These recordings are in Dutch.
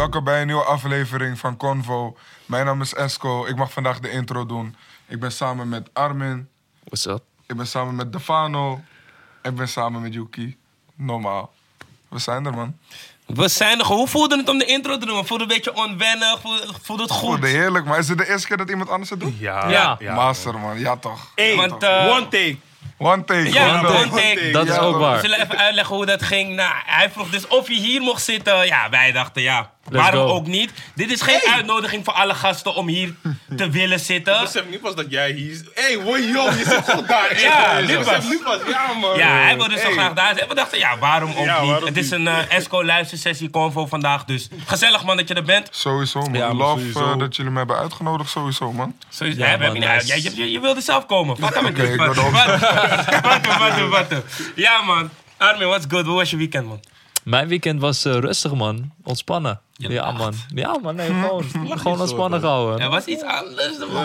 welkom bij een nieuwe aflevering van Convo. Mijn naam is Esco, ik mag vandaag de intro doen. Ik ben samen met Armin. What's up? Ik ben samen met Defano. Ik ben samen met Yuki. Normaal. We zijn er, man. We zijn er. Hoe voelde het om de intro te doen? Voelde het een beetje onwennig? Voelde het goed? Voelde heerlijk, maar is het de eerste keer dat iemand anders het doet? Ja. Master, man. Ja, toch. Hey, Want, one take. One take. Ja, gewoon one take. Dat is ook We waar. zullen even uitleggen hoe dat ging. Nou, hij vroeg dus of je hier mocht zitten. Ja, wij dachten ja. Let's Waarom go. ook niet? Dit is geen uitnodiging voor alle gasten om hier te willen zitten. Besef nu pas dat jij hier... Hey, joh, je zit gewoon daar. Ja, nu Besef pas. nu pas. Ja, man. Ja, hij wilde zo graag daar zijn. We dachten, ja, waarom ook Ja, niet? waarom Het is niet? een Esco-luistersessie Convo vandaag. Dus gezellig, man, dat je er bent. Sowieso, man. Ja, man, Love sowieso. dat jullie me hebben uitgenodigd, sowieso, man. Sowieso, Ja, we man, hebben- nice. je wilde zelf komen. Wat kan ik Oké, ik ben er ook. Wat? Ja, man. Armin, what's good? Hoe was je weekend, man? Mijn weekend was rustig, man. Ontspannen. Ja, man. Ja, man. Nee, gewoon ontspannen gehouden. Er was iets anders, man.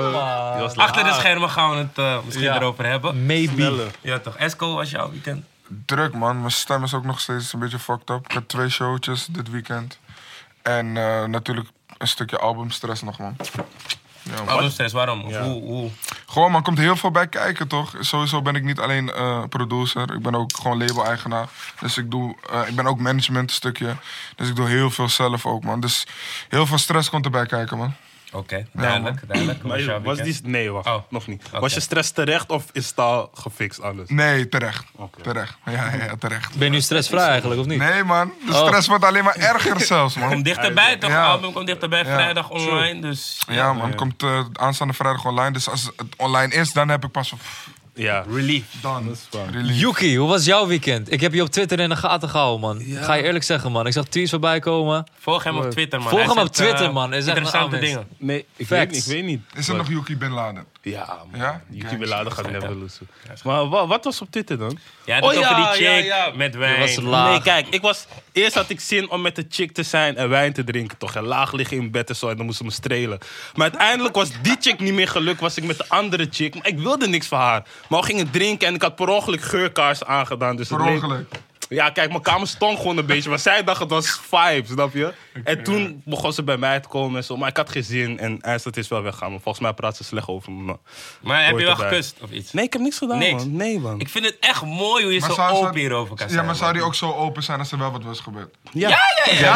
Die was Achter de schermen gaan we het misschien Ja. erover hebben. Maybe. Ja, toch. Esco, was jouw weekend? Druk, man. Mijn stem is ook nog steeds een beetje fucked up. Ik heb 2 showtjes dit weekend. En natuurlijk een stukje albumstress nog, man. Ja, man. Albumstress, waarom? Of Ja. hoe? Gewoon, man, komt heel veel bij kijken, toch? Sowieso ben ik niet alleen producer. Ik ben ook gewoon label-eigenaar. Dus ik ben ook management een stukje. Dus ik doe heel veel zelf ook, man. Dus heel veel stress komt erbij kijken, man. Oké, duidelijk. Hoe was jouw Maar was weekend? die... Nee, wacht. Oh. Nog niet. Oké. Was je stress terecht of is het al gefixt alles? Nee, terecht. Oké. Terecht. Ja, terecht. Ben je nu stressvrij eigenlijk, of niet? Nee, man. De stress wordt alleen maar erger zelfs, man. Komt dichterbij, toch? Ja. Het album komt dichterbij, vrijdag online. Dus Ja, man. Komt aanstaande vrijdag online. Dus als het online is, dan heb ik pas Ja. relief. dan. is waar. Release. Yuki, hoe was jouw weekend? Ik heb je op Twitter in de gaten gehouden, man. Ga je eerlijk zeggen, man. Ik zag tweets voorbij komen. Volg hem op Twitter, man. Volg Hij hem op zet, Twitter, man. Is echt een Interessante aanwinst. dingen. Nee, Facts. ik weet niet. Is er nog Yuki Bin Laden? Ja, man. Ja? YouTube beladen gaat never loesen. Maar wat was op Twitter dan? Ja, dat Oh, over ja, die chick ja, ja. met Dat was wijn. laag. Nee, kijk, eerst had ik zin om met de chick te zijn en wijn te drinken, toch? En laag liggen in bed en zo, en dan moesten ze me strelen. Maar uiteindelijk was die chick niet meer gelukt, was ik met de andere chick. Maar ik wilde niks van haar. Maar we gingen drinken en ik had per ongeluk geurkaarsen aangedaan. Dus het Per leek- ongeluk. Ja, kijk, mijn kamer stonk gewoon een beetje. Maar zij dacht het was vibe, snap je? En toen begon ze bij mij te komen en zo. Maar ik had geen zin en eindelijk is wel weggaan. Maar volgens mij praat ze slecht over me. Maar heb je wel Hoort erbij. gekust of iets? Nee, ik heb niks gedaan, Niks. man. Nee, man. Ik vind het echt mooi hoe je Maar zo zou- open hierover kan zijn. Ja, maar zou die man. ook zo open zijn als er wel wat was gebeurd? Ja. Hij is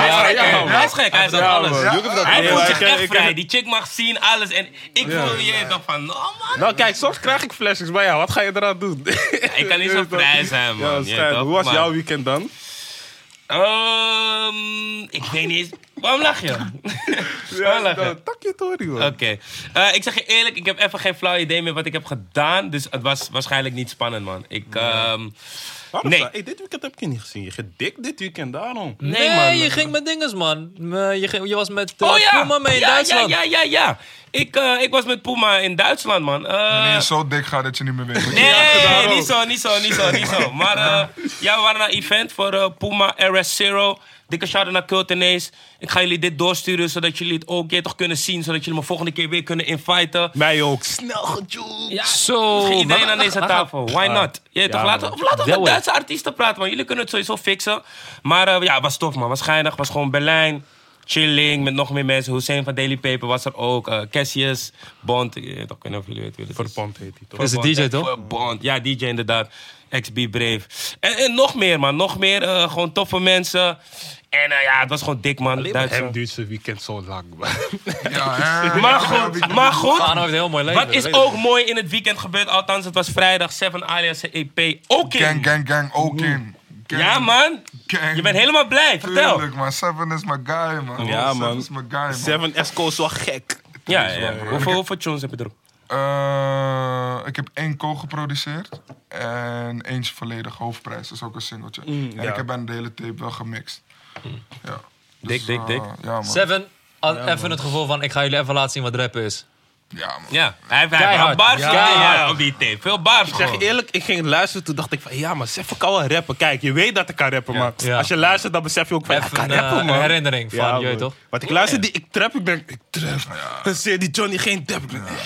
gek, hij is Ja, alles. man. Ja, Jullie hebben dat- Hij Nee, voelt maar zich ik- echt ik- vrij. Die chick mag zien, alles. En ik voel je toch van, oh man. Nou, kijk, soms krijg ik flashbacks bij jou. Wat ga je eraan doen? Ik kan niet zo vrij zijn, man. Ja, Je schijnt. toch? Hoe was Maar- jouw weekend dan? Ik weet niet eens. Waarom lach je? Waarom lach je? Tak je Tori, man. Oké. Ik zeg je eerlijk, ik heb even geen flauw idee meer wat ik heb gedaan. Dus het was waarschijnlijk niet spannend, man. Waarom Nee. zou- Hey, dit weekend heb ik je niet gezien. Je gedikt dit weekend, daarom. Nee, Nee, man. je ging met dinges, man. Je was met Oh ja! Puma mee in ja, Duitsland. Ja. Ik was met Puma in Duitsland, man. Wanneer je zo dik gaat dat je niet meer weet. Nee, niet zo. Maar ja, we waren naar een event voor Puma RS Zero. Dikke shout-out naar Kultenees. Ik ga jullie dit doorsturen, zodat jullie het ook een keer toch kunnen zien. Zodat jullie me volgende keer weer kunnen inviten. Mij ook. Snel gejoeld. Ja, Zo. iedereen aan deze tafel. Why not? Ja, Toch, laten man. we Wel, met Duitse artiesten praten, man. Jullie kunnen het sowieso fixen. Maar ja, het was tof, man. Het was geinig. Het was gewoon Berlijn. Chilling met nog meer mensen. Hussein van Daily Paper was er ook. Cassius, Bond. Ik weet niet of jullie weten wie dat is. Verpand heet hij, toch? Dat is de DJ, toch? Bond. Ja, DJ inderdaad. XB Brave. En nog meer, man. Nog meer. Gewoon toffe mensen. En ja, het was gewoon dik, man. Alleen bij Duitse. hem duurt zijn weekend zo lang, man. Ja, hè? Maar goed. Gano heeft een heel mooi leven. Wat is dat weet ook mooi in het weekend gebeurd? Althans, het was vrijdag. 7 alias EP. Ook in. Gang, ook in. Gang, Ja, man. gang. Je bent helemaal blij. Vertel. Tuurlijk, man. Seven is my guy, man. Ja, Seven man. is my guy, man. Seven Esco is wel gek. Ja. Hoeveel tunes heb je erop? Ik heb 1 co-geproduceerd. En eentje volledig hoofdprijs. Dat is ook een singeltje. En ja. ik heb bijna de hele tape wel gemixt. Ja. Dik. Ja, man. Seven, even het gevoel van, ik ga jullie even laten zien wat rappen is. Ja, man. Ja, hij heeft Keihard. bars Ja. op die tape. Veel bars Ik zeg je gewoon. eerlijk, ik ging luisteren, toen dacht ik van... Ja, maar Sef kan wel rappen. Kijk, je weet dat ik kan rappen, man. Ja. Als je luistert, dan besef je ook van... Ik Even kan een, rappen, man. een herinnering van, je weet man. toch? Want ik luister die, ik trap, ik denk... Ik trap. Dan zie je die Johnny geen trap.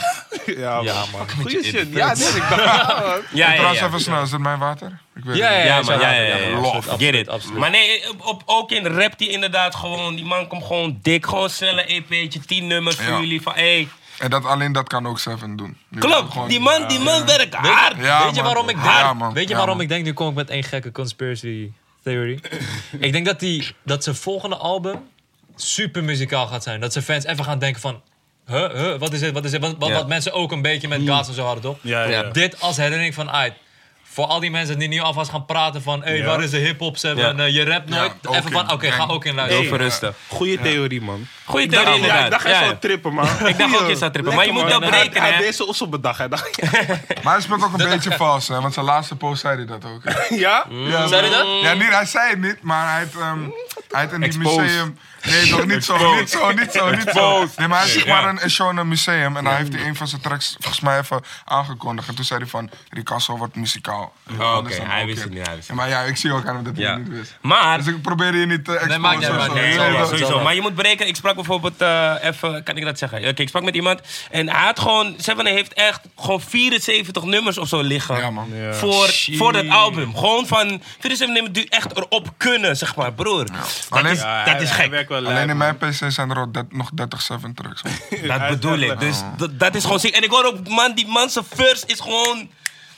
Ja, man. Goeie shit. Ja, nee, ik dacht... Ja, man. Ja, Trouwens, even snel, is het mijn water? Ik weet Ja, het niet. Ja, man, ja. absoluut, Get it. absoluut. Maar nee, ook in rapt hij inderdaad gewoon. Die man komt gewoon dik. Gewoon snelle EP'tje, 10 nummers voor Ja. jullie. Van, hey. En alleen dat kan ook Seven doen. Die kan Klopt, gewoon- die man werkt hard. Ja, Weet je man. waarom ik Ja, denk? man. Weet je Ja, waarom man. ik denk? Nu kom ik met één gekke conspiracy theory. Ik denk dat zijn volgende album super muzikaal gaat zijn. Dat zijn fans even gaan denken van... wat is dit? Wat mensen ook een beetje met Gas en zo hadden, toch? Ja. Dit als herinnering van... voor al die mensen die nu alvast gaan praten van... Hey, Ja. waar is de hip-hop, Seven? Ja. Je rapt nooit. Ja, even ook van, in. oké, ga ook in luisteren. Heel verrusten. Goeie theorie, man. Goeie Ik dacht, theorie ik inderdaad. dacht, hij zou trippen, man. Ik dacht ook, je zou trippen. Maar je moet wel breken, Hij had hè. deze os op bedacht. Hij dacht, Maar hij speelt ook een beetje vals, hè? Want zijn laatste post zei hij dat ook. ja? Ja, Zei hij dat? Ja, niet, hij zei het niet, maar hij heeft in die Exposed. museum... Nee, toch niet zo. Nee, maar hij heeft maar een show in een museum. En dan heeft hij een van zijn tracks volgens mij even aangekondigd. En toen zei hij van, Ricasso wordt muzikaal. Oh, oké, hij wist het niet, Ja, maar ja, ik zie ook aan hem dat hij Ja. het niet wist. Maar... Dus ik probeer je niet te exposen. maakt niet uit, maakt niet uit. Nee, Zal sowieso. wel. Maar je moet berekenen. Ik sprak bijvoorbeeld even... Kan ik dat zeggen? Oké, ik sprak met iemand. En hij had gewoon... Seven heeft echt gewoon 74 nummers of zo liggen. Ja, man. Ja. Voor dat album. Gewoon van... 74 nummers die echt erop kunnen, zeg maar. Broer. Alleen- Dat is Hij gek. werkt wel Alleen lijp, in man. mijn PC zijn er ook nog 30 7 tracks. Man. Dat bedoel ik. Dus dat is gewoon ziek. En ik hoor ook, man, die man zijn verse is gewoon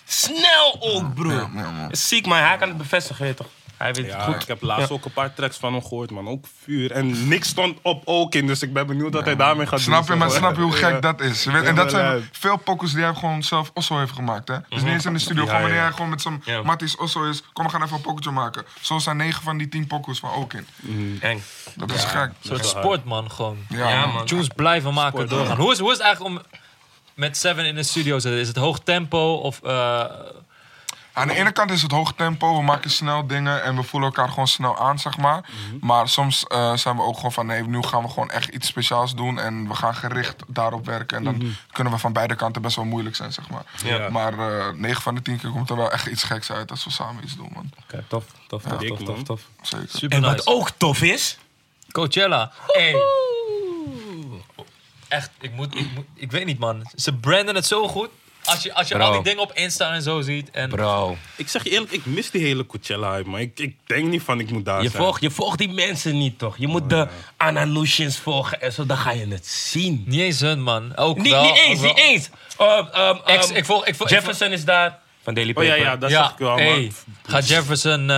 snel ook, broer. Ja, man. Is ziek, maar hij kan het bevestigen, weet je toch? Hij weet het Ja, goed. ik heb laatst ook een paar tracks van hem gehoord, man. Ook vuur. En niks stond op ook in, dus ik ben benieuwd wat hij daarmee gaat doen. Snap je, maar zeg snap je hoe Ja. gek dat is? Je weet, Ja, en dat wel zijn lijp. veel pokus die hij gewoon zelf Osso heeft gemaakt. Hè? Dus niet eens in de studio, gewoon wanneer hij gewoon met zijn Ja. matties Osso is. Kom, we gaan even een pokketje maken. Zo zijn 9 van die 10 pokus van ook in. Eng. Dat is gek. Een soort sportman gewoon. Ja, Ja, man. man. Tunes blijven maken, doorgaan. Hoe is het eigenlijk om met Seven in de studio te zitten? Is het hoog tempo of... Aan de ene kant is het hoog tempo, we maken snel dingen en we voelen elkaar gewoon snel aan, zeg maar. Maar soms zijn we ook gewoon van, nee, nu gaan we gewoon echt iets speciaals doen en we gaan gericht daarop werken. En dan kunnen we van beide kanten best wel moeilijk zijn, zeg maar. Ja. Maar 9 van de 10 keer komt er wel echt iets geks uit als we samen iets doen, man. Oké, tof. dik, man. Zeker. Super En wat nice. ook tof is... Coachella. Hey. Echt, ik weet niet, man. Ze branden het zo goed. Als je Bro. al die dingen op Insta en zo ziet. En Bro. Ik zeg je eerlijk, ik mis die hele Coachella-hype, man. Ik denk niet van, ik moet daar zijn. Je volgt die mensen niet, toch? Je moet de Ananushins volgen en zo, dan ga je het zien. niet eens hun, man. Ook Niet, wel, niet eens, ook wel. niet eens. Ik volg Jefferson is daar, van Daily Oh Paper. ja, dat zag ik wel, man. Ga Jefferson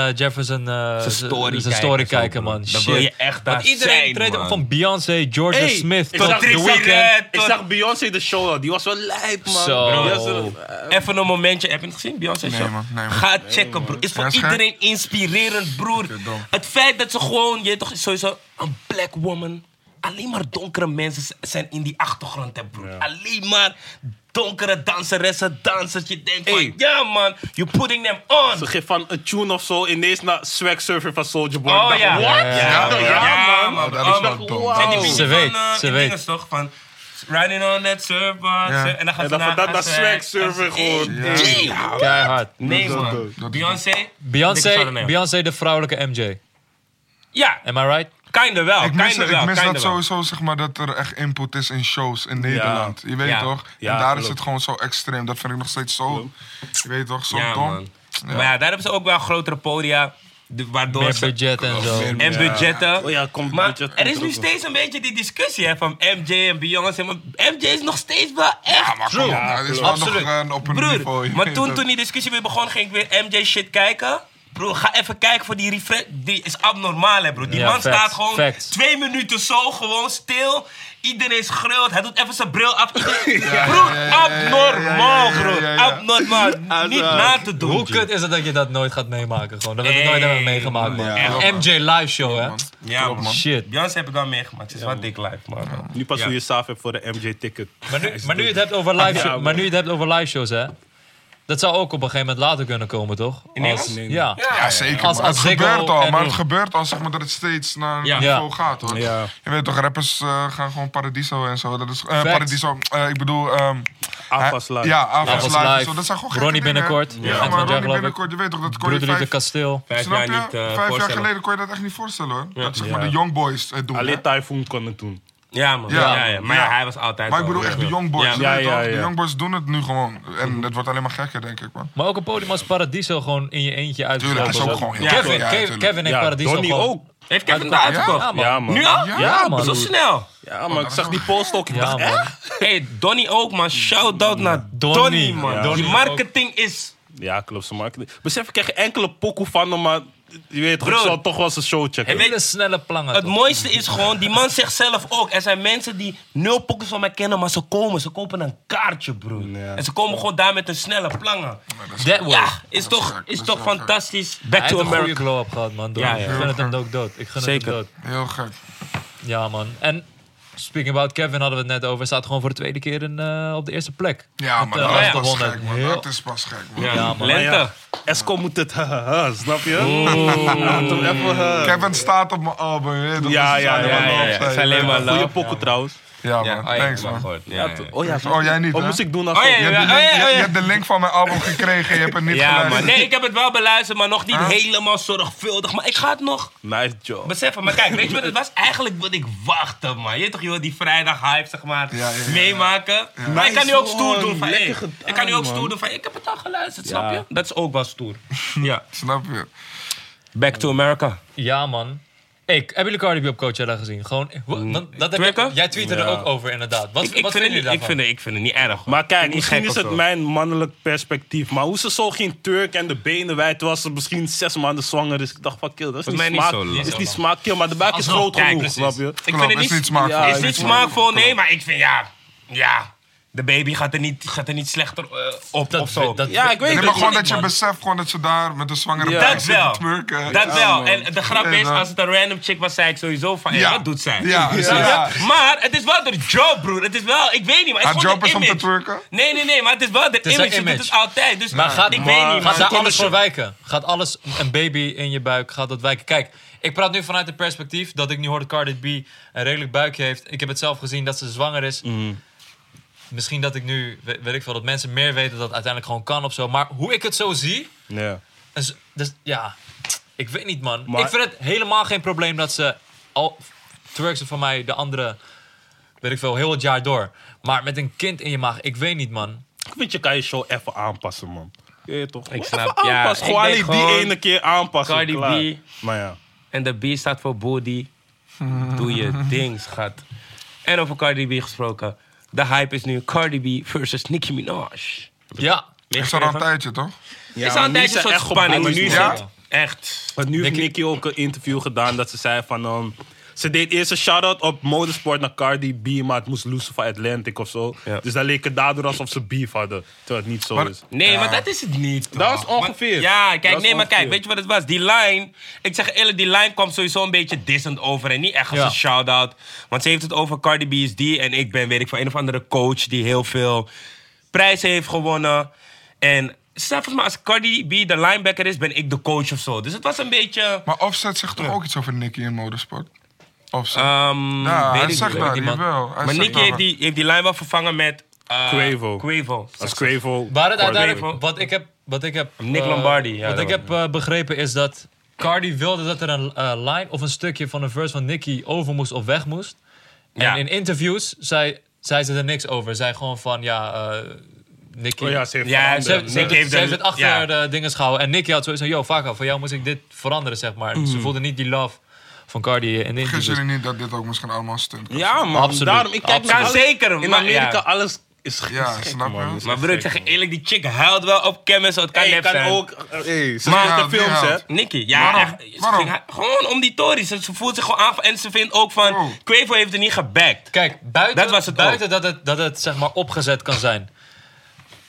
zijn story kijken, man. Dan Shit. wil je echt daar Want iedereen zijn, treedt op man. van Beyoncé, Georgia Hey, Smith, ik tot zag The Trixie Weeknd. Red, Ik zag Beyoncé de show al, die was wel lijp, man. Zo. Die was wel- Even een momentje, heb je het gezien, Beyoncé Nee, show? man, nee, man. Ga checken, broer. Is voor Ja, schijn- iedereen inspirerend, broer. dom. Het feit dat ze gewoon, je weet toch, sowieso een black woman. Alleen maar donkere mensen zijn in die achtergrond, hè, broer. Alleen maar donkere danseressen, dansers. Je denkt van, Hey. ja man, you putting them on. Ze geeft van een tune of zo ineens naar Swag Surfer van Soulja Boy. Oh Ik dacht, ja. what? Ja, man. dat is wel Oh, dom. zijn die Wow. beatjes Ze weet, van, ze in weet. dinges toch? Van riding on that surfboard. Ja. En dan gaat En ze dan van dat naar Swag Surfer gewoon. Nee, Keihard. nee Dat is man. dope. Dat is Beyoncé? Dikke Beyoncé, shout-out. Beyoncé de vrouwelijke MJ. Ja, Am I right? kinda wel. Ik mis, kinda wel, ik mis kinda dat wel. sowieso, zeg maar, dat er echt input is in shows in Nederland. Je weet Ja. toch? Ja, en daar is klopt. het gewoon zo extreem. Dat vind ik nog steeds zo, je weet toch, zo Ja, dom. man. Maar ja, daar hebben ze ook wel grotere podia. Waardoor Meer ze... budget en zo. En budgetten. Oh ja, komt Maar budget er is komt nu er ook steeds een beetje die discussie hè, van MJ en Beyoncé. Maar MJ is nog steeds wel echt Ja, maar kom op, nou, het is wel nog Absoluut. op een Broer, niveau. je maar weet toen toch. die discussie weer begon, ging ik weer MJ shit kijken. Bro, ga even kijken voor die refresh. Die is abnormaal, hè, bro. Die Ja, man facts, staat gewoon facts. 2 minuten zo, gewoon stil. Iedereen schreeuwt. Hij doet even zijn bril af. Broer, ja, abnormaal, ja, bro. ja, ja. Abnormaal. Niet na te doen. Hoe G. kut is het dat je dat nooit gaat meemaken? Gewoon? Dat we het nooit hebben meegemaakt, man. Ja. MJ live show, hè? Ja, man. Shit. Beyoncé heb ik wel meegemaakt. Het is wel dik live, man. Nu pas Ja. hoe je saaf hebt voor de MJ-ticket. Maar nu je het hebt over live shows, hè? Dat zou ook op een gegeven moment later kunnen komen, toch? In Nederland? Ja. Ja, zeker. Als Maar het Ziggo gebeurt al, en- maar het gebeurt al, zeg maar, dat het steeds naar een Ja. niveau gaat, hoor. Ja. Je weet toch, rappers gaan gewoon Paradiso en zo. Dat is, Paradiso, ik bedoel... Afas Live. Ja, Afas Afas Live. en Live. zo. Dat zijn gewoon gekke Ronnie dingen, hè. binnenkort. Ja, Eind van maar het jaar, Ronnie geloof ik. binnenkort, je weet toch, dat kon je Broederliefde Kasteel. 5 Snap jaar je? niet 5 jaar voorstellen. geleden kon je dat echt niet voorstellen, hoor. Dat zeg maar Ja. de Young Boys het doen, hè. Alleen Typhoon kon het doen. Ja, man. Ja. Ja. Maar ja, hij was altijd Maar ik al, bedoel echt de Young Boys. Ja. je Ja, weet toch? ja, De ja. Young Boys doen het nu gewoon. En het wordt alleen maar gekker, denk ik, man. Maar ook een podium als Paradiso gewoon in je eentje Tuurlijk, dat is ook uitgesloten. gewoon heel Ja, veel. Kevin, Ja, Kevin, tuurlijk. Kevin heeft Ja, Paradiso Donnie gewoon... ook. Heeft Kevin daar uitgekocht? Ja, man. Ja, man. Nu al? Ja, man. Zo snel. Ja, maar ik zag die post ook. Ik Ja, dacht, man. Hey, Donnie ook, man. Shout-out naar Donnie, man. Ja. Die Donnie marketing is... Ja, klopt, zijn marketing. Besef, ik krijg geen enkele pokoe van hem, maar je weet toch, ik Bro. zal toch wel eens een show checken. Hele snelle plangen. Het toch? mooiste is gewoon, die man zegt zelf ook. Er zijn mensen die 0 pokkers van mij kennen, maar ze kopen een kaartje, broer. Ja. En ze komen gewoon daar met een snelle plangen. That way. Ja, is Dat is toch, gek, is dat toch is wel fantastisch. Hij Back heeft to een goede America. glow-up gehad, man. Donnie. Ja, ja. Ik gun het hem ook dood. Ik gun Zeker. het hem dood. Heel gek. Ja, man. En speaking about Kevin hadden we het net over. Staat gewoon voor de tweede keer op de eerste plek. Ja, Met, maar eh, dat is pas gewonnen. gek, man. Heel- Dat is pas gek, man. Ja, Ja, man. Lente. Ja. Esco moet het, snap je? Laat hem even, Kevin staat op mijn album, je weet toch? Ja, Dus het is ja, alleen maar ja, love, ja. zei Het is je. alleen maar Goeie love. pokoe trouwens. Ja, Ja, man. oh ja, Thanks, maar man. goed. Ja, ja. Oh ja, Oh, jij niet, wat hè? moest ik doen als Oh, ja, Je hebt, ja, de link, ja, ja. je hebt de link van mijn album gekregen, je hebt het niet Ja, geluisterd. man. Nee, ik heb het wel beluisterd, maar nog niet helemaal zorgvuldig. Maar ik ga het nog Nice job. beseffen. Maar kijk, weet je wat het was? Eigenlijk wat ik wachtte, man. Je weet toch, joh, die vrijdag hype, zeg maar, Ja, ja, ja. meemaken. Maar ik kan nu ook stoer doen van, Lekker hey, gedaan, ik kan nu ook man. stoer doen van, ik heb het al geluisterd, Ja. snap je? Dat is ook wel stoer. Ja. Snap je? Back to America. Ja, man. Hey, hebben jullie Cardi B op Coachella gezien? Gewoon, want dat heb Twerken? jij tweette er Ja. ook over, inderdaad. Wat Ik vinden vind jullie het daarvan? ik vind het niet erg. hoor. Maar kijk, Niet misschien gek is of het zo. mijn mannelijk perspectief. Maar hoe ze zo ging Turk en de benen wijd was ze misschien 6 maanden zwanger. Dus ik dacht van kill, dat is Volgens niet mij niet smaak. zo lang. is niet smaakkill, maar de buik is Alsnog, groot kijk, genoeg, precies. snap je? Ik vind het is niet smaakvol. Ja, is niet smaakvol, nee, maar ik vind ja. De baby gaat er niet slechter op of zo. Ja, ik weet Nee, het. maar gewoon niet, dat je man. beseft gewoon dat ze daar met een zwangere Ja. buik Dat zitten wel. twerken. Dat Ja, wel. man. En de grap is, Ja, als het een random chick was, zei ik sowieso van, Ja. wat doet zij? Ja, Snap je? ja. Maar het is wel de job, broer. Het is wel, ik weet niet, maar het Haar is gewoon job is de om te image. twerken? Nee, maar het is wel de is haar image. Je doet image. het altijd. Dus Maar gaat, ik weet niet, gaat man. daar alles verwijken? Gaat alles, een baby in je buik, gaat dat wijken? Kijk, ik praat nu vanuit het perspectief dat ik nu hoor dat Cardi B een redelijk buikje heeft. Ik heb het zelf gezien dat ze zwanger is. Misschien dat ik nu, weet ik veel, dat mensen meer weten dat het uiteindelijk gewoon kan of zo. Maar hoe ik het zo zie, Ja. dus ja, ik weet niet, man. Maar- Ik vind het helemaal geen probleem dat ze al twerkt ze van mij de andere, weet ik veel, heel het jaar door. Maar met een kind in je maag, ik weet niet, man. Ik vind je kan je show even aanpassen, man. Je weet toch? Ik Even snap, ja, aanpassen. ik Gewoon denk alleen die gewoon ene keer aanpassen. Cardi klaar. B. Maar ja. En de B staat voor booty. Doe je ding, schat. En over Cardi B gesproken. De hype is nu Cardi B versus Nicki Minaj. Ja, Is er al een tijdje, toch? Ja, is al een maar nu tijdje een zijn soort echt spanning. Maar nu is ja? het echt... Want nu heeft Nicki ook een interview gedaan dat ze zei van... ze deed eerst een shout-out op motorsport naar Cardi B, maar het moest loesen van Atlantic of zo. Ja. Dus dat leek het daardoor alsof ze beef hadden. Terwijl het niet zo Maar- is. Nee, Ja. maar dat is het niet. Dat toch? is ongeveer. Maar- ja, kijk, Dat is nee, maar kijk, ongeveer. weet je wat het was? Die line, ik zeg eerlijk, die line kwam sowieso een beetje dissend over. En niet echt als Ja. een shout-out. Want ze heeft het over Cardi B is die. En ik ben, weet ik van, een of andere coach die heel veel prijzen heeft gewonnen. En stel volgens mij, als Cardi B de linebacker is, ben ik de coach of zo. Dus het was een beetje... Maar Offset zegt toch ook iets over Nicki in motorsport? Offset. ja, Ja, weet hij ik zegt niet. dat, niet, man. jawel. Hij Maar zegt Nicki dat. heeft die line wel vervangen met... Quavo. Quavo. Als Quavo... waar het Cardi- uiteindelijk, wat ik heb Nick Lombardi, ja, wat dat ik heb begrepen is dat Cardi wilde dat er een line of een stukje van een verse van Nicki over moest of weg moest. Ja. En in interviews zei ze er niks over. Zei gewoon van, Nicki... Oh ja, ze heeft Ja, veranderd. Ze heeft, Nicki heeft ze heeft de- het achter ja. de dingen gehouden. En Nicki had zoiets van, Vaka, voor jou moest ik dit veranderen, zeg maar. Ze voelde niet die love van Cardi in de Vergis interviews. jullie niet dat dit ook misschien allemaal een stunt is? Ja, man. Absoluut. Daarom, ik kijk Absoluut. naar Ja, alles- zeker. In maar, Amerika, ja. alles is Ja, gek, snap je? man. Is Maar echt broer, ik gek, zeg je man. eerlijk, die chick huilt wel op chemist. Het kan Hey, nep kan zijn. ook... ze Maar- maakt de Ja, films, die hè? houdt. Nicki, ja, Waarom? echt. Ze Waarom? ging gewoon om die tories. Ze voelt zich gewoon aan. En ze vindt ook van, Oh. Quavo heeft er niet gebackt. Kijk, Dat was het buiten dat het zeg maar opgezet kan zijn.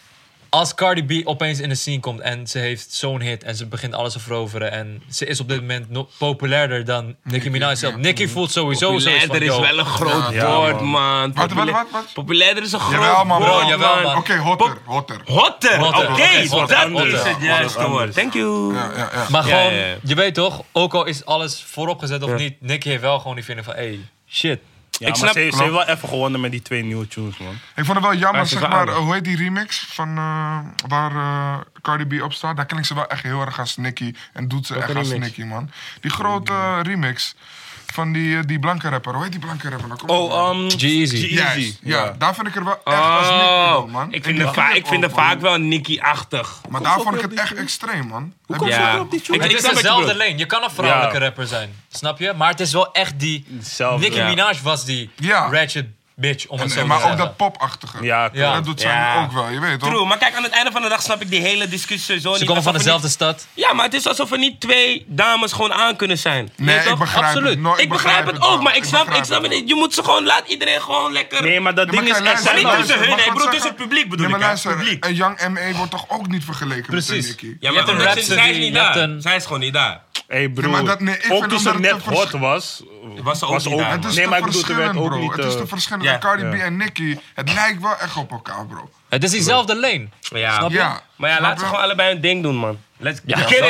als Cardi B opeens in de scene komt en ze heeft zo'n hit en ze begint alles te veroveren en ze is op dit moment populairder dan Nicki Minaj zelf. Nicki voelt sowieso zo Populairder is wel een groot Ja, woord, man. man. Wat? Populairder is een groot Jawel, man. woord, Jawel, man. man. Oké, hotter. Hotter, Hotter, oké. oké, Dat hotter. is het juiste Anders. woord. Thank you. Ja. Maar Ja, gewoon, ja, ja. je weet toch, ook al is alles vooropgezet of niet, Nicki heeft wel gewoon die vinger van, hey, shit. Ja, Ik maar snap- ze heeft wel even gewonnen met die 2 nieuwe tunes, man. Ik vond het wel jammer, Maar ze zeg is wel maar, aardig. hoe heet die remix van waar Cardi B op staat? Daar klinkt ze wel echt heel erg als Nicki en doet ze echt als remix? Nicki, man. Die grote remix van die blanke rapper. Hoe heet die blanke rapper? Nou, kom op, man. G-Eazy. Juist, ja, daar vind ik er wel echt als Nicki van, man. Ik En vind die er clip ook, vaak man. wel Nicki-achtig. Maar daar vond ik het echt extreem, man. Heb je- Ja. Het is snap wat je dezelfde bedoelt. lane. Je kan een vrouwelijke Ja. rapper zijn, snap je? Maar het is wel echt die... Hetzelfde. Nicki Ja. Minaj was die Ja. ratchet bitch, om het zo te Maar ook zeggen. dat popachtige. Ja, Ja. Dat doet zij Ja. ook wel, je weet toch? True, maar kijk, aan het einde van de dag snap ik die hele discussie sowieso Ze niet. komen van Alsof er dezelfde niet- stad. Ja, maar het is alsof er niet 2 dames gewoon aan kunnen zijn. Nee, Weet je ik toch? begrijp Absoluut. het. No, Ik begrijp het ook, wel. maar ik snap begrijp het wel. niet. Je moet ze gewoon, laat iedereen gewoon lekker... Nee, maar dat Ja, ding maar is kijk, echt... maar niet luister, tussen hun, mag nee, ik broer, wat tussen het publiek bedoel Nee, maar ik, hè? luister, Publiek. een Young M.A. wordt toch ook niet vergeleken Precies. met Nicki? Ja, Je maar hebt een omdat Rhapsody, zij is niet je hebt daar. een- Zij is gewoon niet daar. Hé broer, Ja, maar dat- nee, ik ook vind toen ze omdat het net te hot was... Was ze ook niet daar, Het man. is Nee, te maar ik bedoel, er werd verschillend, ook bro. niet... Het is te verschillend. Ja. En Cardi B Ja. en Nicki, het lijkt wel echt op elkaar, bro. Het is diezelfde lane. Ja. Snap je? Ja. Maar ja, Snap laat ze je? gewoon allebei hun ding doen, man. Let's Ja, get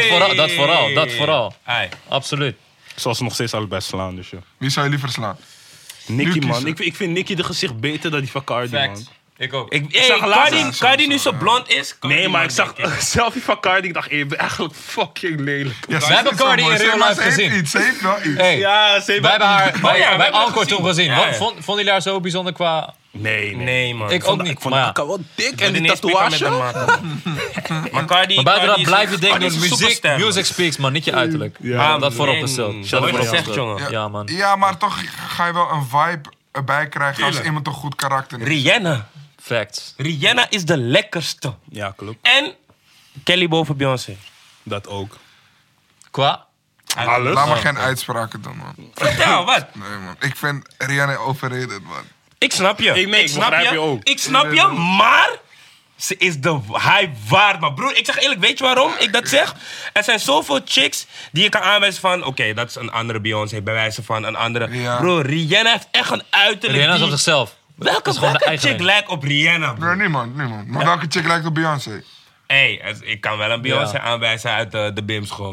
dat vooral. Ai. Absoluut. Zoals ze nog steeds allebei slaan, dus ja. Wie zou je liever slaan? Nicki, Nu man. kiezen. Ik vind Nicki de gezicht beter dan die van Cardi, man. Fact. Ik ook. Hey, zag laatst- Cardi nu zo blond is... Nee, Cardi, maar man, ik zag denk ik. zelf die van Cardi. Ik dacht, je bent eigenlijk fucking lelijk. Ja, We hebben Cardi in real life Ze heeft gezien. iets, ze heeft wel iets. Hey, Ja, ze heeft wij hebben haar ja, bij we hebben Encore het toen gezien. gezien. Ja, ja. Vonden jullie haar zo bijzonder qua... Nee, Nee, man. Ik ook niet. Ik vond Maar ja. haar wel dik. wil En die niet eens pikken met tatoeage. hem, man. Maar Cardi... Maar buiten dat Cardi is blijf je een- dingen Cardi doen. is een Muziek, superster, man. music speaks, man. Niet je uiterlijk. Ja. Dat voorop Man, gesteld. mooi Dat voorop gezegd, gesteld. jongen. Ja, man. Ja, maar toch ga je wel een vibe erbij krijgen als iemand een goed karakter heeft. Rihanna. Facts. Rihanna is de lekkerste. Ja, klopt. En Kelly boven Beyoncé. Dat ook. Qua? Alles. Laat maar geen uitspraken doen, man. Vertel, wat? Nee, man. Ik vind Rihanna overrated, man. Ik snap je. Ik begrijp je ook. Ik snap je, maar ze is de hype waard. Maar broer, ik zeg eerlijk, weet je waarom ik dat zeg? Er zijn zoveel chicks die je kan aanwijzen van... Oké, dat is een andere Beyoncé, bij wijze van een andere... Ja. Broer, Rihanna heeft echt een uiterlijk Rihanna is op die... zichzelf. Dat Welke, is gewoon de welke eigen chick lane. lijkt op Rihanna, broer? Nee, niemand. Maar welke chick lijkt op Beyoncé? Hey, ik kan wel een Beyoncé Ja. aanwijzen uit de Bims gewoon.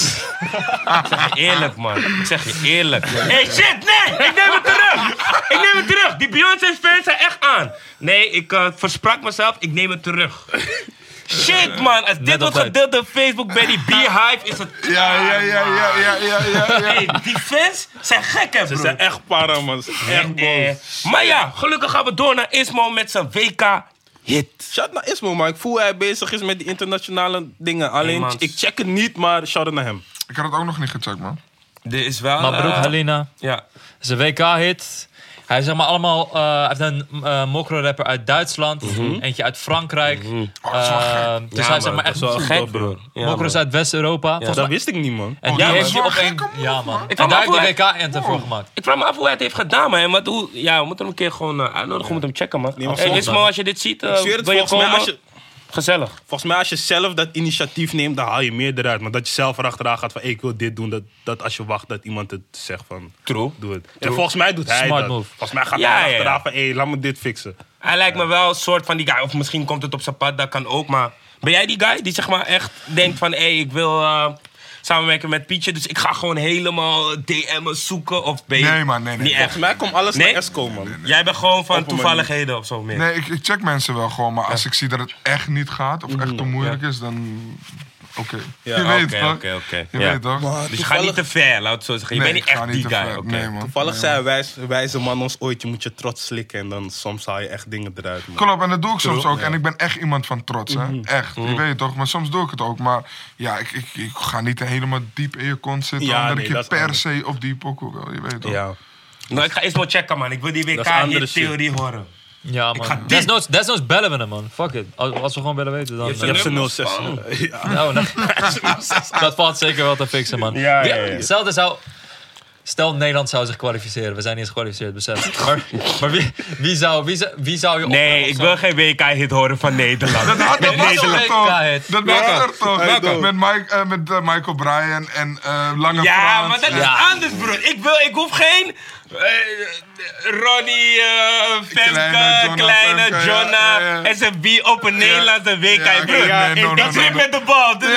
Ik zeg je eerlijk, man. Ik zeg je eerlijk. Hey, shit, nee! Ik neem het terug! Ik neem het terug! Die Beyoncé-fans zijn echt aan. Nee, ik versprak mezelf. Ik neem het terug. Shit, man. Als dit Net op wordt tijd. gedeeld op Facebook bij die Beehive, is het... Ja. Hey, die fans zijn gek, hè, Ze bro. zijn echt para, man. Ze zijn echt boos. Maar ja, gelukkig gaan we door naar Ismo met zijn WK-hit. Shout naar Ismo, man. Ik voel hij bezig is met die internationale dingen. Alleen, man. ik check het niet, maar shout naar hem. Ik had het ook nog niet gecheckt, man. Dit is wel... Maar broek Helena. Ja. is een WK-hit. Hij heeft zeg maar allemaal... hij heeft een mokro-rapper uit Duitsland. Eentje uit Frankrijk. Oh, dat is wel gek. Dus hij is zeg maar echt... wel Gek, broer. Ja, Mokro's man. uit West-Europa. Volgens Dat mij- wist ik niet, man. En Oh, die ja, heeft dat hij is op wel een... gek, man. Ja, man. Ik En vraag me daar af heeft hoe de WK-enter voor gemaakt. Ik vraag me af hoe hij het heeft gedaan, man. Maar ja, we moeten hem een keer gewoon uitnodigen. We moeten hem checken, man. Nee, maar Hey, volgens Ismo, als je dit ziet, Ik zweer het, wil je volgens mij, komen? als je, Gezellig. volgens mij als je zelf dat initiatief neemt, dan haal je meer eruit. Maar dat je zelf erachteraan gaat van, hey, ik wil dit doen. Dat als je wacht, dat iemand het zegt van, True. doe het. En volgens mij doet hij Smart dat. move. Volgens mij gaat Ja, hij ja, ja. erachteraan van, hey, laat me dit fixen. Hij lijkt me wel een soort van die guy. Of misschien komt het op zijn pad, dat kan ook. Maar ben jij die guy die zeg maar echt denkt van... Hé, ik wil samenwerken met Pietje. Dus ik ga gewoon helemaal DM'en zoeken. Of ben je Nee, man, nee. niet echt? Volgens mij komt alles Nee? naar Esco, man. Jij bent gewoon van Op een toevalligheden of zo meer. Nee, ik check mensen wel gewoon, maar als ik zie dat het echt niet gaat of echt te moeilijk is, dan... Oké. Ja, Je weet Oké, toch? oké. Je Ja. weet toch? Dus je gaat niet te ver, laat het zo zeggen. Je Nee, bent ik niet ga echt die te guy. ver. Oké. Nee, man. Toevallig zei wijze man ons ooit, je moet je trots slikken en dan soms haal je echt dingen eruit, man. Klopt, en dat doe ik soms ook. En ik ben echt iemand van trots, hè. Echt, je weet toch. Maar soms doe ik het ook. Maar ja, ik ga niet helemaal diep in je kont zitten. Ja, omdat nee, ik je dat is per anders. se op die pokoe wil, je weet toch. Ja. Nou, ik ga eens wel checken, man. Ik wil die Dat is andere WK-hit-theorie horen. Ja, ga man. dit- Desnoods bellen we hem, man. Fuck it. Als we gewoon willen weten, dan... Je Je hebt ze nummers 06. van. Ja. Nou, dat valt zeker wel te fixen, man. Ja, ja, ja. Hetzelfde zou... Stel Nederland zou zich kwalificeren. We zijn niet eens gekwalificeerd, besef. Maar wie zou je... Nee, ik wil geen WK-hit horen van Nederland. Dat had Met toch Nederland. WK-hit. Dat was er toch? Met Michael Bryan en Lange Ja, Frans. maar dat is Ja. anders, bro. Ik hoef geen Ronnie, Femke, Kleine, Femke, Jonna, ja. SFB op een Nederlandse WK, Ja, bro. ja, nee, Ik trip met de bal. Dus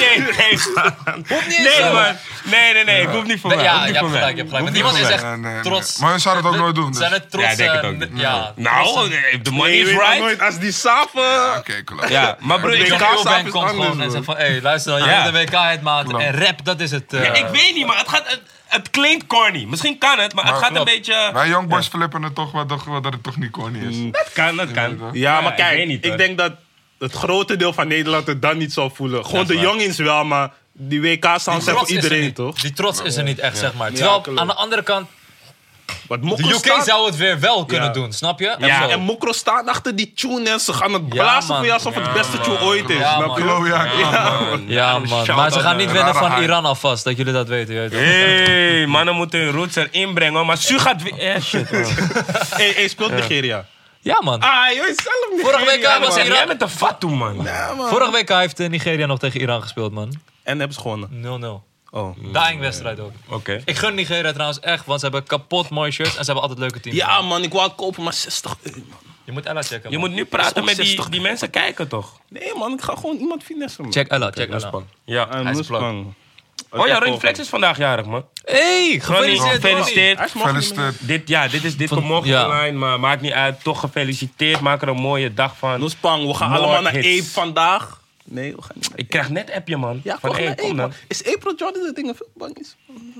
nee, man. Nee, ik hoef niet voor mij. Ja, Hoeft je niet hebt voor mij. gelijk, je hebt gelijk. Want Hoeft niemand niet is voor echt mij. Nee. trots. Maar hun zouden het ook nooit doen. Dus. Zijn het trots? Ja, denk het ook. Ja. Nou, if the money is right. Als die saven... Oké, klopt. Ja, maar bro, Ik ik zeg, WK Urban staat komt is gewoon anders, en bro. zegt van... Hé, luister dan, je Ja. moet een WK-hit maken. Klopt. En rap, dat is het... Ja, ik weet niet, maar het klinkt corny. Misschien kan het, maar het gaat een klopt. beetje... Wij Youngboys flippen het toch wel dat het toch niet corny is. Dat kan. Ja, maar ik kijk, weet niet, ik hoor. denk dat het grote deel van Nederland het dan niet zal voelen. Gewoon Dat is de waar. jongens wel, maar die WK-sounds zijn voor trots is er iedereen, niet. toch? Die trots is er niet echt, zeg maar. Terwijl, klopt. aan de andere kant... Wat De Mokro UK staat... zou het weer wel kunnen Ja. doen, snap je? Ja, Zo. En Mokro staat achter die tune en ze gaan het Ja, blazen man. voor je alsof het beste tune ooit is. Ja, snap man. je? Geloof ja, Ja, man. Maar ze gaan niet winnen van Iran alvast, dat jullie dat weten. Je weet toch? Hey, mannen moeten hun roots erin brengen, maar Su gaat weer... shit, man. Hey, speelt Nigeria. Ja, man. Ah, je weet zelf niet. Vorige week Ja, was man, Iran... jij bent een fatu, man. Vorige week heeft Nigeria nog tegen Iran gespeeld, man. 0-0. En hebben ze gewonnen. Oh. Dying wedstrijd ook. Oké. Ik gun Nigeria trouwens echt, want ze hebben kapot mooie shirts en ze hebben altijd leuke teams. Ja, man, ik wou het kopen, maar 60 euro, man. Je moet Ella checken, Je man. moet nu praten met 60. die mensen kijken, toch? Nee, man, ik ga gewoon iemand finessen, man. Check Ella, check Ella. Ja. Hij is Noespang. Oh ja, Ronnie Flex is vandaag jarig, man. Hey, Ronnie, gefeliciteerd. gefeliciteerd. Hij is morgen niet meer. Gefeliciteerd. Dit komt morgen ja. online, maar maakt niet uit. Toch gefeliciteerd. Maak er een mooie dag van. Noespang, we gaan More allemaal naar hits. Ape vandaag. Nee, we gaan niet naar Ik krijg net appje, man. Ja, van kom naar hey, kom Ape, dan. man. Is April Jordan de dingen veel bang is?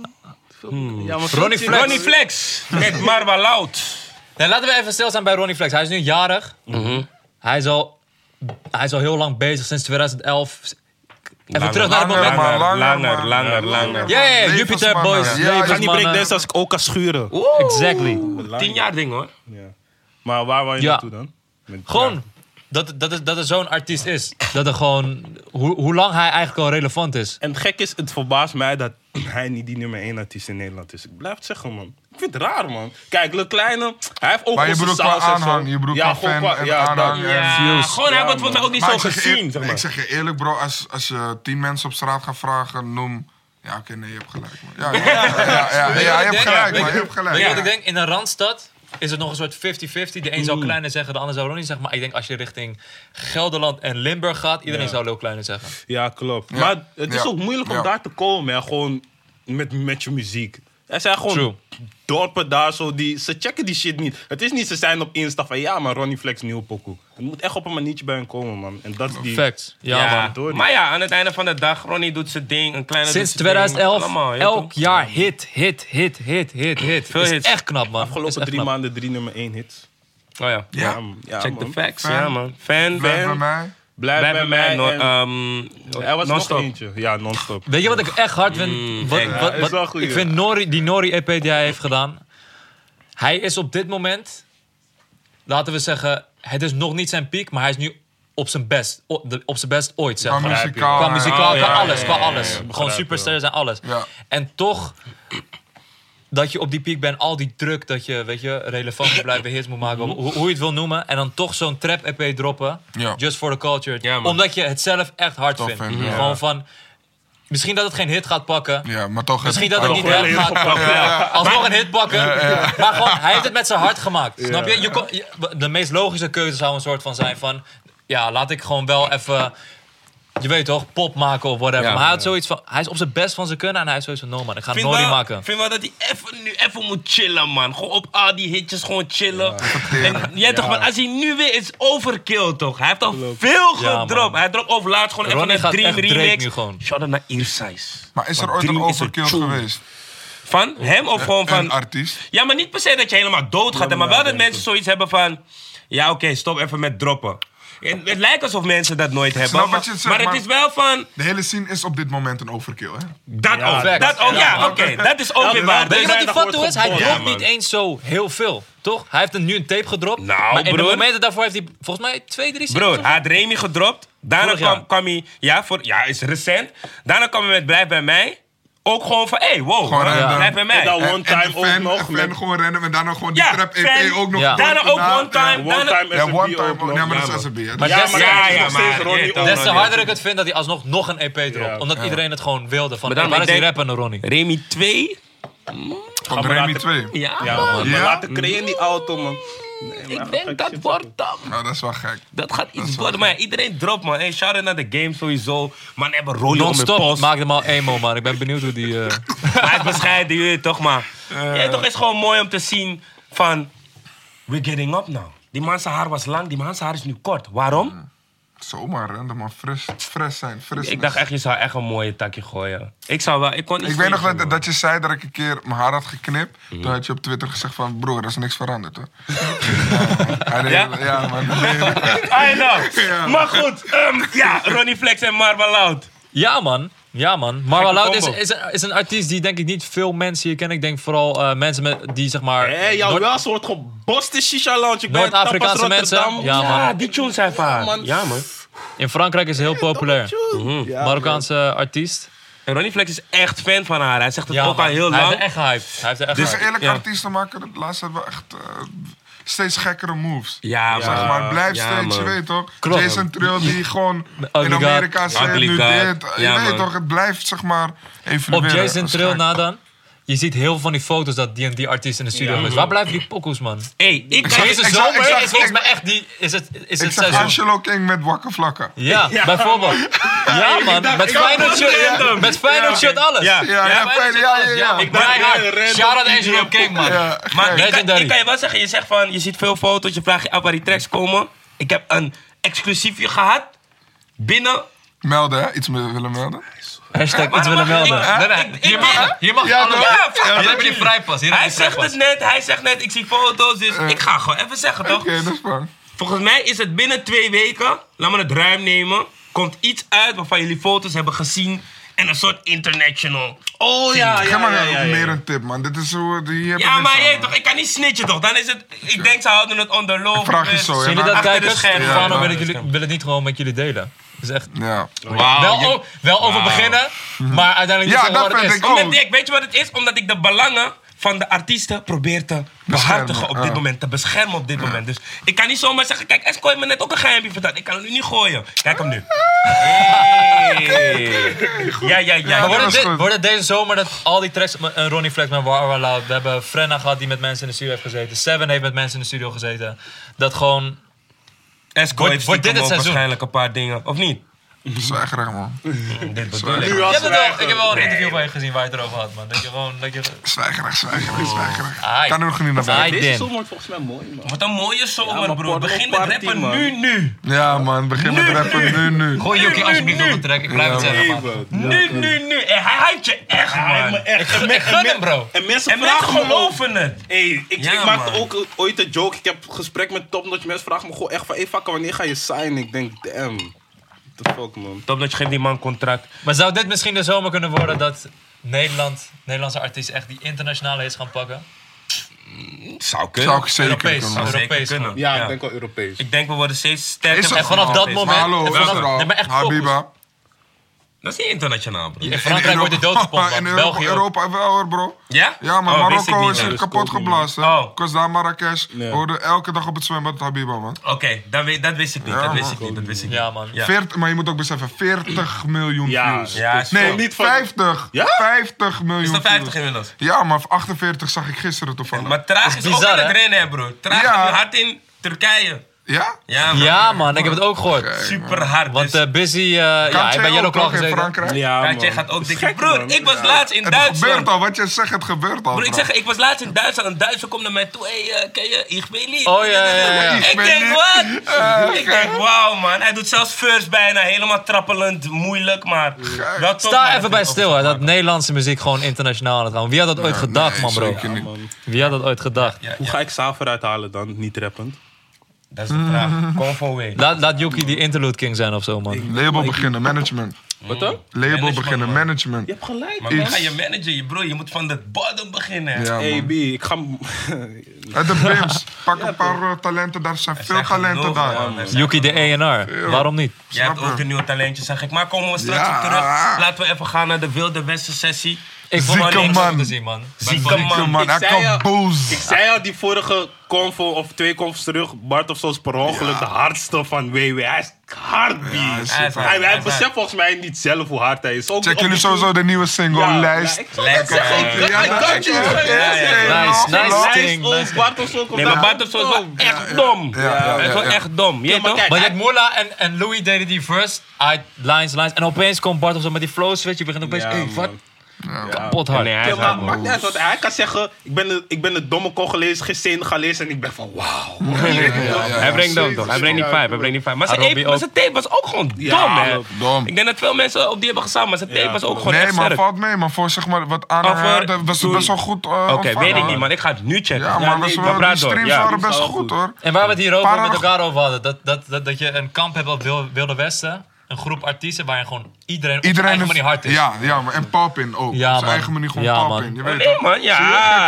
Ja, maar Ronnie Flex. Ronnie Flex met Marwa Loud. Ja, laten we even stilstaan bij Ronnie Flex. Hij is nu jarig. Hij is al heel lang bezig, sinds 2011. Even terug naar het moment. Langer. Ja, Jupiter Boys. Ja, Ik ga niet levensmannen. breakdansen als ik ook kan schuren. Exactly. 10 jaar ding, hoor. Ja. Maar waar wou je Ja. naartoe dan? Met- Gewoon dat er zo'n artiest is. Dat er gewoon... Hoe lang hij eigenlijk al relevant is. En het gek is, het verbaast mij dat hij niet die nummer 1 artiest in Nederland is. Ik blijf het zeggen, man. Ik vind het raar, man. Kijk, Le Kleine, hij heeft ook Maar je onze bedoelt qua saus en zo. aanhang, je bedoelt Ja, qua gewoon fan en ja, aanhang. dat. Ja, Views. gewoon, hij wordt volgens mij ook niet Maar zo ik zeg je gezien, zeg maar. ik zeg je eerlijk, bro, als je 10 mensen op straat gaat vragen, noem... Ja, oké, nee, je hebt gelijk, man. Ja, je hebt gelijk, man. Je hebt Weet gelijk. je wat ik denk? In een Randstad is het nog een soort 50-50. De een zou Kleine zeggen, de ander zou Ronnie zeggen. Maar ik denk als je richting Gelderland en Limburg gaat, iedereen zou Lil Kleine zeggen. Ja, klopt. Maar het is Ja. ook moeilijk om Ja. daar te komen, hè. Gewoon met je muziek. Er zijn gewoon True. dorpen daar zo, ze checken die shit niet. Het is niet, ze zijn op Insta van, ja, maar Ronnie Flex nieuwe pokoe. Het moet echt op een maniertje bij hen komen, man. En dat is die... Facts. Ja, man. door die- Maar ja, aan het einde van de dag, Ronnie doet zijn ding. Een kleine Sinds doet zijn ding, 2011, allemaal, je elk toch? jaar hit. Veel Is hits. echt knap, man. Is Afgelopen echt 3 knap. maanden 3 nummer 1 hits. Oh ja. Ja. Check man. the facts. Fan. Ja, man. Fan. Blijf bij mij. Blijf bij mij. no- en- er was nog non-stop. eentje. Ja, non-stop. Weet je wat ik echt hard vind? is wel goed, ik ja. vind die Nori EP die hij heeft gedaan. Hij is op dit moment, laten we zeggen, het is nog niet zijn piek, maar hij is nu op zijn best. Op zijn best ooit, zeg Qua maar. muzikaal. Qua muzikaal, Oh, ja, qua ja, alles, ja, qua ja, alles. ja, Gewoon begrijp superstars en alles. Ja. En toch, dat je op die piek bent, al die druk, dat je, weet je, relevant moet blijven, hits moet maken, hoe je het wil noemen. En dan toch zo'n trap-EP droppen, Ja. just for the culture. Ja, man. Omdat je het zelf echt hard Tof vindt. vindt, ja. Gewoon van, misschien dat het geen hit gaat pakken. Ja, maar toch... Misschien dat het niet wel rap een gaat hit pakken. Alsnog een hit pakken. Maar gewoon, hij heeft het met zijn hart gemaakt. Snap je? De meest logische keuze zou een soort van zijn van... Ja, laat ik gewoon wel even... Je weet toch, pop maken of whatever. Ja. Maar hij had zoiets van... Hij is op zijn best van zijn kunnen en hij is zoiets van... No man, ik ga het vind nooit wel, maken. vind wel dat hij nu even moet chillen, man. Gewoon op al die hitjes gewoon chillen. En jij toch, man, als hij nu weer is overkill, toch? Hij heeft al veel Ja, gedropt. man. Hij dropt over laatst gewoon Ronnie even een gaat Dream echt Drake remix. nu gewoon. Shout-out naar Earsize. Maar is er Want ooit een Dream is een overkill tune. geweest? Van hem of gewoon Een van... artiest? Ja, maar niet per se dat je helemaal dood gaat. Maar wel dat mensen zoiets hebben van... Ja, oké, stop even met droppen. En het lijkt alsof mensen dat nooit hebben. snap Maar, wat je zegt, maar het maar- is wel van... De hele scene is op dit moment een overkill, hè? Dat ook. facts. Dat ook, ja, oké. Dat is ook weer waar. Weet je wat die Vrijdag foto wordt is? Hij geboren. dropt Ja, man. niet eens zo heel veel. Toch? Hij heeft nu een tape gedropt. Nou, maar in de broer. momenten daarvoor heeft hij volgens mij 2, 3 singles. Broer, hij had Remy gedropt. Daarna Vorig jaar. kwam hij... Ja, is recent. Daarna kwam hij met Blijf bij mij. ook gewoon van, hey, wow, Gewoon rennen. blijf bij mij. En dan En one time de ook fan, nog. fan Met gewoon rennen en daarna gewoon die Ja, trap EP fan. ook nog. Ja. Daarna ook one time. one time Ja, one SB time. ook nog. Ja, maar dat Ja, is man. SB. hè. Maar Dus- des- maar Ja, dat is ja, nog steeds maar- Ronnie ja, ook. Des te Ja. harder ik het vind dat hij alsnog nog een EP erop. Ja. Omdat iedereen het gewoon wilde. Van, Maar dan, waar ik is die denk- rapper Ronnie? Remy 2? Van maar Remy laten- 2. Ja, Ja, man. man. Ja? Maar laten creëren in die auto, man. Nee, maar Ik denk dat wordt dan. Nou, dat is wel gek. Dat gaat iets worden, maar ja, iedereen dropt, man. Hey, shout-out naar de game sowieso. Man, hebben Ronnie om mijn Non-stop post. maakt hem al emo, man. Ik ben benieuwd hoe die... Hij is bescheiden, je weet toch, maar... Ja, toch is gewoon mooi om te zien van... We're getting up now. Die man zijn haar was lang, die man zijn haar is nu kort. Waarom? Zomaar rennen, man. Fris zijn. Ik dacht echt, je zou echt een mooie takje gooien. Ik zou wel, ik kon niet Ik weet nog switchen, dat, man. dat je zei dat ik een keer mijn haar had geknipt. Toen had je op Twitter gezegd van, broer, er is niks veranderd, hoor. Ja? Ja, man. I know. Ja. Maar goed, ja, Ronnie Flex en Marva Loud. Ja, man. Ja, man. Marwa Gekke Loud combo. is een artiest die denk ik niet veel mensen hier kennen. Ik denk vooral mensen die zeg maar... Hé, jou wel een soort geboste shisha-lounge. Noord-Afrikaanse mensen. Ja, man. Ja, die tunes zijn van haar. man. Ja, man. In Frankrijk is hij heel populair. Marokkaanse artiest. En Ronnie Flex is echt fan van haar. Hij zegt het Ja, ook al man. heel Hij lang. heeft er echt gehyped. Hij heeft er echt Dus gehyped. eerlijk, Ja. artiesten maken de laatste tijd wel echt steeds gekkere moves. Ja, Zeg maar, blijf ja, steeds, je man. weet toch? Klopt. Jason Trill die gewoon in Ugly God. Amerika zit, Ugly nu God. dit. Je Ja, weet man. toch, het blijft zeg maar Op evolueren. Jason Dat is Trill gek. na dan. Je ziet heel veel van die foto's dat die artiest in de studio is. Waar blijven die pokoes, man? Hey, ik zag- Deze ik zag- zomer ik zag- is volgens mij echt die... Is het Ik zeg seizoen? Angelo King met wakker vlakken. Ja, bijvoorbeeld. Ja, man. Met Feyenoord shirt. Met Feyenoord shirt alles. Ja. Ja, fijn, ja. Ik ben hard. Shout-out Angelo King, man. Ja. Maar Legendary. ik kan je wel zeggen, je zegt van, je ziet veel foto's, je vraagt je af waar die tracks komen. Ik heb een exclusiefje gehad. Binnen. Melden, hè? Iets willen melden? Hashtag Maar iets dan willen mag ik- melden. Nee, ik- hier mag hier mag Ja, alles. toch? Hier heb je die vrijpas. Hier heb je Hij die zegt vrijpas. het net, hij zegt net, ik zie foto's, dus ik ga gewoon even zeggen, toch? Oké, dat is fijn. Volgens mij is het binnen 2 weken, laat me het ruim nemen, komt iets uit waarvan jullie foto's hebben gezien en een soort international. Oh ja, Geef maar ja. meer een tip, man. Dit is hoe die hebben Ja, niks maar aan, je man. toch, ik kan niet snitchen toch? Dan is het, ik denk ze houden het onder loop. Ik vraag je zo, ja. Zien jullie dat, Achter de kijkers? schermen. Waarom Ja. wil ik het niet gewoon met jullie delen? Dat is echt... Ja. Wauw. Wel over beginnen, maar uiteindelijk Ja, niet zeggen dat wat het vind is. ik ook. Weet je wat het is? Omdat ik de belangen van de artiesten probeer te behartigen op dit ja. moment, te beschermen op dit moment. Dus ik kan niet zomaar zeggen, kijk, Esco heeft me net ook een geheimpje verteld. Ik kan het nu niet gooien. Kijk hem nu. Hey. Ja. Maar dat is goed. wordt het deze zomer dat al die tracks... Ronnie Flex met Warwa Loud. We hebben Frenna gehad die met mensen in de studio heeft gezeten. Seven heeft met mensen in de studio gezeten. Dat gewoon... Esco heeft wordt dit het stiekem ook seizoen? waarschijnlijk een paar dingen. Of niet? Zwijgerig, man. Dit bedoel ik. Nu als Ik heb wel een interview van je gezien waar je het erover had, man. Dat je gewoon... Zwijgerig. Ai. Kan er nog niet naar Ai. buiten. Deze zomer wordt volgens mij mooi, man. Wat een mooie zomer, Ja, maar broer. Porno Begin met Party, rappen man. nu. Ja, man. Begin met rappen nu. Gooi Yuki alsjeblieft op de track. Ik blijf het zeggen, man. Nu. En hij hypt je echt, man. Ik gun hem, bro. En mensen En mensen vragen me ook. geloven het. Hey, ik Ja, maakte man. ook ooit een joke. Ik heb een gesprek met Topnotch. Mensen vragen me gewoon echt van... Hey, fucker, wanneer ga je signen? Ik denk, damn. What the fuck, man. Top dat je geeft die man contract. Maar zou dit misschien de zomer kunnen worden dat Nederlandse artiesten echt die internationale hits gaan pakken? Zou kunnen. Zou ik zeker Europees. kunnen. man. Zeker Europees kunnen. gewoon. Ja, ik denk wel Europees. Ik denk we worden steeds sterker. Is dat En vanaf dat moment... Maar hallo, en vanaf- Israël, nee, maar echt Habiba. Dat is niet internationaal, bro. In Frankrijk wordt hij doodgepompt, In man. België ook. Europa wel hoor, bro. Ja? Ja, maar Oh, wist ik Marokko niet, is ja. hier kapot geblazen. Oh. Kosda, Marrakesh. Ja. We hoorden elke dag op het zwembad Habiba, man. Oké, dat wist ik niet. Ja, Dat wist man. ik niet. Dat wist ik niet. Ja, man. Ja. 40, maar je moet ook beseffen, 40 miljoen Ja, views. Ja, is Nee, veel. niet 50. Ja? 50 miljoen Is dat 50 views. inmiddels? Ja, maar 48 zag ik gisteren toevallig. Maar Traag is Dat is ook bizar, aan het hè? rennen, hè, bro. Traag Ja. gaat nu hard in Turkije. Ja? Ja, man. Ja, man. Ik heb het ook gehoord. Super hard. Want Dus Busy... ja, hij Kantje bij Yellow ook Claw toch in gezeten. Frankrijk? Ja, Kaatje man. gaat ook Dat is denken, gek, broer, man. ik was laatst in Het gebeurt Duitsland. al, wat je zegt, het gebeurt al. Broer, ik bro. zeg, ik was laatst in Duitsland. Een Duitser komt naar mij toe. Hey, ken je? Ik weet niet. Oh, ja. Ik weet denk, niet. wat? Ik denk, wauw, man. Hij doet zelfs first bijna. Helemaal trappelend, moeilijk, maar wel top, Sta man. even bij stil, hè. Dat Nederlandse muziek gewoon internationaal aan het gaan. Wie had dat ooit gedacht, nee, man, bro? zeker niet. Wie had dat ooit gedacht? Ja, Hoe ga ik Saver uithalen dan, niet rappend? dat is de vraag. Convo way. Laat Yuki die interlude king zijn of zo, man. Label beginnen, management. Wat dan? Label Management, beginnen, man. management. Je hebt gelijk. Maar dan ga je managen, je broer. Je moet van de bottom beginnen. Ja, Hey man. B, ik ga... De Bims. Pak een paar talenten, daar zijn veel zijn talenten genoeg, daar. man. Yuki de A&R. Waarom niet? Jij hebt ook een nieuwe talentje, zeg ik. Maar komen we straks op terug. Laten we even gaan naar de Wilde Westen sessie. Ik vond Zieke wel niks man. om te zien, man. Zieke man. Man, hij zei kan boos. Ik zei al, die vorige convo of 2 convos terug, Bart of zoals per ongeluk de hardste van WW. Hij is hard, B. Hij beseft volgens mij niet zelf hoe hard hij is. Ook Check op jullie die- sowieso de nieuwe single, Ja, Lijst. ik zou net zeggen, ik Ja, kan je. Nice Lijst thing. of Bart of zo. Nee, maar Bart of zo is wel echt dom. ja, Hij is wel ja. echt dom. Je maar toch? kijk, Maar je hebt Moula en Louis deden die first. Lines. En opeens komt Bart of zo met die flow switch. Je begint opeens, Ja, hey, wat? man. Kapot hard. Nee, hij Ja, is maar hard, maakt man. niet uit wat hij kan zeggen. Ik ben de domme Congolees, geen Senegalees en ik ben van wauw. Hij brengt dom toch? Hij brengt niet vijf. Hij brengt niet vijf. Maar Arobi ook. zijn tape was ook gewoon Ja, dom, hè? dom. Ik denk dat veel mensen op die hebben gestaan, maar zijn tape was ook gewoon Nee, echt man, sterk. valt mee, man. Voor zeg maar wat Over aanhangers, dat was toen- best wel goed Oké, weet ik niet, man. Ik ga het nu checken. Ja, man, nee, die maar praat door. streams Ja, waren die best is wel goed, goed. hoor. En waar we het hierover Paar- met elkaar over hadden. Dat je een kamp hebt op Wilde Westen. Een groep artiesten waar je gewoon iedereen op zijn Iedereen eigen manier hard is. Ja, maar en Papin ook. Ja, Op zijn man. eigen manier gewoon Ja, Papin. man. Je weet Nee, toch? man. Ja,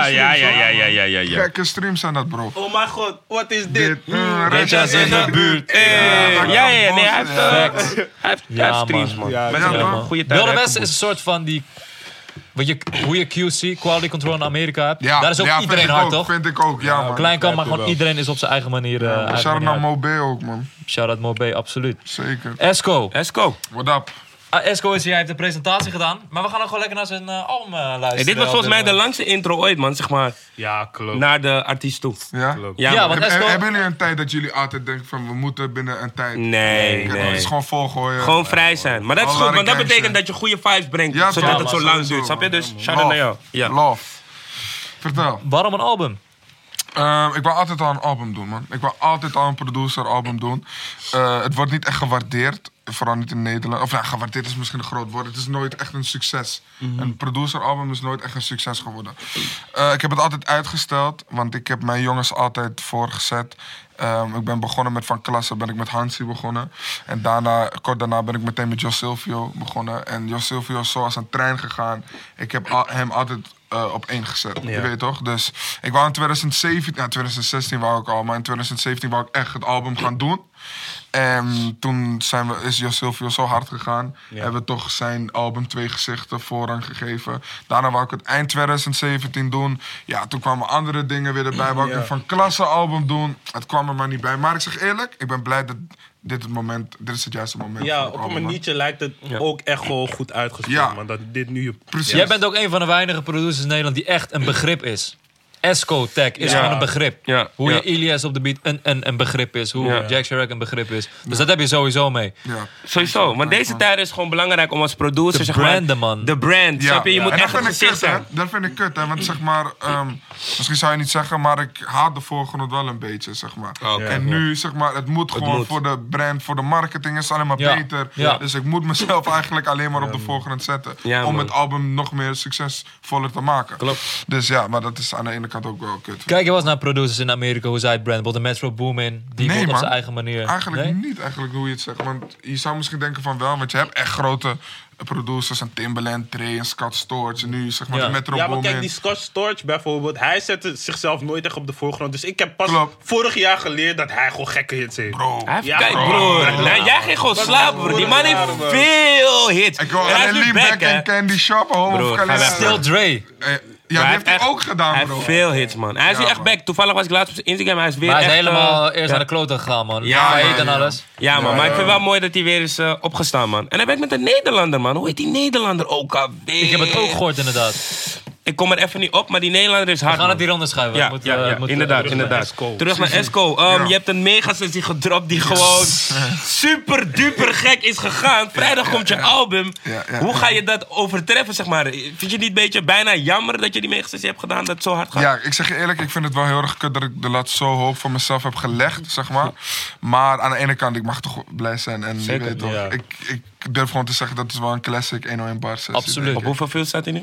ja. Gekke streams zijn dat, bro. Oh mijn god, wat is dit? Dit, Retjas in de buurt. Ja, nee, hij heeft Ja, streams, man. man. Ja, Met ja, een man. goede tijd. Wilde Westen is een soort van die... Weet je, hoe je QC, quality control in Amerika hebt. Ja, daar is ook ja, iedereen vind ik hard, ook, toch? vind ik ook, ja, man. Klein kan, maar wel. gewoon iedereen is op zijn eigen manier. eigen Shout-out manier naar hard. Mobe ook, man. Shout-out Mobe, absoluut. Zeker. Esco. Let's go. What up? Esco is hier, hij heeft de presentatie gedaan. Maar we gaan ook gewoon lekker naar zijn album luisteren. Hey, dit was volgens mij de langste intro ooit, man. Zeg maar, Ja, klopt. naar de artiest toe. Ja? Klopt. Ja, Ja, man. want Esco... Hebben jullie een tijd dat jullie altijd denken van we moeten binnen een tijd... Nee, Kijk, nee. Het is gewoon volgooien. Gewoon vrij zijn. Maar dat is Alle goed, want dat gangster. betekent dat je goede vibes brengt. Ja, zodat toch, het zo man, lang sowieso, duurt. Snap je? man. Dus shout-out naar jou. Ja. Love. Vertel. Waarom een album? Ik wil altijd al een album doen, man. Ik wil altijd al een producer-album doen. Het wordt niet echt gewaardeerd. Vooral niet in Nederland. Of ja, gewaardeerd is misschien een groot woord. Het is nooit echt een succes. Een producer-album is nooit echt een succes geworden. Ik heb het altijd uitgesteld. Want ik heb mijn jongens altijd voorgezet. Ik ben begonnen met Van Klasse. Ben ik met Hansi begonnen. En kort daarna ben ik meteen met Jos Silvio begonnen. En Jos Silvio is zo als een trein gegaan. Ik heb hem altijd... op één gezet, je weet toch? Dus ik wou in 2016 wou ik al, maar in 2017 wou ik echt het album gaan doen. En toen is Jos Silvio zo hard gegaan, hebben we toch zijn album 2 Gezichten voorrang gegeven. Daarna wou ik het eind 2017 doen. Ja, toen kwamen andere dingen weer erbij. Wou ik een Van Klasse album doen. Het kwam er maar niet bij. Maar ik zeg eerlijk, ik ben blij dat dit is het juiste moment. Ja, voor het op een album, man. maniertje lijkt het ook echt gewoon goed uitgesproken. Ja. Man, dat dit nu... Precies. Jij bent ook een van de weinige producers in Nederland die echt een begrip is. Esco Tech is Ja. gewoon een begrip. Ja. Hoe Ja. je Ilias op de beat een begrip is. Hoe Ja. Jack Chirac een begrip is. Dus dat heb je sowieso mee. Ja. Sowieso. Want deze tijd is gewoon belangrijk om als producer, De zeg maar... branden, man. De brand, snap je? Je moet En echt dat het vind ik gezicht kut, hè. zijn. Dat vind ik kut, hè. Want zeg maar, misschien zou je niet zeggen, maar ik haat de voorgrond wel een beetje, zeg maar. Oké. En nu, zeg maar, het moet gewoon moet. voor de brand, voor de marketing is het alleen maar Ja. beter. Ja. Dus ik moet mezelf eigenlijk alleen maar op de voorgrond zetten. Ja, om man. het album nog meer succesvoller te maken. Klopt. Dus ja, maar dat is aan de ene kant ook wel kut. Kijk je wel eens naar producers in Amerika, hoe zij het branden. Bijvoorbeeld de Metro Boomin. Die Nee, wordt op man. zijn eigen manier. Eigenlijk Nee? niet eigenlijk hoe je het zegt. Want je zou misschien denken van wel, want je hebt echt grote producers, en Timbaland, Trey en Scott Storch. En nu zeg maar Ja. de Metro Ja, maar Boomin. kijk, die Scott Storch bijvoorbeeld, hij zette zichzelf nooit echt op de voorgrond. Dus ik heb pas Klopt. vorig jaar geleerd dat hij gewoon gekke hits heeft. Bro. Hij heeft, Ja, kijk, bro. broer. Nee, jij ging gewoon slapen, broer. Die man heeft veel hits. Ik wil En hij is alleen nu Lean back, Back hè. en Candy Shop, homo Broer, of ga weg. Calais. Still Dre. Ja, die heeft hij ook gedaan, Hij bro. heeft veel hits, man. Hij is Ja, nu echt man. back. Toevallig was ik laatst op zijn Instagram. Hij is weer Maar hij is echt, helemaal eerst ja. naar de kloten gegaan, man. Ja, Failliet man, en ja. alles. Ja, man. Ja, Maar ik ja. vind het wel mooi dat hij weer is opgestaan, man. En hij werkt met een Nederlander, man. Hoe heet die Nederlander ook alweer? Ik heb het ook gehoord, inderdaad. Ik kom er even niet op, maar die Nederlander is hard, We gaan het man. hier onderschuiven. Ja, Moet, ja, moet, inderdaad, terug inderdaad. naar Esco. Terug naar Esco. Je hebt een mega-sessie gedropt die gewoon super duper gek is gegaan. Vrijdag komt je album. Ja, ja, Hoe ja. ga je dat overtreffen, zeg maar? Vind je het niet een beetje bijna jammer dat je die mega-sessie hebt gedaan dat het zo hard gaat? Ja, ik zeg je eerlijk, ik vind het wel heel erg kut dat ik de lat zo hoog voor mezelf heb gelegd, zeg maar. Maar aan de ene kant, ik mag toch blij zijn. En je Zeker, weet toch, ja. ik durf gewoon te zeggen, dat is wel een classic 101 bar sessie. Absoluut. denk Op ik. hoeveel staat hij nu?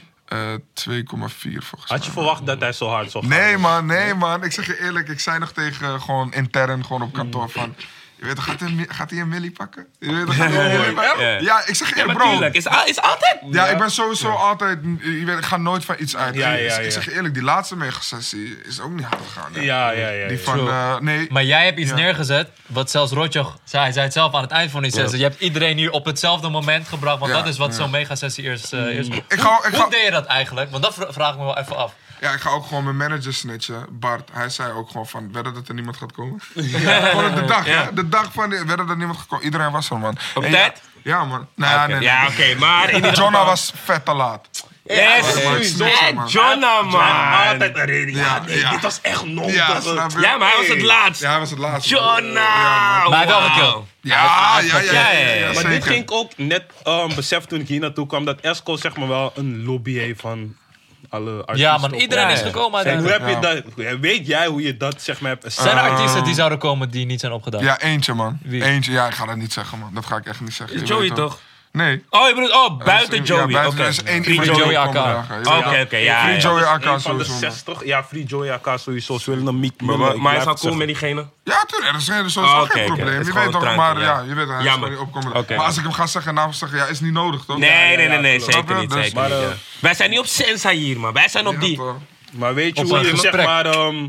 2,4 volgens mij. Had je verwacht dat hij zo hard zou gaan? Nee man. Ik zeg je eerlijk, ik zei nog tegen gewoon intern, gewoon op kantoor van... Je weet toch, gaat hij een millie pakken? Je weet toch, gaat hij een millie pakken? Ja. Ja, ik zeg je Ja, maar bro. tuurlijk. Is altijd? Ja, ik ben sowieso altijd... Je weet, ik ga nooit van iets uit. Ja. Ik zeg je eerlijk, die laatste megasessie is ook niet hard gegaan. Hè? Ja. Die van... nee. Maar jij hebt iets neergezet, wat zelfs Rotjoch zei. Hij zei het zelf aan het eind van die sessie. Je hebt iedereen hier op hetzelfde moment gebracht. Want Ja, dat is wat zo'n megasessie eerst Ik Hoe ga, deed je dat eigenlijk? Want dat vraag ik me wel even af. ja, ik ga ook gewoon mijn manager snitchen. Bart, hij zei ook gewoon van... Wedden dat er niemand gaat komen? Gewoon op de dag, Ja. hè? De dag van... Wedden dat er niemand gaat komen. Iedereen was er, man. Op En tijd? Ja, man. Nee, nee. Ja, oké, maar in ieder geval... Jonna was vet te laat. Yes, man. Jonna, man. Altijd een reden. Ja, nee, Ja. dit was echt nodig. Ja, snap je? Ja, maar hij was het laatst. Ja, hij was het laatste. Jonna! Ja, man. Maar hij heeft wel Wauw. gekild. Ja, Maar dit zeker. ging ik ook net besef toen ik hier naartoe kwam dat Esco zeg maar wel een lobby heeft van alle artiesten. Ja, man, iedereen Ja, is ja. gekomen En hoe uiteindelijk. heb je dat? Weet jij hoe je dat zeg maar hebt? Zijn er artiesten die zouden komen die niet zijn opgedaan? Ja, eentje, man. Wie? Eentje. Ja, ik ga dat niet zeggen, man. Dat ga ik echt niet zeggen. Je Joey weet toch? Nee. Oh, je bedoelt, buiten Joey. Ja, buiten, Oké. er is één Free iemand die Joey ook AK. komen dragen. Je weet Oké, toch? oké, ja. Free ja. Joey Een AK van de sowieso, man. 60. Ja, Free Joey AK sowieso. Ze willen een Meek Maar Miller. hij is al cool met diegene? Ja, tuurlijk. Er is sowieso Oh, oké, geen oké. probleem. Het is Je gewoon weet toch, trank, maar ja. ja, je weet, hij is Jammer. gewoon niet opkomen. Oké. Maar als ik hem ga zeggen, nou zeggen, ja, is niet nodig, toch? Nee, Snap zeker je? niet. Dus- Zeker niet, ja. Wij zijn niet op Sensa hier, man. Wij zijn op Ja, die. toch. Maar weet je Op hoe een je zeg gesprek. maar...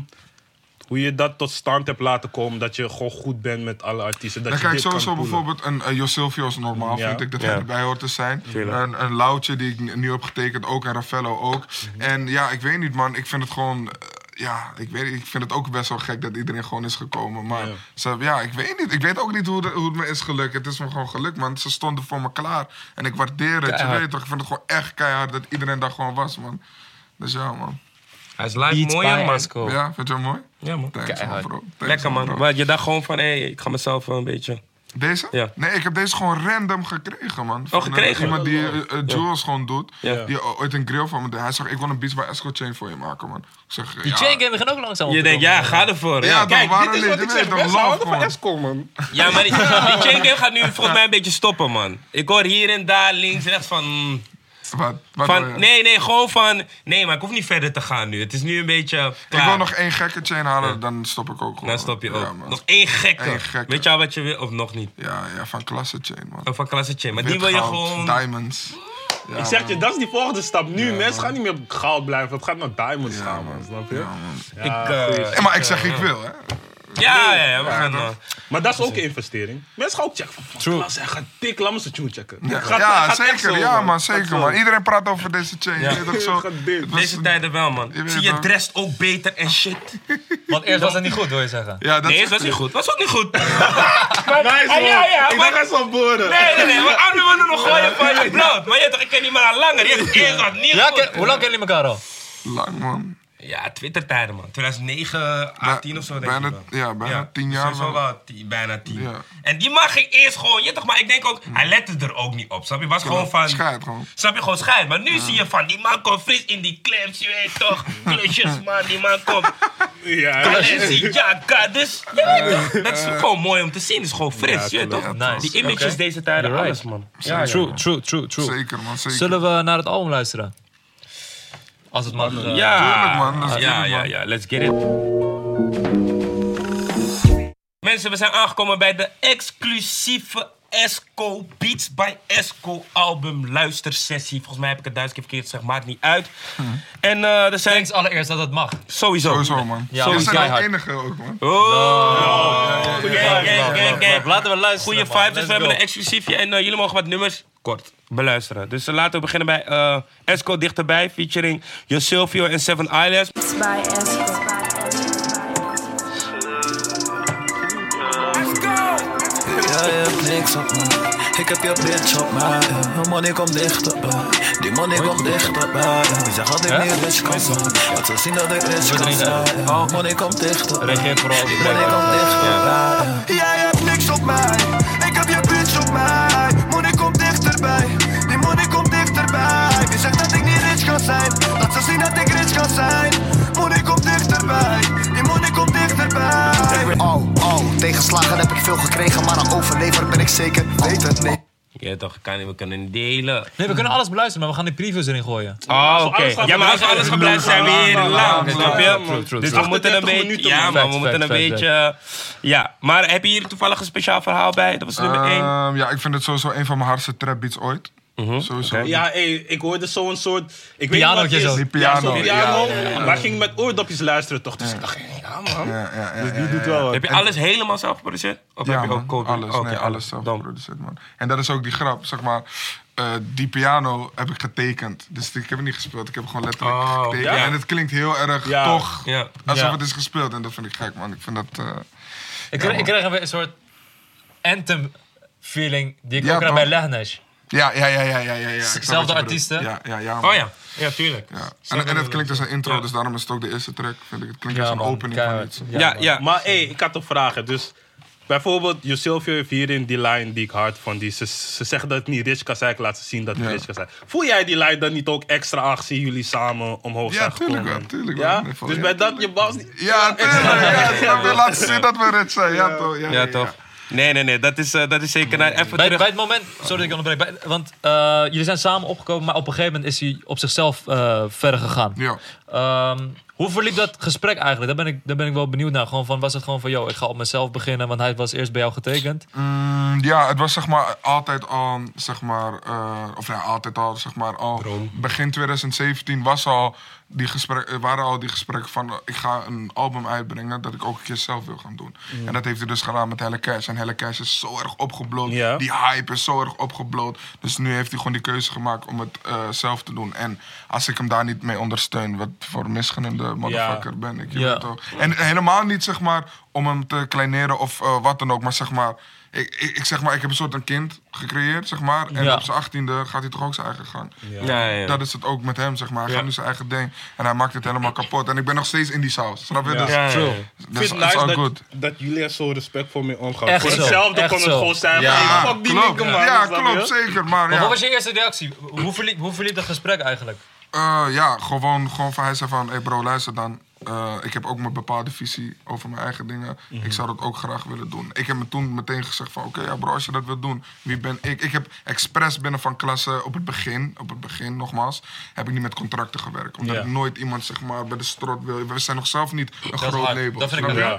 hoe je dat tot stand hebt laten komen, dat je gewoon goed bent met alle artiesten. Dat Dan je kijk, dit kan sowieso voelen. bijvoorbeeld een Josilvio is normaal, Ja. vind ik, dat Ja. hij erbij hoort te zijn. Tuurlijk. Een Loutje die ik nu heb getekend, ook, en Raffaello ook. En ja, ik weet niet, man, ik vind het gewoon... ja, ik vind het ook best wel gek dat iedereen gewoon is gekomen. Maar ik weet niet. Ik weet ook niet hoe het me is gelukt. Het is me gewoon gelukt, man. Ze stonden voor me klaar. En ik waardeer het, Keihard. je weet toch. Ik vind het gewoon echt keihard dat iedereen daar gewoon was, man. Dus ja, man. Hij is live Beats mooi, by man. Esco. Ja, vind je het mooi? Ja, man. Thanks, man, Keihard. bro. Thanks, Lekker, man. bro. Maar je dacht gewoon van, hé, ik ga mezelf wel een beetje... Deze? Ja. Nee, ik heb deze gewoon random gekregen, man. Van, gekregen? iemand die Jules gewoon doet. Ja. Die ooit een grill van me deed. Hij zegt, ik wil een Beats by Esco chain voor je maken, man. Ik zeg, Die ja. chain game begint ook langzaam op Je te denkt, komen. ja, ga ervoor. Ja, Ja, toch, Kijk, waarom dit is niet? wat ik Je zeg. weet toch, Mensen houden love van gewoon. Esco, man. ja, maar die chain game gaat nu volgens mij een beetje stoppen, man. Ik hoor hier en daar, links, rechts van... Wat wil je? Nee, gewoon van... Nee, maar ik hoef niet verder te gaan nu. Het is nu een beetje klaar. Ik wil nog één gekke chain halen, dan stop ik ook gewoon. Dan stop je ook. Ja, man. Nog één gekke. Eén gekke. Weet je al wat je wil? Of nog niet? Ja, van klasse chain, man. Of van klasse chain. Maar die Wit wil je goud, gewoon... diamonds. Ja, Ik zeg je, man. dat is die volgende stap. Nu, mensen gaan niet meer op goud blijven. Het gaat naar diamonds gaan, man. man. Snap je? Ja, man. Ik, Maar ik zeg, ik wil, hè. ja, we gaan... Maar dat is ook een investering. Mensen gaan ook checken van, True. klas, hij gaat dik, laat me zijn tune checken. Ja, Gaat- ja, gaat echt zeker. zo, Ja, man, Gaat zeker, zo. man. Iedereen praat over deze chain. Je weet toch zo. Gaat dik. Het was- Deze tijden wel, man. Je weet Zie je toch. dressed ook beter en shit. Want eerst was het niet goed, wil je zeggen. Ja, dat Nee, is dat was niet goed. Was ook niet goed. Nice, man. ja, Ik maar- dacht echt zo boren. Nee. Maar anderen willen nog gooien van je bloot. Maar je toch, ik ken die man al langer. Die heeft eerst wat niet Ja, goed. hoe lang kennen jullie elkaar al? lang, man. Ja, Twitter-tijden, man. 2009, 18 of zo, denk bijna, ik wel. ja, bijna 10 jaar Sowieso wel. wel bijna 10. Ja. En die man ging eerst gewoon, je toch, maar ik denk ook, hij lette er ook niet op, snap je? Was gewoon van... Schijt gewoon. Snap je, gewoon schijt. Maar nu zie je van, die man komt fris in die clips, je weet toch. Klusjes, man, die man komt. Ja, Balenciaga, dus je weet toch. Dat is gewoon mooi om te zien, het is gewoon fris, je weet toch. Nice. Die images Oké. deze tijden, You're alles, right. man. Ja, True. Zeker, man. Zeker. Zullen we naar het album luisteren? Als het mag. Ja, Tuurlijk, man. Dat is ja, tuurlijk, man. ja, let's get it. Mensen, we zijn aangekomen bij de exclusieve Esco Beats by Esco album luistersessie. Volgens mij heb ik het 1000 keer verkeerd gezegd, maakt niet uit. En er zijn Thanks allereerst dat het mag. sowieso. Sowieso, man. Ja, We man, zijn de keihard. enige ook, man. Gang. Laten we luisteren. Goeie man. vibes, dus Let's we hebben go. een exclusiefje. En jullie mogen wat nummers kort beluisteren. Dus laten we beginnen bij Esco Dichterbij, featuring Josilvio en Seven Islands. By Esco. Ja, je hebt niks op me. Ik heb je bitch op mij. Mijn money komt dichterbij. Die money komt dichterbij. Die zegt dat ik niet rich kan zijn. Want ze zien dat ik rich kan zijn. Money komt dichterbij. Reageer vooral op Die money komt dichterbij. Jij hebt niks op mij. Ik heb je bitch op mij. Money komt dichterbij. Die money komt dichterbij. Die zegt dat ik niet rich kan zijn. Laat ze zien dat ik rich kan zijn. Money komt dichterbij. Die money komt dichterbij. Oh, tegenslagen heb ik veel gekregen, maar een overlever ben ik zeker. Weet het niet. Ja, toch, we kunnen niet delen. Nee, we kunnen alles beluisteren, maar we gaan die previews erin gooien. Oh, oké. Ja, maar als we alles gaan beluisteren, zijn we hier lang, snap je? True. Dus we moeten een beetje... Ja, maar we moeten een beetje... Ja, maar heb je hier toevallig een speciaal verhaal bij? Dat was nummer 1. Ja, ik vind het sowieso een van mijn hardste trapbeats ooit. Sowieso. Ja, ik hoorde zo'n soort... Ik Pianootje weet niet wat zo. het is. Ja, zo'n Piano. piano. Maar ik ging met oordopjes luisteren toch. Dus ik dacht, ja man. Dus die doet wel wat. Heb je alles helemaal zelf geproduceerd? Of heb je ook code? alles. Oké, Nee, alles zelf geproduceerd, man. En dat is ook die grap, zeg maar. Die piano heb ik getekend. Dus ik heb het niet gespeeld. Ik heb het gewoon letterlijk getekend. ja. En het klinkt heel erg Ja. toch Ja. alsof het is gespeeld. En dat vind ik gek, man. Ik vind dat... Ik kreeg een soort anthem feeling die ik Ja, ook had toch? bij Lehnesh. Ja. Ik snap Zelfde wat je bedoelt. artiesten? Ja, man. Oh ja. Ja, tuurlijk. Ja. En het klinkt als een intro, dus daarom is het ook de eerste track. Vind ik. Het klinkt als een man, opening van keihard. iets. Ja. Maar ik had toch vragen. Dus bijvoorbeeld, Josilvio heeft hierin die line die ik hard vond. Ze zeggen dat het niet rich kan zijn. Ik laat ze zien dat het rich kan zijn. Voel jij die line dan niet ook extra aangezien jullie samen omhoog zijn gekomen? tuurlijk Ja? wel. Nee, Dus ja, bij dat je bas niet... Ja, tuurlijk. Ja, we laten zien dat we rich zijn. Ja, toch? Ja, toch? Nee, dat is zeker... Even Bij terug. het moment, sorry dat ik onderbreek, want jullie zijn samen opgekomen, maar op een gegeven moment is hij op zichzelf verder gegaan. Ja. Hoe verliep dat gesprek eigenlijk? Daar ben ik wel benieuwd naar. Gewoon van, was het gewoon van, yo, ik ga op mezelf beginnen, want hij was eerst bij jou getekend? Ja, het was zeg maar altijd al, zeg maar, of ja, altijd al, zeg maar, al begin 2017 waren al die gesprekken van, ik ga een album uitbrengen dat ik ook een keer zelf wil gaan doen. En dat heeft hij dus gedaan met Helle Cash. En Helle Cash is zo erg opgebloot. Ja. Die hype is zo erg opgebloot. Dus nu heeft hij gewoon die keuze gemaakt om het zelf te doen. En als ik hem daar niet mee ondersteun, wat voor een misgunnende motherfucker ben ik. Je weet toch. En helemaal niet, zeg maar, om hem te kleineren of wat dan ook, maar zeg maar... Ik zeg maar, ik heb een soort een kind gecreëerd, zeg maar. En op zijn 18e gaat hij toch ook zijn eigen gang. Ja. Dat is het ook met hem, zeg maar. Hij gaat nu zijn eigen ding. En hij maakt het helemaal kapot. En ik ben nog steeds in die saus. Snap je? Dus, Ik dus vind het it's nice all good. dat jullie er zo respectvol mee omgaan. Echt Voor zo, hetzelfde echt kon het zo. gewoon zijn. Ja. Ja, fuck die klopt. nigga, man. Ja, snap klopt, je? zeker. Maar Maar ja. wat was je eerste reactie? Hoe verliep dat gesprek eigenlijk? Ja, gewoon van hij zei van, hey bro, luister dan. Ik heb ook mijn bepaalde visie over mijn eigen dingen. Ik zou dat ook graag willen doen. Ik heb me toen meteen gezegd van, oké, ja bro, als je dat wilt doen, wie ben ik? Ik heb expres binnen van klasse op het begin nogmaals, heb ik niet met contracten gewerkt. Omdat ik nooit iemand, zeg maar, bij de strot wil. We zijn nog zelf niet een groot hard. label. Dat vind ik snap je? wel.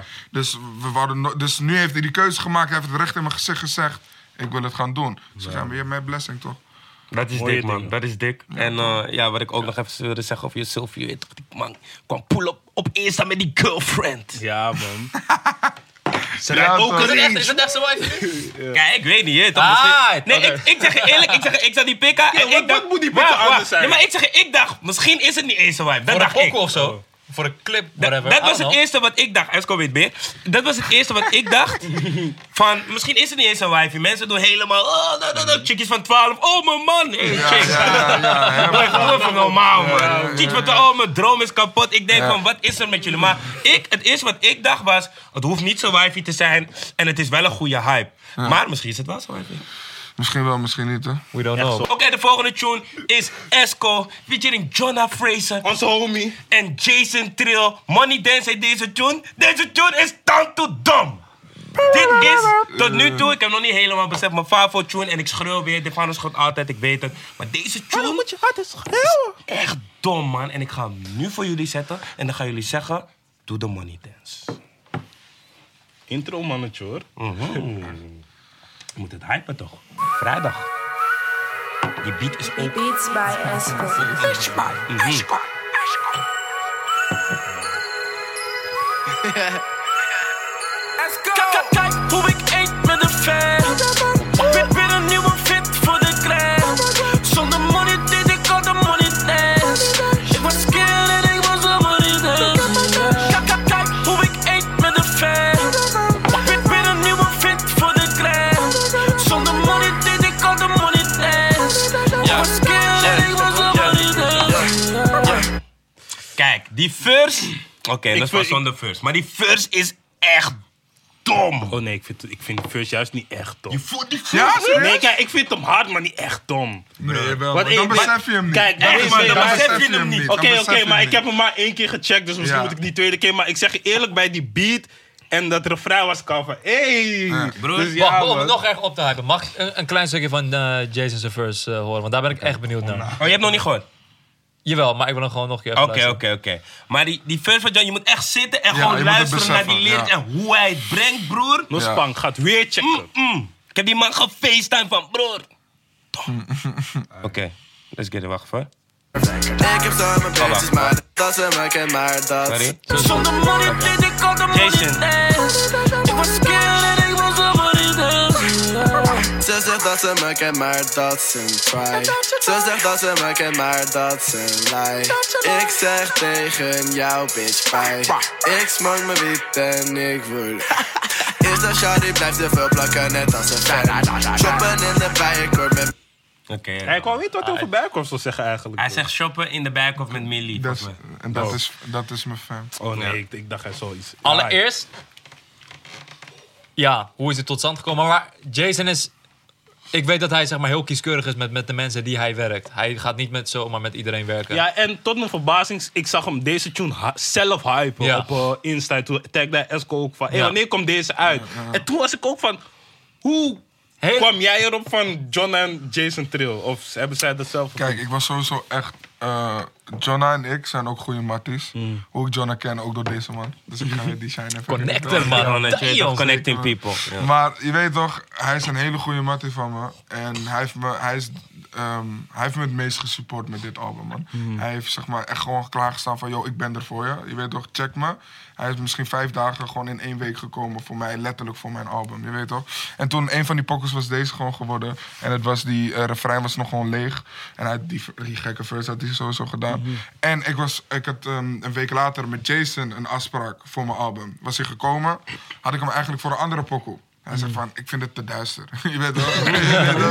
Dus nu heeft hij die keuze gemaakt, hij heeft het recht in mijn gezicht gezegd, ik wil het gaan doen. Dus ik ga weer mijn blessing, toch? Dat is Mooie dik, man. dingen. Dat is dik. En wat ik ook nog even wilde zeggen over jezelf. Je weet toch, die man kwam pull op Insta met die girlfriend. Ja, man. Ze Ja, rijdt ook toch. een Is het echt zo wife? Kijk, ik weet niet, je weet toch? Ah, Nee, oké. ik zeg je eerlijk, ik zag die pikka en ik dacht... wat moet die pikka anders zijn? Nee, maar ik dacht, misschien is het niet eens een wife. Dat Voor een dacht ik. pokkel of zo? Voor een clip, whatever. Dat I was don't het know. eerste wat ik dacht. Esco weet meer. Dat was het eerste wat ik dacht. Van, misschien is het niet eens een wifey. Mensen doen helemaal... chickies van 12. Oh, mijn man. Hey, chicks. Doe even normaal, man. Chick van 12. Oh, mijn droom is kapot. Ik denk van, wat is er met jullie? Maar het eerste wat ik dacht was... Het hoeft niet zo'n wifey te zijn. En het is wel een goede hype. Maar misschien is het wel zo'n wifey. Misschien wel, misschien niet, hè? We don't know. Oké, de volgende tune is Esco. Featuring Jonna Fraser. Onze homie. En Jason Trill. Money Dance heet deze tune. Deze tune is down to dumb. Dit is tot nu toe, ik heb nog niet helemaal beseft, mijn favo tune. En ik schreeuw weer, Defano schot altijd, ik weet het. Maar deze tune moet je harder schreeuwen. Echt dom, man. En ik ga hem nu voor jullie zetten. En dan gaan jullie zeggen, doe de Money Dance. Intro, mannetje, hoor. Je moet het hypen toch? Vrijdag. Die beat is ook... Beats by Esco. Kijk hoe ik eet met een fan. Weer een nieuwe fit voor de gram. Zonder money deed ik al de money dance. Ik was skill en ik was een money dance. Kijk hoe ik eet met een fan. Weer een nieuwe fit voor de gram. Zonder money deed ik al de money dance. Ik was skill en ik was een money dance. Kijk, die verse... Oké, dat is wel vind- zonder verse. Maar die verse is echt dom. Oh nee, ik vind die verse juist niet echt dom. Je voelt die verse? Ja, serieus? Nee, kijk, ik vind hem hard, maar niet echt dom. Nee, wel. Wat Maar dan ik- besef je hem niet. Kijk, Dan echt, besef man, je dan hem besef je hem niet. Dan Oké, besef je hem maar ik niet. heb hem maar 1 keer gecheckt, dus misschien Ja. moet ik die tweede keer. Maar ik zeg je eerlijk, bij die beat, En dat refrein was kan van, Broer, Dus ja, Wacht, om man. het nog echt op te hypen. Mag ik een klein stukje van Jason's verse horen? Want daar ben ik echt benieuwd naar. Oh, je hebt nog niet gehoord? Jawel, maar ik wil hem gewoon nog een keer even Oké. Maar die first van John, je moet echt zitten en Ja, gewoon je moet het luisteren naar die beseffen, lyrics ja. en hoe hij het brengt, broer. Nospang gaat weer checken. Ik heb die man gefacetime van, broer. Oké, let's get it, wacht even. Ik heb zo mijn bitches, maar dat ze me ken, maar dat... Sorry. Zonder money deed ik al de money Jason. dance. Ik was scared en ik was op money dance. Ze zegt dat ze me kent, maar dat is een try. Ze zegt dat ze me kent, maar dat is een lie. Ik zeg tegen jou, bitch, bye. Ik smoke mijn wiet en ik word... Is dat shawty blijft te veel plakken, net als een fan. Shoppen in de bijenkorf met... Oké. Hij kwam niet wat over Bijenkorf wil zeggen eigenlijk. Hij zegt shoppen in de Bijenkorf met Millie. Dat is mijn fan. Oh nee, ik dacht hij zoiets. Allereerst, ja, hoe is het tot stand gekomen? Maar Jason is... Ik weet dat hij zeg maar heel kieskeurig is met de mensen die hij werkt. Hij gaat niet zomaar met iedereen werken. Ja, en tot mijn verbazing, ik zag hem deze tune zelf hypen Ja. op Insta. Toen tagde Esco ook van, Ja. wanneer komt deze uit? En toen was ik ook van, hoe kwam jij erop van John en Jason Trill? Of hebben zij dat zelf? Kijk, ik was sowieso echt... Jonna en ik zijn ook goede matties. Hoe ik Jonna ken, ook door deze man. Dus ik ga die shine even... Connector, man. Damn. Connecting people. Ja. Maar je weet toch, hij is een hele goede mattie van me. En hij heeft me het meest gesupport met dit album, man. Hij heeft zeg maar echt gewoon klaargestaan van... yo, ik ben er voor je. Je weet toch, check me. Hij is misschien 5 dagen gewoon in 1 week gekomen voor mij. Letterlijk voor mijn album, je weet toch. En toen, een van die pokkers was deze gewoon geworden. En het was die refrein was nog gewoon leeg. En hij had die gekke verse had hij sowieso gedaan. En ik had een week later met Jason een afspraak voor mijn album. Was hij gekomen, had ik hem eigenlijk voor een andere pokoe. Hij zei van, ik vind het te duister. Je weet wel.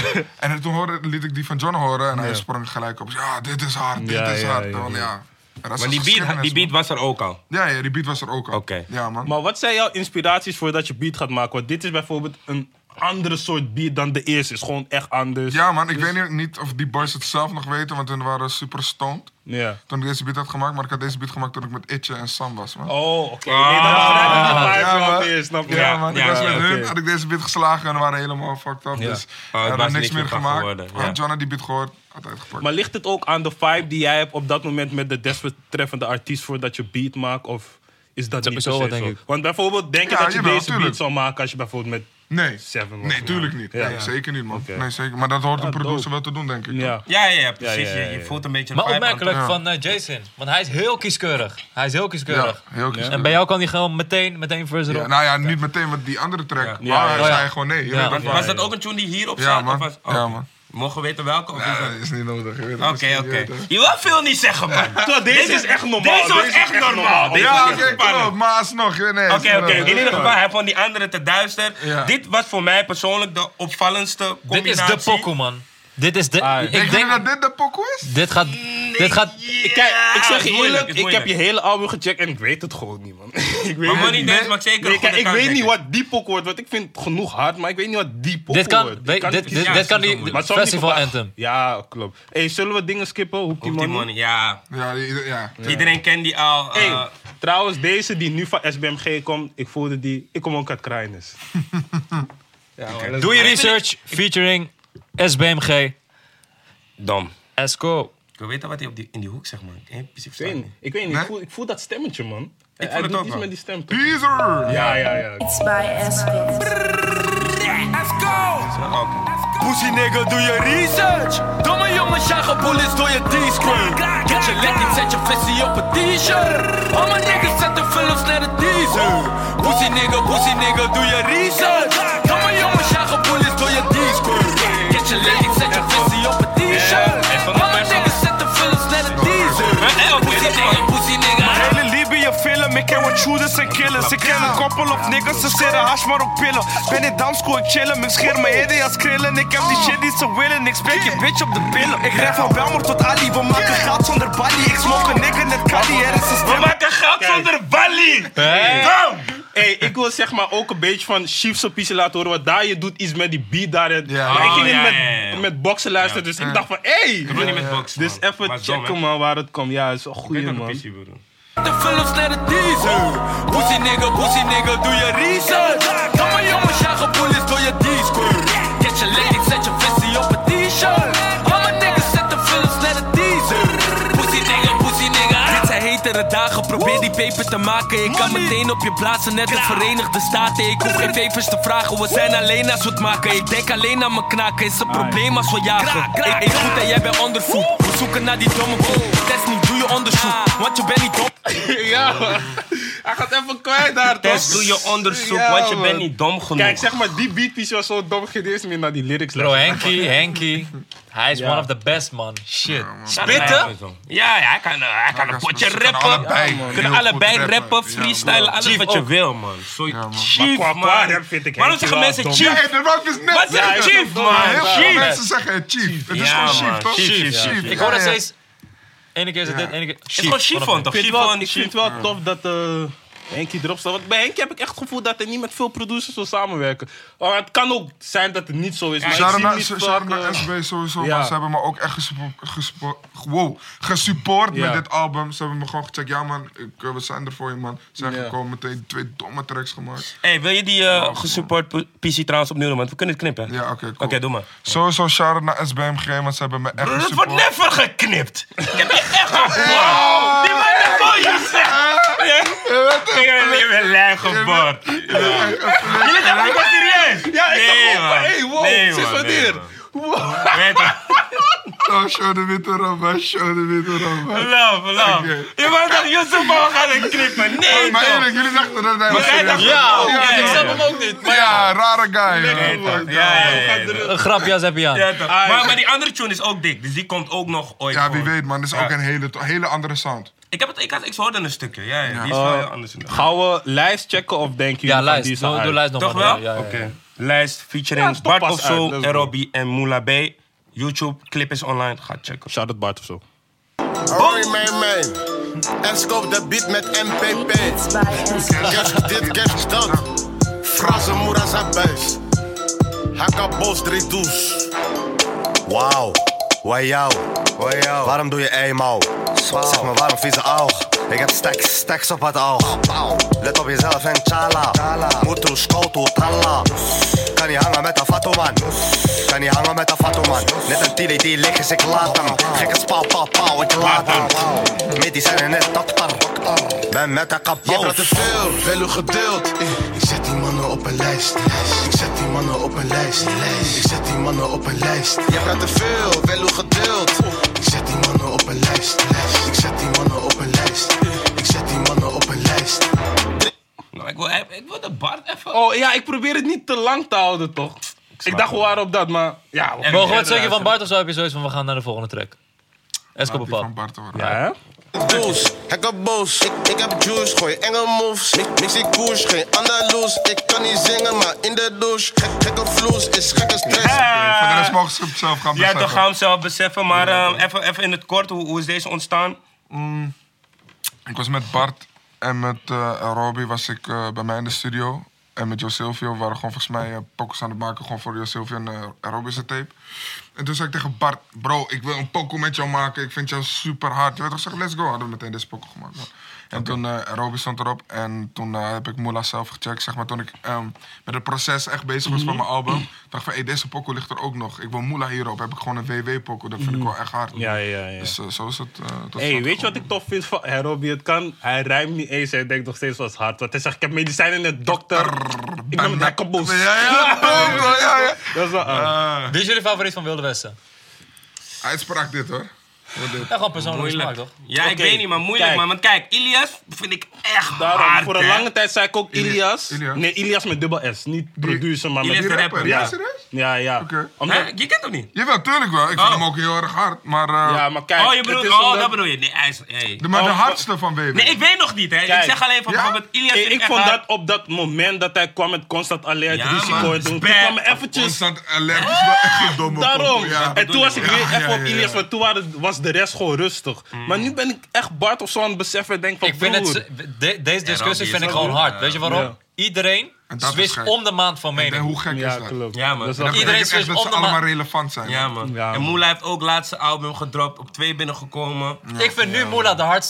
En toen liet ik die van John horen en hij sprong gelijk op. Ja, dit is hard, dit is hard. Want ja, dat is Maar een geschiedenis, die beat man. was er ook al. Ja, die beat was er ook al. Oké. Ja, man. Maar wat zijn jouw inspiraties voordat je beat gaat maken? Want dit is bijvoorbeeld een andere soort beat dan de eerste. Is gewoon echt anders. Ja, man, ik weet niet of die boys het zelf nog weten, want hun waren super stoned. Ja. Toen ik deze beat had gemaakt, maar ik had deze beat gemaakt toen ik met Itje en Sam was, man. Oh, oké. Nee, dan begrijp ik de vibe Ja, wel man. meer, snap je? Ja, man. Ik ja, was ja, met oké. hun, had ik deze beat geslagen en we waren helemaal fucked up. Dus was we hadden niks niks meer meer van gemaakt. geworden, ja. Had John had die beat gehoord, had uitgepakt. Maar ligt het ook aan de vibe die jij hebt op dat moment met de desbetreffende artiest voordat je beat maakt? Of is dat niet Sowieso, per se denk zo? ik. Want bijvoorbeeld, denk je Ja, dat je jawel, deze tuurlijk. beat zou maken als je bijvoorbeeld met... Nee, Seven was, nee, ja. tuurlijk niet. Ja. Nee, zeker niet, man. Oké. Nee, zeker. Maar dat hoort een dope. producer wel te doen, denk ik. Ja. Ja, precies. Ja, ja, ja. Je voelt een beetje Maar een vibe aan. opmerkelijk Ja. van Jason. Want hij is heel kieskeurig. Hij is heel kieskeurig. Ja, heel kieskeurig. En bij jou kan hij gewoon meteen verse Ja, erop. nou ja, niet meteen met die andere track. Ja. Maar Ja, hij ja. zei gewoon nee. Je Ja. weet wat Was dat ook een tune die hierop Ja, staat? man. Of was- Ja, oké. man. Mogen we weten welke? Of is Ja, dat... dat is niet nodig. je weet het, Oké. dat is niet- Je wil veel niet zeggen, man. Deze is echt normaal. Deze was echt normaal. Deze Ja, was oké, echt spannend. klopt. Maar alsnog, nee. Oké. In ieder geval, hij vond die andere te duister. Ja. Dit was voor mij persoonlijk de opvallendste Dit combinatie. is de pokoe, man. Dit is de... Ah, ik Denk je denk... dat dit de pokoe is? Dit gaat... Kijk, ik zeg is je moeilijk, eerlijk, is ik heb je moeilijk. hele album gecheckt en ik weet het gewoon niet, man. Ik weet Maar het Money niet. Dance maakt zeker Nee, een kijk, goede ik weet kans, niet denk wat die pokoe wordt, want ik vind het genoeg hard, maar ik weet niet wat die pokoe Dit kan, wordt. dit, kan dit, niet dit, kiezen. dit kan Ja, die maar het zou niet festival verbazen. anthem. Ja, klopt. Hey, zullen we dingen skippen? Hoekie Die Money? money, ja. Ja, ja. Iedereen kent die al. Hey, trouwens, deze die nu van SBMG komt, ik voelde die, ik kom ook uit Krijnis. Doe je research featuring SBMG. Dom. Esco. Ik wil weten wat hij in die hoek zegt, man. Ik weet niet, Nee? ik voel dat stemmetje, man. voel Hij het doet ook iets wel. met die stem. toch? Teaser! Ja. It's by Esco. Pussy nigga, doe je research. Domme jongens jagen bullets door je D-screen. Get je leggings, zet je visie op een t-shirt. Al mijn niggas zetten films naar de teaser. Pussy nigga, doe je research. Domme jongens jagen bullets door je D-screen. Get je leggings, zet je visie op een t-shirt. Al mijn niggas zetten films naar de teaser. Pussy nigga. Hele Libië film, ik ken wat shooters en killers. Ik ken een koppel of niggas, ze zitten hash maar op pillen. Ben in Damsko, ik chillen, ik scheer mijn heden als krillen. Ik heb die shit die ze willen, ik spreek je bitch op de pillen. Ik rap van Belmer tot Ali, we maken geld zonder Bali. Ik smoke een nigger net Kali, er is een We stem. maken geld zonder Bali! Hey, ik wil zeg maar ook een beetje van Chiefs op Pieces laten horen. Want daar je doet iets met die beat daar. Ja. Maar ik ging Oh, niet ja. met boksen luisteren, dus ik dacht van, hey! Ik wil niet met boxen, Dus man. even Maar dom, checken, hè? man, waar het komt. Ja, het is wel Ik goeie, weet man. dat een pissie, broer. De films naar de teaser. Pussy nigga, doe je research. Domme jongens jagen bullies door je D-squirt. Get je lady, zet je visie op een t-shirt. Alle niggas zetten films naar de teaser. Pussy nigga. Dit zijn hetere dagen, probeer die paper te maken. Ik kan meteen op je plaatsen, net als Verenigde Staten. Ik hoef geen favors te vragen, we zijn alleen als we het maken. Ik denk alleen aan mijn knaken, is een probleem als we jagen. Ik eet goed en jij bent ondervoed. We zoeken naar die domme boel. Test niet, doe je onderzoek, want je bent niet dom. Ja, man. Hij gaat even kwijt daar, toch? Test doe je onderzoek, Ja, want je man. bent niet dom genoeg. Kijk, zeg maar, die beatpiece was zo dom, geen eens meer naar die lyrics Bro, luisteren. Henky. Hij is Ja. one of the best, man. Shit. Spitten? Ja, hij kan een potje Ze kunnen rappen. allebei Kunnen heel goed allebei rappen. rappen, Ja, freestylen, man. alles Chief wat je ook. wil, man. Zo man. Chief, Maar qua man. rap vind ik Waarom Henky zeggen wel mensen dom. chief? Ja, dat wou ik dus net Wat zeg zeggen. Chief, man? Maar heel veel Chief. mensen zeggen Chief. Het is Ja, gewoon Chief, man. toch? Chief. Ik hoor dat steeds... Ene keer is het dit, ene keer... Het is gewoon Chiefon, toch? Ik vind Chiefon, het wel tof dat Henky erop staat. Want bij Henky heb ik echt het gevoel dat hij niet met veel producers wil samenwerken. Maar het kan ook zijn dat het niet zo is. Maar ik zie Shout-out niet naar vaak, SB sowieso, ja. maar ze hebben me ook echt gesupport Ja. met dit album. Ze hebben me gewoon gecheckt, ja man, we zijn er voor je man. Ze zijn Ja. gekomen, meteen 2 domme tracks gemaakt. Hey, wil je die gesupport PC trouwens opnieuw doen? Want we kunnen het knippen. Ja, oké, cool. Oké, doe maar. Sowieso shout-out naar SBMG, want ze hebben me echt Het wordt gesupport. never geknipt. Ik heb je echt gehoord. Die man heeft voor je Ik heb lijn geboord. Jullie zijn niet serieus? Ja, ik Nee, dacht man. ook, hey, wow, Nee, sinds man, wanneer? nee, Weet je? Oh, show de witte Ramba, show de witte Ramba. Love. Oké. Je man dacht, Yusuf gaan het knippen. Nee, Maar toch? eerlijk, jullie dachten dat hij was jij dacht- serieus. Ja, Ja, ik ja, snap ja. hem ook niet. Maar Ja, rare guy. Nee, ja. toch? Ja. een grapjas heb je aan. Ja, toch. Maar die andere tune is ook dik, dus die komt ook nog ooit. Ja, wie gewoon. weet man, dit is ook een hele andere sound. Ik hoorde een stukje, ja. Die is wel heel anders. Gaan we lijst checken of denk je Ja, van lijst. die is al Doe uit? lijst nog Toch maar. wel? Ja. Oké. Lijst Ja, featuring het is toch Bart pas of Zo uit, let's en go. Robbie en Moula B. YouTube, clip is online, ga checken. Shout-out Bart of zo. Hoi mijn. Escoop de beat met MPP. Cash dit, cash dat. Frazen moeras aan buis. Hakka bos 3 does. Wauw, wauw jou. Waarom doe je eenmaal? Zeg me waarom vieze oog? Ik heb stacks op het oog. Let op jezelf en tjala. Moetu, skotu, talla. Kan niet hangen met een fatto man. Kan niet hangen met een fatto man. Net een tili die ligt is ik laat hem. Gekke spauw, ik laat hem. Medicijnen net dokter. Ben met een kapoot. Je praat te veel, wel uw geduld. Ik zet die mannen op een lijst. Ik zet die mannen op een lijst. Ik zet die mannen op een lijst. Je praat te veel, wel uw geduld. Ik zet die mannen op een lijst. Ik zet die mannen op een lijst. Ik zet die mannen op een lijst. Nou, ik wil de Bart even... Oh ja, ik probeer het niet te lang te houden, toch? Ik dacht, we waren op dat, maar ja. Mogen we het zeggen van Bart of zo heb je zoiets van we gaan naar de volgende track? Esco Die bepaalt. van Bart hoor. Ja, hè? Doos, ik heb boos, ik heb juice, gooi enge moves. Niks ik koers, geen Andaloes. Ik kan niet zingen, maar in de douche. Gekke vloes, is gekke stress. Voor de rest mogen ze het zelf gaan Ja, beseffen. toch gaan we hem zelf beseffen, maar even in het kort, hoe is deze ontstaan? Ik was met Bart en met Robbie was ik bij mij in de studio. En met Jo Silvio, we waren gewoon volgens mij pokus aan het maken gewoon voor Jo Silvio en Robbie's tape. En toen zei ik tegen Bart, bro, ik wil een pokoe met jou maken. Ik vind jou super hard. Je weet toch, zeg, let's go. Hadden we meteen deze pokoe gemaakt. Man. En toen, Robbie stond erop. En toen heb ik Moula zelf gecheckt. Zeg maar, toen ik met het proces echt bezig was van mijn album. dacht ik van, hey, deze pokoe ligt er ook nog. Ik wil Moula hierop. Heb ik gewoon een WW-pokoe. Dat vind ik wel echt hard. Ja. Dus zo is het. Hey, weet je wat ik tof vind van Robbie? Het kan, hij rijmt niet eens, hij denkt nog steeds wat hard. Want hij zegt, ik heb medicijnen net dokter. Ik ben met hakkenbos. Ja. Dat is wel Wie is jullie favoriet van Wilde Westen? Uitspraak dit hoor. Ja, gewoon persoonlijke smaak, toch? Ja, ik Oké, weet niet, maar moeilijk, kijk. man. Want kijk, Ilias vind ik echt Daarom, hard, voor een hè. lange tijd zei ik ook Ilias. Ilias? Nee, Ilias met dubbel S. Niet producer, maar Ilias met... de Die rapper, rapper, ja. ja, serieus? Ja. Oké. Omdat- Hè? Je kent hem niet? Jawel, tuurlijk wel. Ik vind hem ook heel erg hard. Maar, Ja, maar kijk... Oh, je het bedoelt, is omdat- dat bedoel je. Nee, hij is... Hey. de Oh, hardste van WW. Nee, ik weet nog niet, hè. Kijk. Ik zeg alleen van Ja? bijvoorbeeld Ilias vind Ik echt vond hard. dat op dat moment dat hij kwam met constant alert, Ja, risico man, en toen is bad. kwam er eventjes... Constant alert is wel echt een domme Daarom. pokoe, ja. En toen was ik weer Ja, even ja, op ja, Ilias, ja. want toen was de rest gewoon rustig. Maar nu ben ik echt Bart of zo aan het beseffen en denk van Ik vind broer, deze discussie Robbie vind is ik wel gewoon goed. hard. Weet je waarom? Ja. Iedereen En dat is switcht gek. om de maand van En mening. hoe gek Ja, is dat? klopt. Ja, man. Dat is wel Dat Iedereen betekent echt switcht dat om ze de allemaal maand. relevant zijn. Ja, man. Ja, En man. Moela heeft ook laatste album gedropt, op 2 binnengekomen. Ik vind nu Moula de hardste.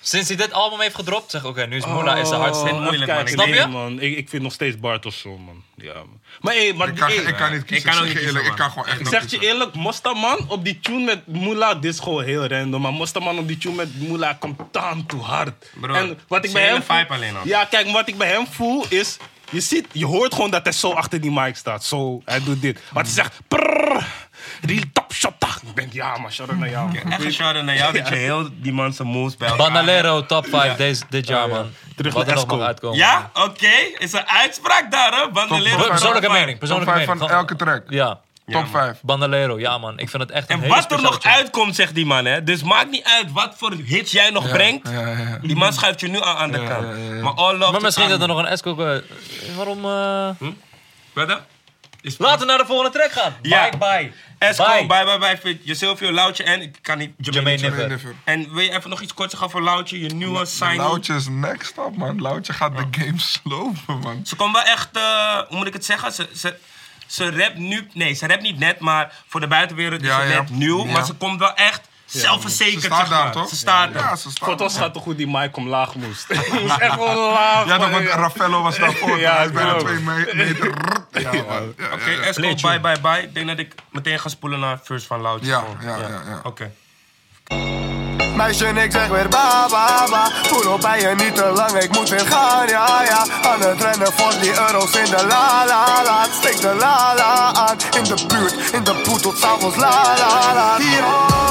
Sinds hij dit album heeft gedropt, zeg oké, nu is Moela is de hardste. vind het moeilijk, man. Snap je? Man. Ik vind nog steeds Bartos zo, man. Ja, man. Maar hé, maar Ik kan niet kiezen. Ik kan ook Ik zeg je niet eerlijk, kiezen, ik kan gewoon echt ik nog zeg je kiezen. eerlijk, Mostaman op die tune met Moela, dit is gewoon heel random. Maar Mostaman op die tune met Moela komt dan te hard. Bro, en wat ik zijn bij hele hem vibe alleen al. Ja, kijk, maar wat ik bij hem voel is, je hoort gewoon dat hij zo achter die mic staat. Zo, hij doet dit. Wat hij zegt, prrr, real top shot. Ik denk, ja, maar shout out naar jou. Echt een shout-out naar jou dat je heel die man zijn moves bij elkaar Bandalero top 5 dit jaar, man. Terug Wat naar er nog Esco. mag uitkomen. Ja, oké. Is een uitspraak daar, hè? Bandalero. Top Persoonlijke vijf. mening. Top Persoonlijke 5 mening. van elke track. Ja, Top 5. Bandalero, ja man. Ik vind het echt een En hele wat er nog speciale uitkomt, zegt die man, hè. Dus maakt niet uit wat voor hits jij nog brengt. Ja. Die man schuift je nu aan de kant. ja. Maar all love Maar to misschien dat er Army. nog een Esco... waarom... Wat dan? Laten we naar de volgende track gaan. Ja. Bye. Esco, bye. Je Silvio, Loutje en ik kan niet... Jermaine Nipper. Nipper. En wil je even nog iets kort zeggen voor Loutje? Je nieuwe signing? Loutje is next up, man. Loutje gaat de game slopen, man. Ze komt wel echt... hoe moet ik het zeggen? Ze rapt nu... Nee, ze rapt niet net, maar voor de buitenwereld is Ja, ze ja. net nieuw. Ja. Maar ze komt wel echt zelfverzekerd, Ze staat zeg maar. daar, toch? Ze staat er. Ja, ze staat Voor ons daar. gaat toch goed die mic omlaag moest. Het moest echt gewoon laag. Ja, toch, man. want Raffaello was daarvoor. Ja, Hij is bijna klopt. 2 meter. Ja, man. Ja, Oké, ja, Esco, bye. Ik denk dat ik meteen ga spoelen naar First van Loutje. Ja, Gewoon. ja. Oké. Meisje, ik zeg weer ba. Voel op bij je niet te lang, ik moet weer gaan, ja. Aan het rennen voor die euro's in de la. Steek de la aan. In de buurt, in de poet tot s'avonds la. Hier.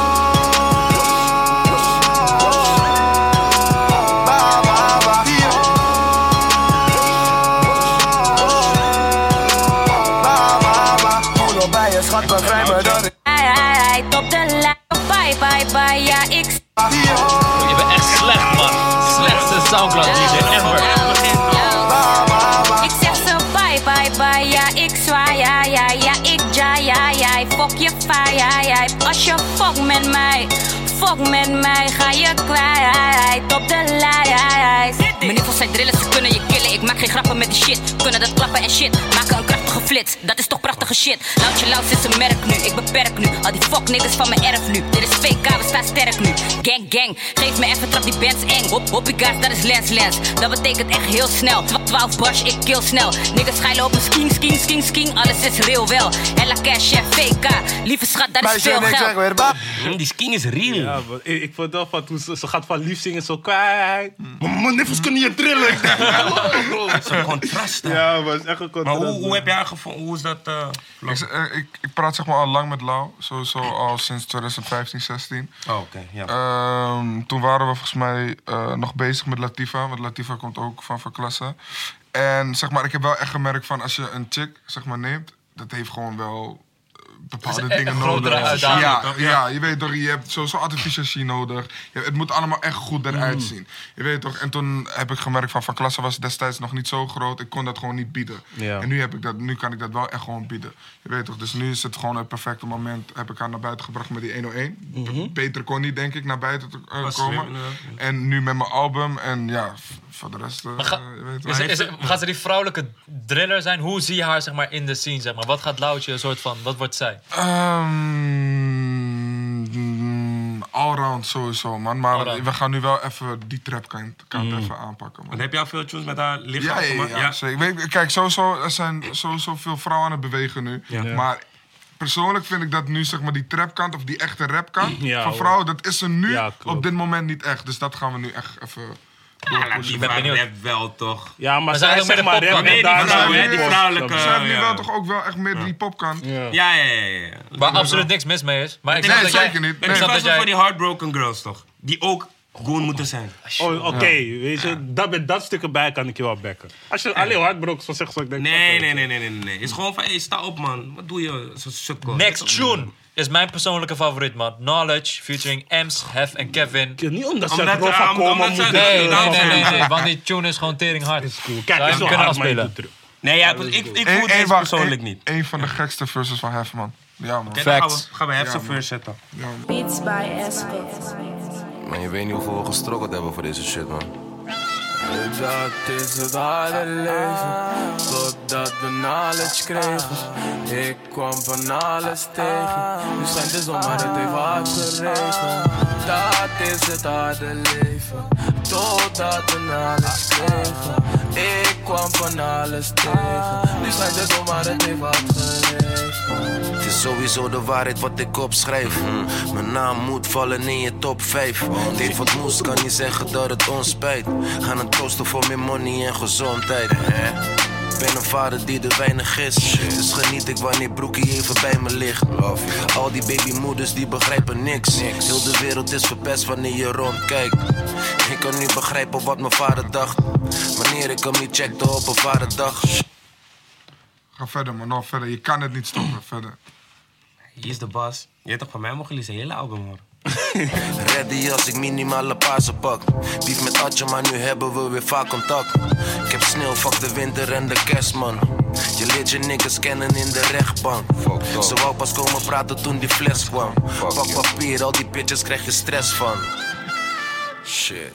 Ba. Hier. Ba. Voel op bij je schat, begrijp me dat ik Top de lijn, bye, ja, ik Je bent echt slecht, man. Slechtste Soundcloud DJ ever. Ik zeg zo bye, ja, ik zwaai, ja, ik ja, fuck je fire, als je fuck met mij, ga je kwijt op de lijst. Mijn nippels zijn drillen, ze kunnen je killen, ik maak geen grappen met die shit, kunnen dat klappen en shit, maken een krachtige flits, dat is toch prachtige shit. Loutje Louts is een merk nu, ik beperk nu, al die fuck niggas van mijn erf nu, dit is VK, we staan sterk nu, gang, geef me even trap die bands eng, hoppie guys, dat is lens, dat betekent echt heel snel, 12 bars, ik kill snel, niggas schijlen op een sking, alles is real wel, Hella Cash en VK, lieve schat, dat is Meisje, veel ik zeg geld. weer ba. Die sking is real. Ja, maar ik vond wel van toen ze gaat van lief zingen zo kwijt. Maar mijn nippels kunnen je trillen. Dat is een contrast. hè. Ja, maar het is echt een Maar contrast. hoe heb jij gevonden? Hoe is dat? Ik praat zeg maar al lang met Lau. Sowieso al sinds 2015, 16. Oh, oké. Ja. Toen waren we volgens mij nog bezig met Latifa. Want Latifa komt ook van klasse. En zeg maar, ik heb wel echt gemerkt van als je een chick zeg maar, neemt, dat heeft gewoon wel bepaalde Dat is echt dingen een grotere nodig. uitdaging, toch? Ja, je weet toch, je hebt sowieso artificial nodig. Het moet allemaal echt goed eruit zien. Je weet toch, en toen heb ik gemerkt van klasse was destijds nog niet zo groot. Ik kon dat gewoon niet bieden. Ja. En nu kan ik dat wel echt gewoon bieden. Je weet toch, dus nu is het gewoon het perfecte moment. Heb ik haar naar buiten gebracht met die 101. Beter kon niet, denk ik, naar buiten te Was komen. slim, inderdaad. En nu met mijn album. En ja, voor de rest, je weet wel. Gaat ze die vrouwelijke driller zijn? Hoe zie je haar zeg maar, in de scene? Zeg maar? Wat gaat Loutje een soort van... Wat wordt zij? Allround sowieso, man. Maar Allround. we gaan nu wel even die trapkant even aanpakken, man. Want heb je al veel tunes met haar lichaam Ja, gemaakt? ja, zeker. Kijk, sowieso, er zijn sowieso veel vrouwen aan het bewegen nu. Ja. Maar persoonlijk vind ik dat nu, zeg maar, die trapkant of die echte rapkant Ja, van hoor. vrouwen, dat is er nu Ja, klopt. op dit moment niet echt. Dus dat gaan we nu echt even Ja, doorpushen. die ben benieuwd. rap wel toch? Ja, maar zijn zij ook zeg met de maar popcorn. rap Nee, en die daarna vrouwen, weer die post. vrouwelijke- Ze hebben nu ja. wel toch ook wel echt meer die popkant. Ja. Ja. Waar absoluut niks mis mee is. Maar ik snap Nee, dat jij... zeker niet. Ik Nee. Ik snap snap dat dat voor jij... die heartbroken girls toch? Die ook goon moeten zijn. Oh, oké, weet je, dat met dat stuk erbij kan ik je wel bekken. Als je alleen hardbroken zou zeggen, zou ik denken... Nee. Het is gewoon van, hey, sta op man. Wat doe je? Zo'n sukkel. Next tune is mijn persoonlijke favoriet, man. Knowledge, featuring Ems, Hef en Kevin. Niet omdat ze Omdat, uit Roffa komen omdat ze- moeten... Nee. Want die tune is gewoon tering hard. Is cool. Zou Kijk, je is hem wel kunnen hard, maar je afspelen? doet terug. Nee, ja, ik voel deze persoonlijk niet. Een van de gekste verses van Hef, man. Ja, man. Oké, dan Facts. gaan we Hef Ja, zijn man. first zetten. Beats by Esco. Maar je weet niet hoeveel we gestruggeld hebben voor deze shit, man. Dat is het harde leven, totdat we knowledge kregen. Ik kwam van alles tegen, nu schijnt de zon maar het heeft hard geregend. Dat is het harde leven. Totdat we alles kregen. Ik kwam van alles tegen. Nu schijnt het om, maar het heeft wat gegeven. Het is sowieso de waarheid wat ik opschrijf. Mijn naam moet vallen in je top 5. Deed wat moest, kan niet zeggen dat het ons spijt. Gaan het troosten voor meer money en gezondheid. Ik ben een vader die er weinig is. Dus geniet ik wanneer broekie even bij me ligt. Al die babymoeders die begrijpen niks. Heel de wereld is verpest wanneer je rondkijkt. Ik kan nu begrijpen wat mijn vader dacht. Wanneer ik hem niet checkte op een vaderdag. Ga verder, man. Nog verder. Je kan het niet stoppen. Verder. Hier is de bas. Je hebt toch van mij mogen jullie zijn hele album hoor. Ready als ik minimale Pasen pak. Beef met Atje, maar nu hebben we weer vaak contact. Ik heb sneeuw, fuck de winter en de kerstman. Je leert je niggas kennen in de rechtbank. Ze wou pas komen praten toen die fles kwam. Pak papier, al die bitches krijg je stress van. Shit.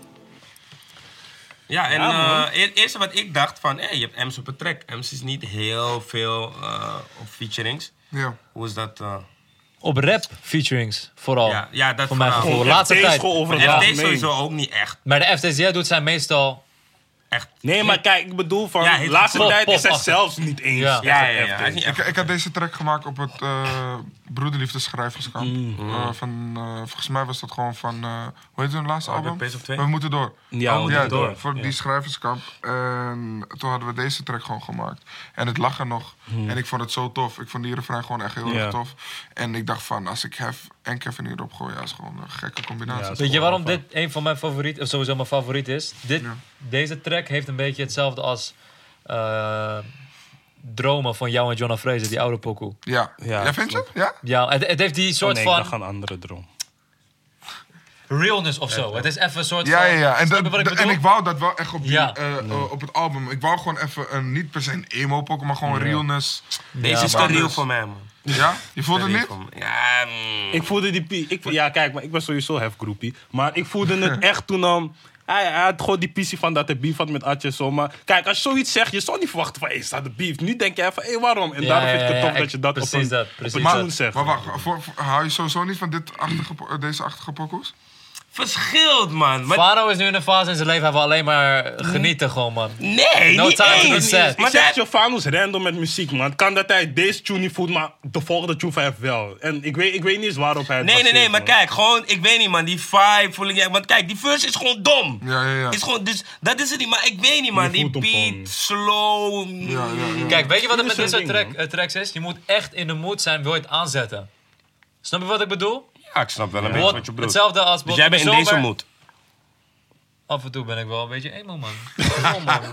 Ja, en het eerste wat ik dacht van, je hebt Ems op een track. Ems is niet heel veel op featurings. Ja. Hoe is dat? Op rap featurings vooral. Ja, dat voor mijn vooral. gevoel. Laatste tijd. FT sowieso ook niet echt. Maar de FT's die hij doet zijn meestal... Echt. Nee, maar kijk, ik bedoel van Ja, de laatste pop, tijd pop is hij achter. zelfs niet eens. Ja. Hij is niet echt. Ik had deze track gemaakt op het Broederliefde schrijverskamp. Volgens mij was dat gewoon van... hoe heet hun laatste album? Pace of 2? We moeten door. Ja, we moeten door. Voor die schrijverskamp. En toen hadden we deze track gewoon gemaakt. En het lag er nog. En ik vond het zo tof. Ik vond die refrein gewoon echt heel erg tof. En ik dacht van, als ik Hef en Kevin hierop gooi, is gewoon een gekke combinatie. Ja, Weet je waarom dit een van mijn favorieten, of sowieso mijn favoriet is? Deze track heeft een beetje hetzelfde als Dromen van jou en Jonna Fraser, die oude pokoe. Ja. Ja, vind je? Ja? Ja, het heeft die soort ik van dacht aan een andere droom. realness of zo. Het is even een soort Ja, van... ja, ja. En, Snap je wat ik bedoel? en ik wou dat wel echt op, die, Ja. op het album. Ik wou gewoon even niet per se een emo-pokoe, maar gewoon realness. Deze is te real voor mij, man. Ja? Je voelt het niet? Ja, Ik voelde die... Ja, kijk, maar ik ben sowieso hefgroepie. Maar ik voelde het echt toen... Hij had gewoon die pissie van dat hij beef had met Atje. Zo. Maar kijk, als je zoiets zegt, je zou niet verwachten van... staat de beef. Nu denk je van, waarom? En daarom vind ik het tof dat je dat op een tune zegt. Maar wacht, hou je sowieso niet van deze achtige pokoes? verschilt, man. Maar Faro is nu in een fase in zijn leven, hij wil alleen maar genieten gewoon, man. nee, No niet time to be eens. sad. Maar zeg je, Fano is random met muziek, man. Het kan dat hij deze tune niet voelt, maar de volgende tune van hem wel. En ik weet niet eens waarop hij het Nee, baseert, maar man. kijk, gewoon, ik weet niet, man, die vibe voel ik. Want kijk, die verse is gewoon dom. Ja. Is gewoon, dus dat is het niet, maar ik weet niet, man. Je Die voelt hem beat, gewoon. slow. Ja. Kijk, weet je wat het met Dat dit is soort zo'n ding, tracks is? Je moet echt in de mood zijn, wil je het aanzetten. Snap je wat ik bedoel? Ja, ik snap wel een beetje wat je bedoelt. Hetzelfde als... Dus jij bent in deze mood. Af en toe ben ik wel een beetje emo, man. Gewoon, man.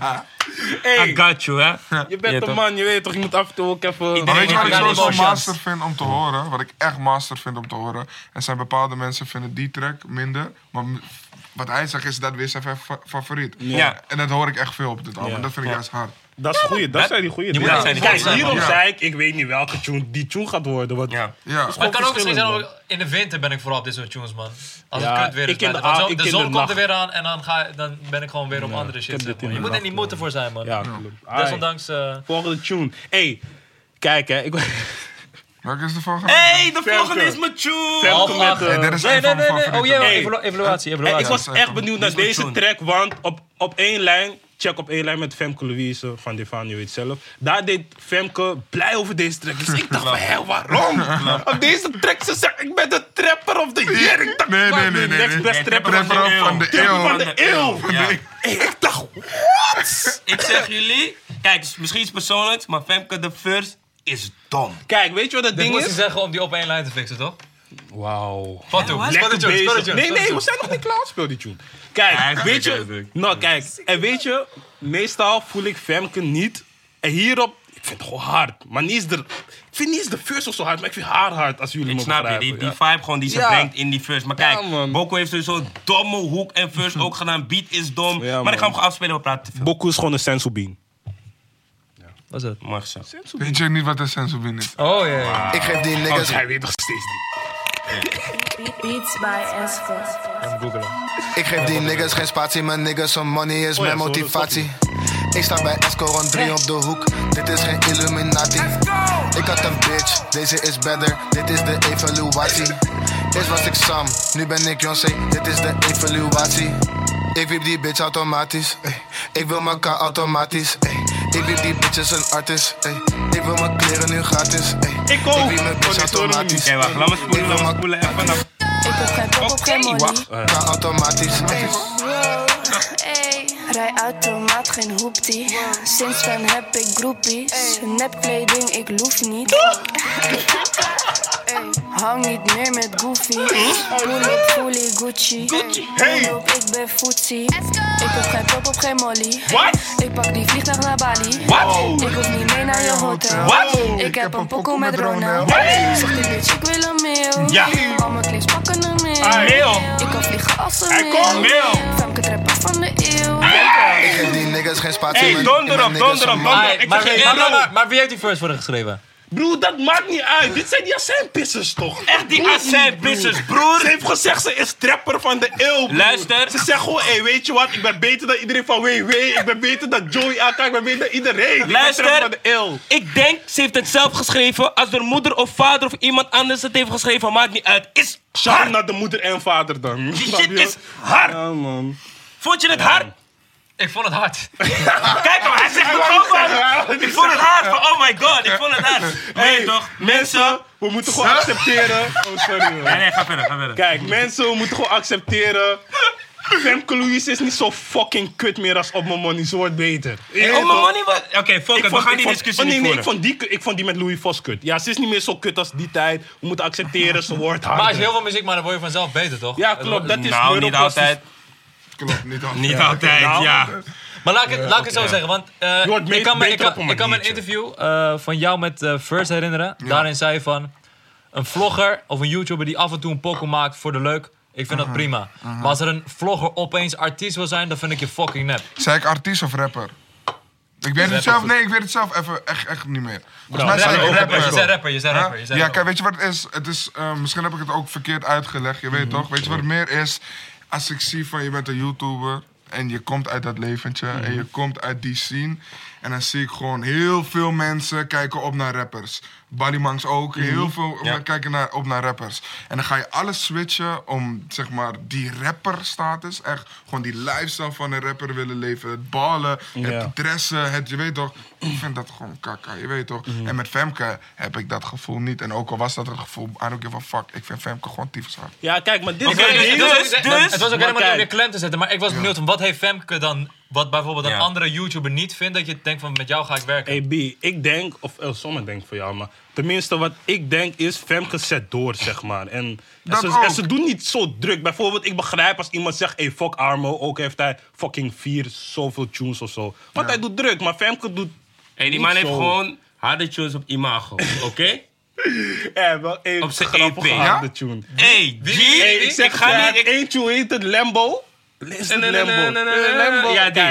I got you, hè? Je bent een man, je weet toch, je moet af en toe ook even... Maar weet je wat ik Ja, sowieso emotions. master vind om te horen? Wat ik echt master vind om te horen. Er zijn bepaalde mensen vinden die track minder. Maar wat hij zegt is dat weer zijn favoriet. Ja. En dat hoor ik echt veel op dit album. Ja. Dat vind ik juist hard. Dat is goeie, dat zijn die goeie moet dingen. echt Kijk, zijn, hierom man. zei ik weet niet welke tune die tune gaat worden. Want Ja. Ja. Maar het kan ook misschien zijn, verschillend, ook in de winter ben ik vooral op dit soort tunes, man. Als Ja, het kut weer is. ik in de buiten. Want ik de in zon de komt er nacht. weer aan en dan ben ik gewoon weer op andere shit. heb zeg dit in maar. de Je moet er nacht, niet moeten voor zijn, man. Ja, klopt. Desondanks... Volgende tune. Hey, kijk hè. Welke is de volgende? Hey, de volgende is mijn tune! Femke met... Hey, dit is Nee, een van mijn nee. favorieten. Oh ja, Hey. evaluatie. Hey, ik was Ja, echt benieuwd naar Dit is deze mijn track, want op één lijn, check op één lijn met Femke Louise van Defaan, je weet zelf. Daar deed Femke blij over deze track. Dus ik dacht van, hé, waarom? Op deze track, ze zegt, ik ben de trapper of the year. Ik dacht, Nee. next best trapper Trapper van de eeuw. van de eeuw. Ja. Hey, ik dacht, what? Ik zeg jullie, kijk, misschien is het persoonlijk, maar Femke de first is dom. Kijk, weet je wat het Dit ding moest je is? zeggen om die op één lijn te fixen, toch? Wauw. Wat toe? wat? Spel de tune, spel de tune. Nee, we zijn nog niet klaar. Speel die tune. Kijk, weet je... Nou, kijk. En weet je, meestal voel ik Femke niet. En hierop, ik vind het gewoon hard. Maar niet eens de... Ik vind niet eens de first of zo hard, maar ik vind haar hard als jullie Ik me snap je, begrijpen. die ja. vibe gewoon die ze Ja. brengt in die first. Maar kijk, Ja, man. Boko heeft sowieso een domme hoek en first ook gedaan. Beat is dom. Ja, maar man. ik ga hem gewoon afspelen, we praten te veel. Boku is gewoon een sensobean. Wat is het? Mooi gezegd. Ik check niet wat een sensobin is. Oh ja. Ik geef die niggas Hij weet nog steeds niet. Beats by Esco. Gaan googlen. Ik geef die niggas geen spatie, mijn niggas on money is Oh ja, mijn zo, motivatie. Ik sta bij Esco rond 3 op de hoek, dit is geen Illuminati. Ik had een bitch, deze is better, dit is de evaluatie. Eerst was ik Sam, nu ben ik Beyoncé, dit is de evaluatie. Ik wiep die bitch automatisch, ey. Ik wil mijn car automatisch, ey. Ik wiep die bitches een artist, ey. Ik wil mijn kleren nu gratis, ey. Ik ook. Ik wiep mijn bitch automatisch. Oké, wacht, laat me spoelen even vanaf. Ik heb geen pop op geen molly. Car automatisch, ey. Rij automaat, geen hoeptie. Sinds dan heb ik groepies. Nepkleding, ik loef niet. Hang niet meer met Goofy. Pull up, fully Gucci. Pull up, ik ben Footsie. Ik heb geen pop op geen molly. What? Ik pak die vliegtuig naar Bali. What? Ik hoef niet mee naar je hotel. What? Ik heb een pokoe met Ronald. Zegt die bitch, ik wil een mail. Ja. Al mijn clips pakken een mail. Mail. Ik kan vliegen als een Hij komt, mail. Femke trapper van de eeuw. Ik geef die niggas geen spatie. Hey, donder op. Maar wie heeft die verse voor haar geschreven? Broer, dat maakt niet uit. Dit zijn die azijnpissers toch? Echt die azijnpissers, broer. Ze heeft gezegd, ze is trapper van de eeuw, broer. Luister. Ze zegt gewoon, hey, weet je wat? Ik ben beter dan iedereen van WW. Ik ben beter dan Joey AK. Ik ben beter dan iedereen. Luister. Ik ben trapper van de eeuw. Ik denk, ze heeft het zelf geschreven. Als haar moeder of vader of iemand anders het heeft geschreven, maakt niet uit. Is Shout hard. naar de moeder en vader dan. Die Snap shit je? is hard. Ja, man. Vond je het hard? Ik vond het hard. Kijk hem, hij zegt het ook van. Ik vond het hard. Van, oh my god, ik vond het hard. Nee, toch? Mensen, we moeten gewoon accepteren. Oh, sorry. Man. Nee, ga verder. Kijk, mensen, we moeten gewoon accepteren. Femke Louise is niet zo fucking kut meer als Op Mijn Money. Ze wordt beter. Oh, mijn money was... Oké, fuck it, we gaan die discussie niet voeren. Ik vond die met Louis Vos kut. Ja, ze is niet meer zo kut als die tijd. We moeten accepteren, ze wordt harder. Maar als je heel veel muziek maakt, dan word je vanzelf beter, toch? Ja, klopt. Dat is Nou, niet altijd. Klopt, niet altijd. Niet altijd, ja. Maar laat ik het zo zeggen, want wordt ik kan me beter op een een maniertje. interview van jou met First herinneren. Daarin zei je van, een vlogger of een YouTuber die af en toe een pokoe maakt voor de leuk, ik vind dat prima. Maar als er een vlogger opeens artiest wil zijn, dan vind ik je fucking nep. Zei ik artiest of rapper? Ik weet het zelf, nee, ik weet het zelf even echt niet meer. Volgens mij Rapper, zei ik rapper, rapper. je zei rapper. Ja, kijk, weet je wat het is? Het is misschien heb ik het ook verkeerd uitgelegd, je weet toch? Weet je wat het meer is? Als ik zie van je bent een YouTuber en je komt uit dat leventje en je komt uit die scene. En dan zie ik gewoon heel veel mensen kijken op naar rappers. Ballymangs ook, heel veel kijken op naar rappers. En dan ga je alles switchen om, zeg maar, die rapper-status, echt gewoon die lifestyle van een rapper willen leven. Het ballen, het dressen, je weet toch. Ik vind dat gewoon kaka, je weet toch. En met Femke heb ik dat gevoel niet. En ook al was dat het gevoel, I don't give a fuck. Ik vind Femke gewoon tyfus hard. Ja, kijk, maar dit Het was ook helemaal niet om je klem te zetten, maar ik was benieuwd van wat heeft Femke dan, wat bijvoorbeeld een andere YouTuber niet vindt, dat je denkt van met jou ga ik werken. Hey B, ik denk, of sommigen denken voor jou, maar tenminste wat ik denk is, Femke zet door, zeg maar. En ze doen niet zo druk. Bijvoorbeeld, ik begrijp als iemand zegt, hey, fuck Armo, ook heeft hij fucking 4 zoveel tunes of zo. Want hij doet druk, maar Femke doet Die man heeft gewoon harde tunes op imago, oké? Ja, wel één op zijn grappige EP. harde tune. Hey, G, ik zeg, ga niet... één tune heet het Lambo. Lees het Lambo. Ja, die.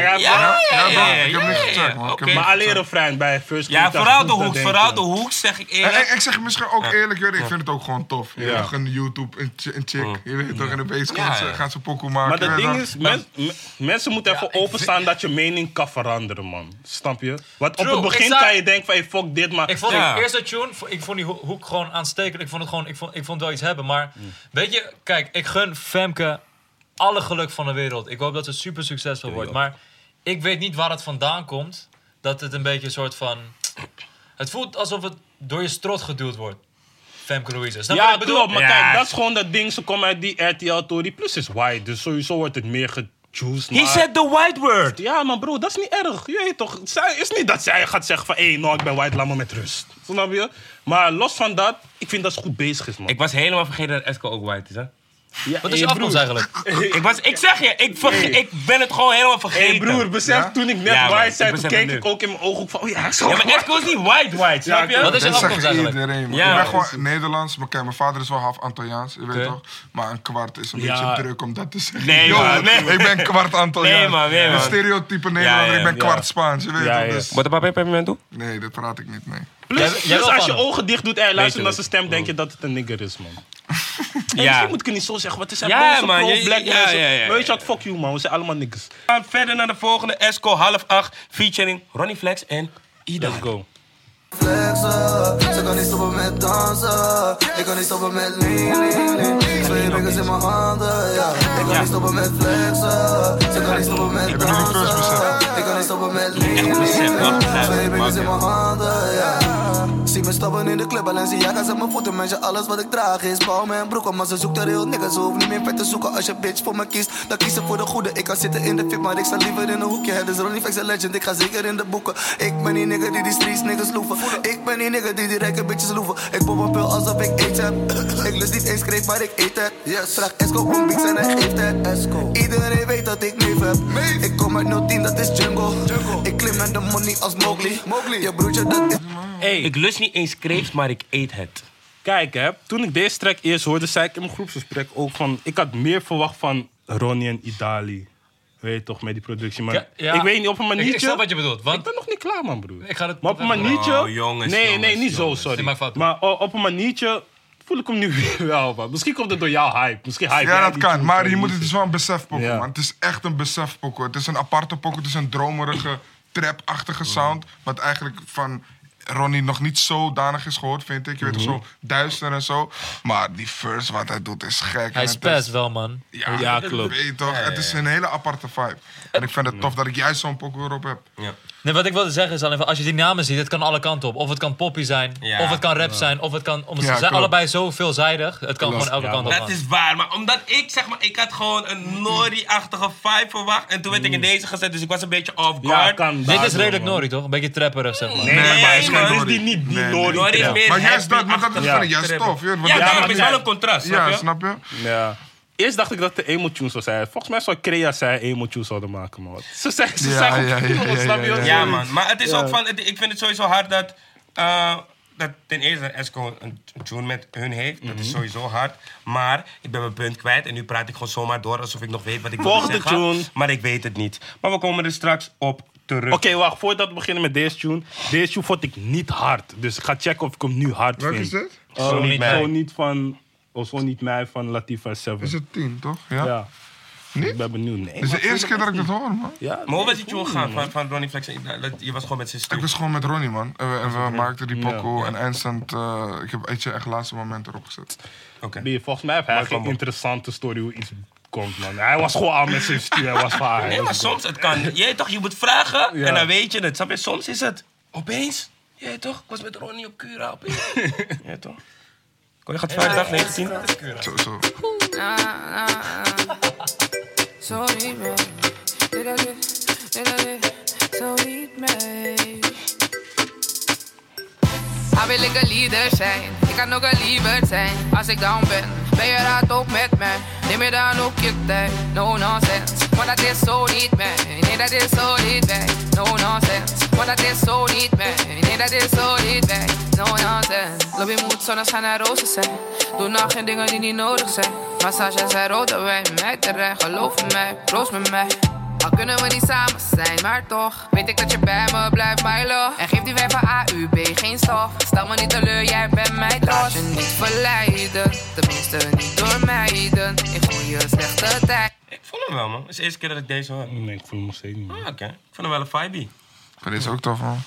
Ik heb niet gecheckt, man. Maar alleen refrein bij First Ja, vooral de hoek, zeg ik eerlijk. Ik zeg misschien ook eerlijk, ik vind het ook gewoon tof. Je hebt een YouTube, een chick, je weet toch, in de base gaan ze pokoe maken. Maar dat ding is, mensen moeten even openstaan dat je mening kan veranderen, man. Snap je? Want op het begin kan je denken van, hey, fuck dit, maar... Ik vond die eerste tune, ik vond die hoek gewoon aanstekelijk. Ik vond wel iets hebben, maar weet je, kijk, ik gun Femke alle geluk van de wereld. Ik hoop dat ze super succesvol wordt. Maar ik weet niet waar het vandaan komt. Dat het een beetje een soort van... Het voelt alsof het door je strot geduwd wordt. Femke Louise. Snap je wat ik bedoel? Klopt. Maar kijk, dat is gewoon dat ding. Ze komen uit die RTL-tory. Plus is white. Dus sowieso wordt het meer gejuiced. He said the white word. Ja, maar bro, dat is niet erg. Je weet toch. Het is niet dat zij gaat zeggen van... Hé, nou, ik ben white, laat me met rust. Snap je? Maar los van dat, ik vind dat ze goed bezig is, man. Ik was helemaal vergeten dat Esco ook white is, hè? Ja, wat is je afkomst eigenlijk? Ik zeg je, ik ben het gewoon helemaal vergeten. Hey broer, besef toen ik net white zei, toen keek ik ook in mijn ogen van, oh ja, zo. Ja, maar Esco is niet white, snap je? Wat is je afkomst eigenlijk? Iedereen, man. Ik ben gewoon Nederlands, maar kijk, mijn vader is wel half Antilliaans, je weet toch? Maar een kwart is een beetje druk om dat te zeggen. Nee, man. Ik ben kwart Antilliaans. Nee, man. Een stereotype Nederlander, ik ben kwart Spaans, je weet toch? Dus... Wat een paar peppermint toe? Nee, dat praat ik niet, nee. Plus als je ogen dicht doet en luistert naar zijn stem, denk je dat het een nigger is, man. Misschien moet ik het niet zo zeggen, wat is hij boze pro-black mensen. Maar weet je wat, fuck you, man. We zijn allemaal niggers. We gaan verder naar de volgende. Esco 7:30 featuring Ronnie Flex en Ida. Let's go. Flexen, ze kan niet stoppen met dansen. Ik kan niet stoppen met lean. 2 bangers in mijn handen, ja. Ik kan niet stoppen met flexen. Ze kan niet stoppen met dansen. Ik kan niet stoppen met lean. 2 bangers in mijn handen, ja. Zie me stappen in de club, Balenciaga's aan mijn voeten. Mensen, alles wat ik draag is bouw mijn broeken. Maar ze zoekt er heel niggas, ze hoeft niet meer vet te zoeken. Als je bitch voor me kiest, dan kies ze voor de goede. Ik kan zitten in de fit, maar ik sta liever in een hoekje. Het is Ronnie Flex een legend, ik ga zeker in de boeken. Ik ben die nigga die streets niggas loeven. Ik ben die nigga die rijke bitches loeven. Ik pop een pil alsof ik eet heb. Ik lust niet eens kreeg, maar ik eet het. Vraag Esco om beats en hij geeft het. Iedereen weet dat ik neef heb. Ik kom uit 010, dat is jungle. Ik klim naar de money als Mowgli. Je broertje, dat is... Hey. Ik lust niet eens crepes, maar ik eet het. Kijk, hè, toen ik deze track eerst hoorde, zei ik in mijn groepsgesprek ook van... Ik had meer verwacht van Ronnie en Idali. Weet je toch, met die productie. Maar ja. ik weet niet, op een maniertje... Ik snap wat je bedoelt. Want... Ik ben nog niet klaar, man, broer. Ik ga het maar op een maniertje... Oh, jongens, nee, niet zo, sorry. Maar op een maniertje voel ik hem nu weer wel, man. Misschien komt het door jouw hype. Misschien hype ja, dat kan. Maar je moet het is wel een besefpokoe, Ja. man. Het is echt een besefpokoe. Het is een aparte pokoe. Het is een dromerige, trap-achtige sound. Wat eigenlijk van Ronnie nog niet zodanig is gehoord, vind ik. Je weet toch, zo duister en zo. Maar die verse, wat hij doet, is gek. Hij spast wel, man. Ja, klopt. Weet je toch? Het is een hele aparte vibe. En ik vind het tof dat ik juist zo'n pokoe erop heb. Ja. Nee, wat ik wilde zeggen is alleen van, als je die namen ziet, het kan alle kanten op. Of het kan poppy zijn, of het kan rap zijn, of het kan... Ze zijn klopt. allebei zo veelzijdig, het kan gewoon elke kant op gaan. Dat is waar, maar omdat ik had gewoon een Nori-achtige vibe verwacht. En toen werd ik in deze gezet, dus ik was een beetje off guard. Dit is redelijk Nori, toch? Een beetje trapperig, zeg maar. Nee, maar hij is Dit is niet Nori. Nori is meer Maar juist dat, maar dat happy-achtige vind ik juist trap. tof. Ja, daarom is wel een contrast, snap Ja, je? snap je? Ja. Eerst dacht ik dat de emo-tunes zou zijn. Volgens mij zou Crea zijn emo-tunes zouden maken, man. Ze zijn goed, snap je? Ja, man. Maar het is ook van... Ik vind het sowieso hard dat... dat ten eerste Esco een tune met hun heeft. Dat is sowieso hard. Maar ik ben mijn punt kwijt. En nu praat ik gewoon zomaar door alsof ik nog weet wat ik wil zeggen. Tune. Maar ik weet het niet. Maar we komen er straks op terug. Oké, wacht. Voordat we beginnen met deze tune. Deze tune vond ik niet hard. Dus ik ga checken of ik hem nu hard Welke vind. is dit? Zo niet mij. Zo niet van... Zo niet mij van Latifah 7. Is het 10, toch? Ja. Ja. Niet? Ik ben benieuwd. Nee, Dit is de eerste keer dat ik dit hoor, man. Ja, Maar hoe was die tune gaan van Ronnie Flex? Je was gewoon met zijn Ik stuk. was gewoon met Ronnie, man. En we maakten die pokoe en instant... ik heb echt laatste moment erop gezet. Oké. Volgens mij heeft hij geen interessante story hoe iets komt, man. Hij was gewoon aan met zijn stuur. Hij was van haar. Nee, maar soms het kan. Je toch, je moet vragen en dan weet je het. Snap je? Soms is het opeens. Je toch? Ik was met Ronnie op Cura opeens. Je toch? Kon je gaat vrijdag 19? Zo. Zo niet meer. Zo niet meer. Hij wil ik een leader zijn. Ik kan ook een liever zijn. Als ik down ben je raad ook met mij. Neem je dan ook je tijd. No nonsense. Maar dat is zo niet mij. Nee, dat is zo niet wij. No nonsense. Maar dat is zo niet mij. Nee, dat is zo niet wij. No nonsense. Lobby moet zonneschijn en rozen zijn. Doe nog geen dingen die niet nodig zijn. Massages en rode wijn. Mij terecht, geloof in mij. Proost met mij. Al kunnen we niet samen zijn, maar toch weet ik dat je bij me blijft, my love. En geef die wijn van AUB geen stof. Stel me niet teleur, jij bent mij toch. Laat je niet verleiden, tenminste niet door meiden. In goede slechte tijd. Ik voel hem wel, man. Het is de eerste keer dat ik deze hoor. Nee, ik voel hem nog steeds niet. Oké. Ik vond hem wel een vibe. Ik vind deze ook tof, man.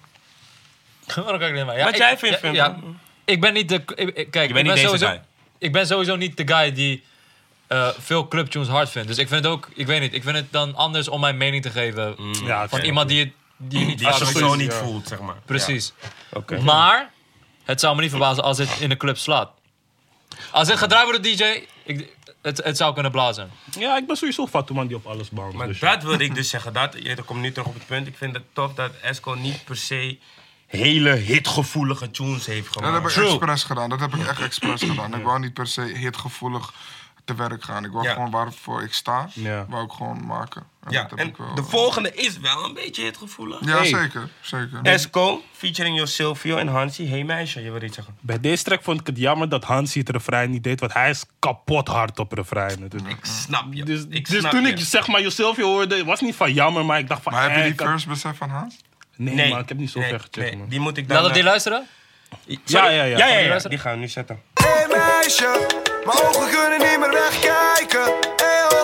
Wat jij vindt, ja, ik ben niet de... Kijk, Je bent niet deze guy. Ik ben sowieso niet de guy die veel clubtunes hard vindt. Dus ik vind het ook... Ik weet niet, ik vind het dan anders om mijn mening te geven. Van iemand die je niet... Als je het zo niet voelt, zeg maar. Precies. Ja. Okay. Maar het zou me niet verbazen als het in de club slaat. Als het gedraaid wordt door DJ, het zou kunnen blazen. Ja, ik ben sowieso Fatoeman die op alles bouwt. Maar dus dat wilde ik dus zeggen. Ik kom nu terug op het punt. Ik vind het tof dat Esco niet per se hele hitgevoelige tunes heeft gemaakt. Dat heb ik expres gedaan. Dat heb ik echt expres gedaan. Ik wou niet per se hitgevoelig te werk gaan. Ik wou gewoon waarvoor ik sta, wou ik gewoon maken. En ja, dat heb en ik wel, de volgende is wel een beetje hitgevoelig. Ja, zeker. Esco, featuring Yo Silvio en Hansi. Hey meisje, je wil iets zeggen? Bij deze track vond ik het jammer dat Hansi het refrein niet deed, want hij is kapot hard op refreinen. Dus, ik snap je. Dus toen ik zeg maar Yo Silvio hoorde, was niet van jammer, maar ik dacht van... Maar heb je die first besef van Hans? Nee, man, ik heb niet zo ver gecheckt, man. Die moet ik dan... Laat dat die luisteren? Ja, die gaan we nu zetten. Hey meisje, mijn ogen kunnen niet meer wegkijken.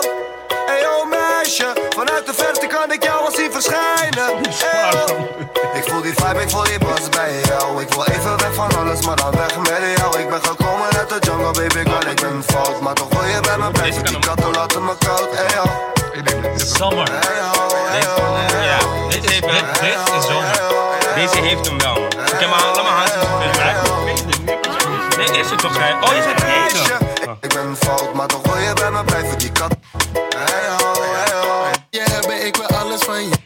Hey oh meisje, vanuit de verte kan ik jou al zien verschijnen. Hey Ik voel die vibe, ik voel die bas bij jou. Ik wil even weg van alles, maar dan weg met jou. Ik ben gekomen uit de jungle, baby girl, ik ben fout. Maar toch wil je bij me blijven, die katten laten me koud. Ey yo, Summer. Dit is zomer. Deze heeft hem wel, man. Oké, maar laat maar Nee, is het toch, hè? Oh, je zegt deze. Ik ben fout, maar toch wil je bij me blijven, die kat. Je hebben, ik wil alles van je.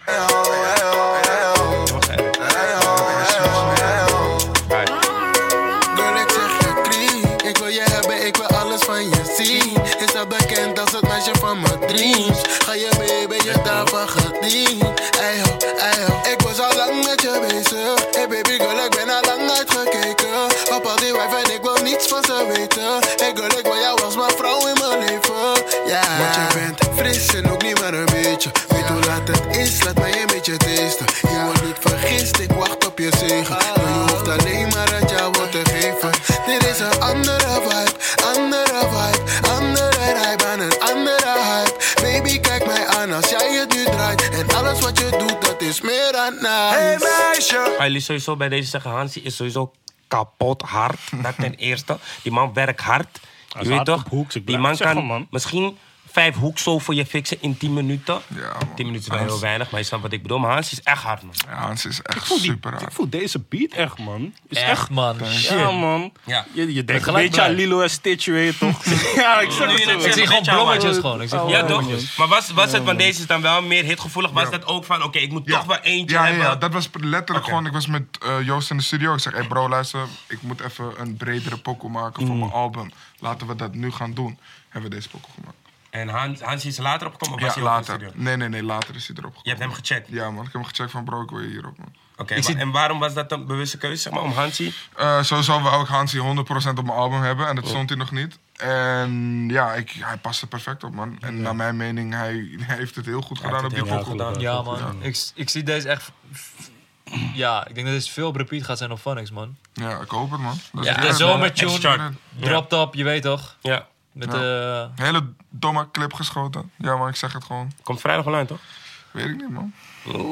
Girl, ik zeg je kriek. Ik wil je hebben, ik wil alles van je zien. Is dat bekend als het meisje van mijn dreams? Ga je mee, ben je daarvan gediend? Eyo, ik was al lang met je bezig. Hey baby girl, ik ben al lang uitgekeken op al die wijf en ik wil niets van ze weten. Hey girl, ik wil jou als mijn vrouw in mijn leven. Ja, want je bent fris en ook niet maar een beetje. Weet hoe laat het is, laat mij een beetje tasten. Je wordt niet vergist, ik wacht op je zegen. Maar je hoeft alleen maar het jou wordt te geven. Dit is een andere vibe, andere vibe, andere rijp aan een andere hype. Baby, kijk mij aan als jij het nu draait. En alles wat je doet, dat is meer dan nice. Hey meisje. Ga jullie sowieso bij deze zeggen, Hansie is sowieso kapot hard. Dat ten eerste. Die man werkt hard. Je weet toch? Die man kan misschien 5 hoeksel voor je fixen in 10 minuten. Ja, 10 minuten is wel heel weinig, maar je snapt wat ik bedoel. Maar Hans is echt hard, man. Ja, Hans is echt super hard. Ik voel deze beat echt, man. Is echt, man. Ja, man. Ja. Je denkt een beetje aan Lilo en Stitch, weet je toch? Ja, ik zeg het. Ik zie gewoon blommetjes gewoon. Ja, toch? Maar was het, want deze is dan wel meer hitgevoelig, was dat ook van, oké, ik moet toch wel eentje hebben? Ja, dat was letterlijk gewoon, ik was met Joost in de studio. Ik zeg, hey bro, luister, ik moet even een bredere pokoe maken voor mijn album. Laten we dat nu gaan doen. Hebben we deze pokoe gemaakt. En Hans is er later opgekomen of was hij later. op de studio? Nee, later is hij erop gekomen. Je hebt hem gecheckt? Ja man, ik heb hem gecheckt van bro, ik wil je hierop man. Oké, en waarom was dat een bewuste keuze, zeg maar, om Hansie? Sowieso wou ik Hansie 100% op mijn album hebben en dat stond hij nog niet. En ja, hij past er perfect op man. En naar mijn mening, hij heeft het heel goed gedaan op die pokoe. Ja man, ik zie deze echt... Ja, ik denk dat deze veel op repeat gaat zijn op Phonics, man. Ja, ik hoop het man. De zomertune, dropped op, je weet toch? Ja. Met hele domme clip geschoten. Ja man, ik zeg het gewoon. Komt vrijdag online, toch? Weet ik niet man.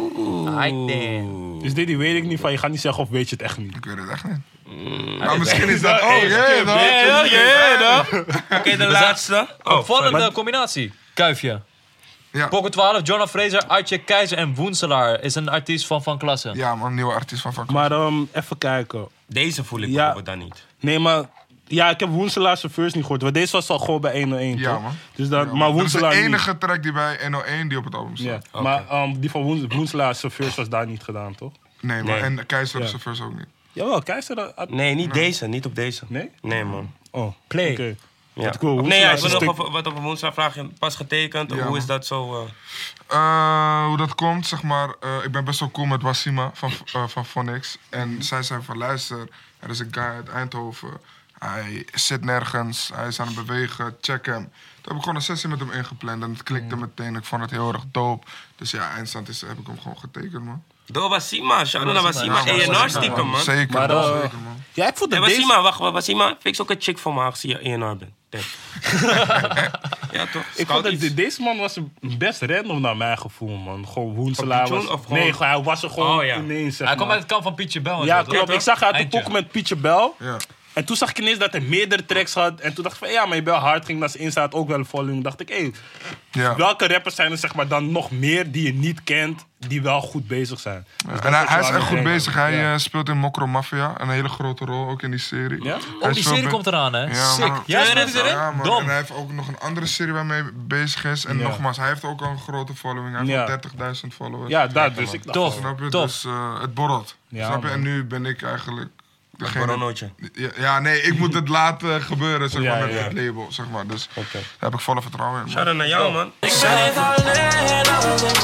Dus dit weet ik niet van, je gaat niet zeggen of weet je het echt niet? Ik weet het echt niet. Maar misschien is dat... Oh, Oké, de laatste. Opvallende combinatie. Kuifje. Ja. Pocket 12, Jonah Fraser, Artje Keizer en Woenselaar is een artiest van Klasse. Ja man, nieuwe artiest van Klasse. Maar even kijken. Deze voel ik bijvoorbeeld dan niet. Nee, maar... Ja, ik heb Woenselaar zijn first niet gehoord. Want deze was al gewoon bij 101, ja, toch? Man. Dus dat, maar Woenselaar dat is de enige track die bij 101 die op het album staat. Ja. Okay. Maar die van Woenselaar zijn first was daar niet gedaan, toch? Nee, maar en Keizer zijn first ook niet. Jawel, Keizer... Nee, niet deze. Niet op deze. Nee? Nee, man. Oh, Play. Okay. Ja. Ik wil nog wat op Woenselaar vragen. Pas getekend? Ja, hoe is dat zo? Hoe dat komt, zeg maar... ik ben best wel cool met Wassima van Phonics. En zij zei van, luister, er is een guy uit Eindhoven... Hij zit nergens, hij is aan het bewegen, check hem. Toen heb ik gewoon een sessie met hem ingepland en het klikte meteen. Ik vond het heel erg dope. Dus ja, eindstand heb ik hem gewoon getekend, man. Door Wassima, shout-out naar Wassima. A&R stiekem, man. Zeker, maar, zeker, man. Ja, ik vond dat Wassima, wacht, Wassima, fix ook een chick voor me aangezien je A&R bent. Ja, toch? Ik vond dat deze man was best random naar mijn gevoel, man. Gewoon Woenselaar was... Nee, hij was er gewoon ineens, zeg maar. Hij kwam uit het kamp van Pietje Bel. Ja, klopt. Ik zag uit de pokken met Pietje Bel. Ja. En toen zag ik ineens dat hij meerdere tracks had. En toen dacht ik van, ja, maar je bent hard. Ging naar zijn Insta ook wel volume. Dacht ik, welke rappers zijn er zeg maar dan nog meer die je niet kent, die wel goed bezig zijn? Ja. Dus en hij is echt goed bezig. Hij speelt in Mokro Mafia. Een hele grote rol, ook in die serie. Ja? Die serie komt eraan, hè? Ja, sick. Ja, speelt hij erin? Ja, man. Dom. En hij heeft ook nog een andere serie waarmee hij bezig is. En nogmaals, hij heeft ook al een grote following. Hij heeft 30.000 followers. Ja, dat dus. Ik dacht, snap je? Tof. Dus het borrelt. Ja, snap je? En nu ben ik eigenlijk... Coronootje. Ja, nee, ik moet het laten gebeuren, zeg maar, met het label, zeg maar. Dus daar heb ik volle vertrouwen in. Shout-out naar jou, man. Ik ben niet alleen, als ik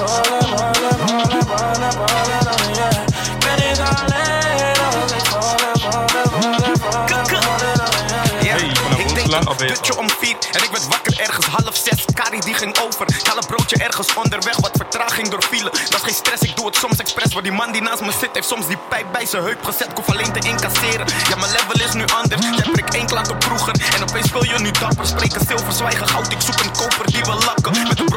ben niet alleen, als ik Dutje om 4 en ik werd wakker ergens 5:30. Kari die ging over, haal een broodje ergens onderweg. Wat vertraging door file, dat is geen stress, ik doe het soms expres. Maar die man die naast me zit heeft soms die pijp bij zijn heup gezet. Ik hoef alleen te incasseren, ja mijn level is nu anders. Jij prikt 1 klant op vroeger en opeens wil je nu dapper. Spreken zilver, zwijgen goud, ik zoek een koper die wil lakken. Met een bronzen tint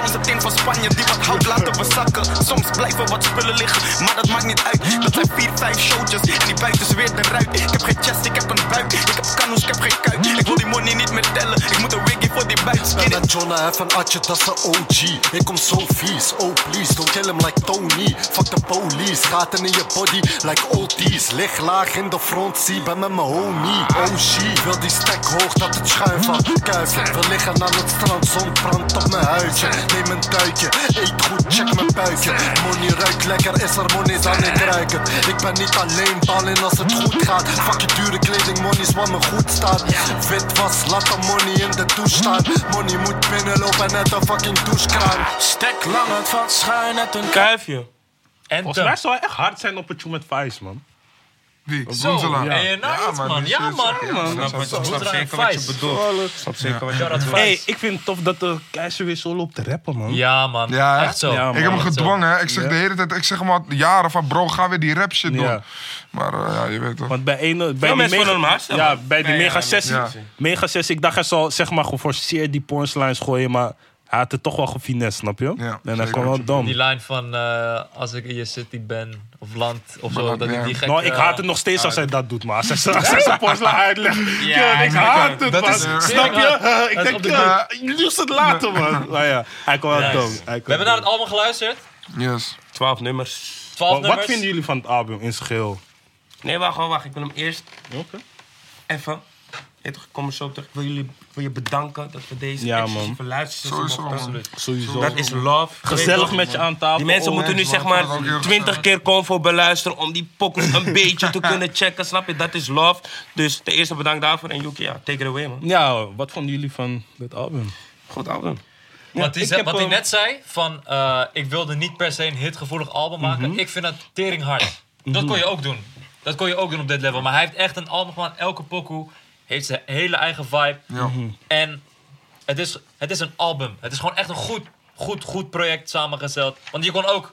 van Spanje die wat hout laten we zakken. Soms blijven wat spullen liggen, maar dat maakt niet uit. Dat zijn 4, 5 showtjes en die buiten is weer eruit. Ik heb geen chest, ik heb een buik. Ik heb kanoes, ik heb geen kuit. Ik wil die money niet meer tellen. Ik moet een wiggy voor die buik. Ben met Jonah, even atje, dat is een OG. Ik kom zo vies, oh please, don't kill him like Tony. Fuck the police, gaten in je body like OT's. Lig laag in de front, zie, ben met mijn homie. Oh shit, wil die stek hoog dat het schuin van kuiven. We liggen aan het strand, zon brandt op mijn huidje. Neem een duikje, eet goed, check mijn buikje. Money ruikt lekker, is er money, dan ik ruik het. Ik ben niet alleen, ballen als het goed gaat. Fuck je dure kleding, money is wat me goed staat. Wit was, laat de money in de douche staan. Money moet binnenlopen, net een fucking douchekraan. Stek lang, het valt schuin, net een Kuifje. En Volgens mij zou hij echt hard zijn op het tune met Vice, man. Wie? Zo, Boenzela. en je nou iets, man. Ja, man. Snap zeker wat je bedoelt. Snap zeker wat je bedoelt. Hey, ik vind het tof dat de Keizer weer solo op te rappen, man. Ja, man. Ja, echt zo. Ja, Ik heb hem Echt zo. gedwongen, hè. Ik zeg de hele tijd, ik zeg hem al jaren van bro, ga weer die rap shit doen. Ja. Maar ja, je weet toch. Want bij die mensen vinden hem hard, ja, man. bij die Ja, mega-sessie. ja. Mega-sessie, ik dacht hij zal zeg maar geforceerd die punchlines gooien, maar hij had het toch wel gefinest, snap je? Ja, en hij zeker. kwam wel dom. Die line van als ik in je city ben of land of zo. Maar Dat ja. ik die gek, Nou, ik haat het nog steeds als hij dat doet, maar als hij zijn punchline uitlegt. Ja, ik haat het, dat man. is- Snap je? Ik Dat is op denk, de- liefst het later, man. Maar ja, hij kwam wel Nice. dom. We hebben naar het album geluisterd. Yes. 12 nummers. 12 Wat nummers. vinden jullie van het album in zijn geheel? Nee, wacht. Ik wil hem eerst Oké. even... Ik kom er zo op terug. Ik wil je bedanken dat we deze Ja, exclusieve luistersessie Sowieso, mochten. man. Sowieso. Dat is love. Gezellig met je aan tafel. Die mensen ook. moeten nu zeg maar 20 keer Convo beluisteren om die pokken een beetje te kunnen checken. Snap je? Dat is love. Dus ten eerste bedankt daarvoor. En Yuki, ja, take it away, man. Ja, wat vonden jullie van dit album? Goed album. Wat ik hij heb, wat hij net zei, van ik wilde niet per se een hitgevoelig album maken. Ik vind dat tering hard. Dat kon je ook doen. Dat kon je ook doen op dit level. Maar hij heeft echt een album gemaakt. Elke pokoe heeft zijn hele eigen vibe. Ja. En het is een album. Het is gewoon echt een goed project samengesteld. Want je kon ook...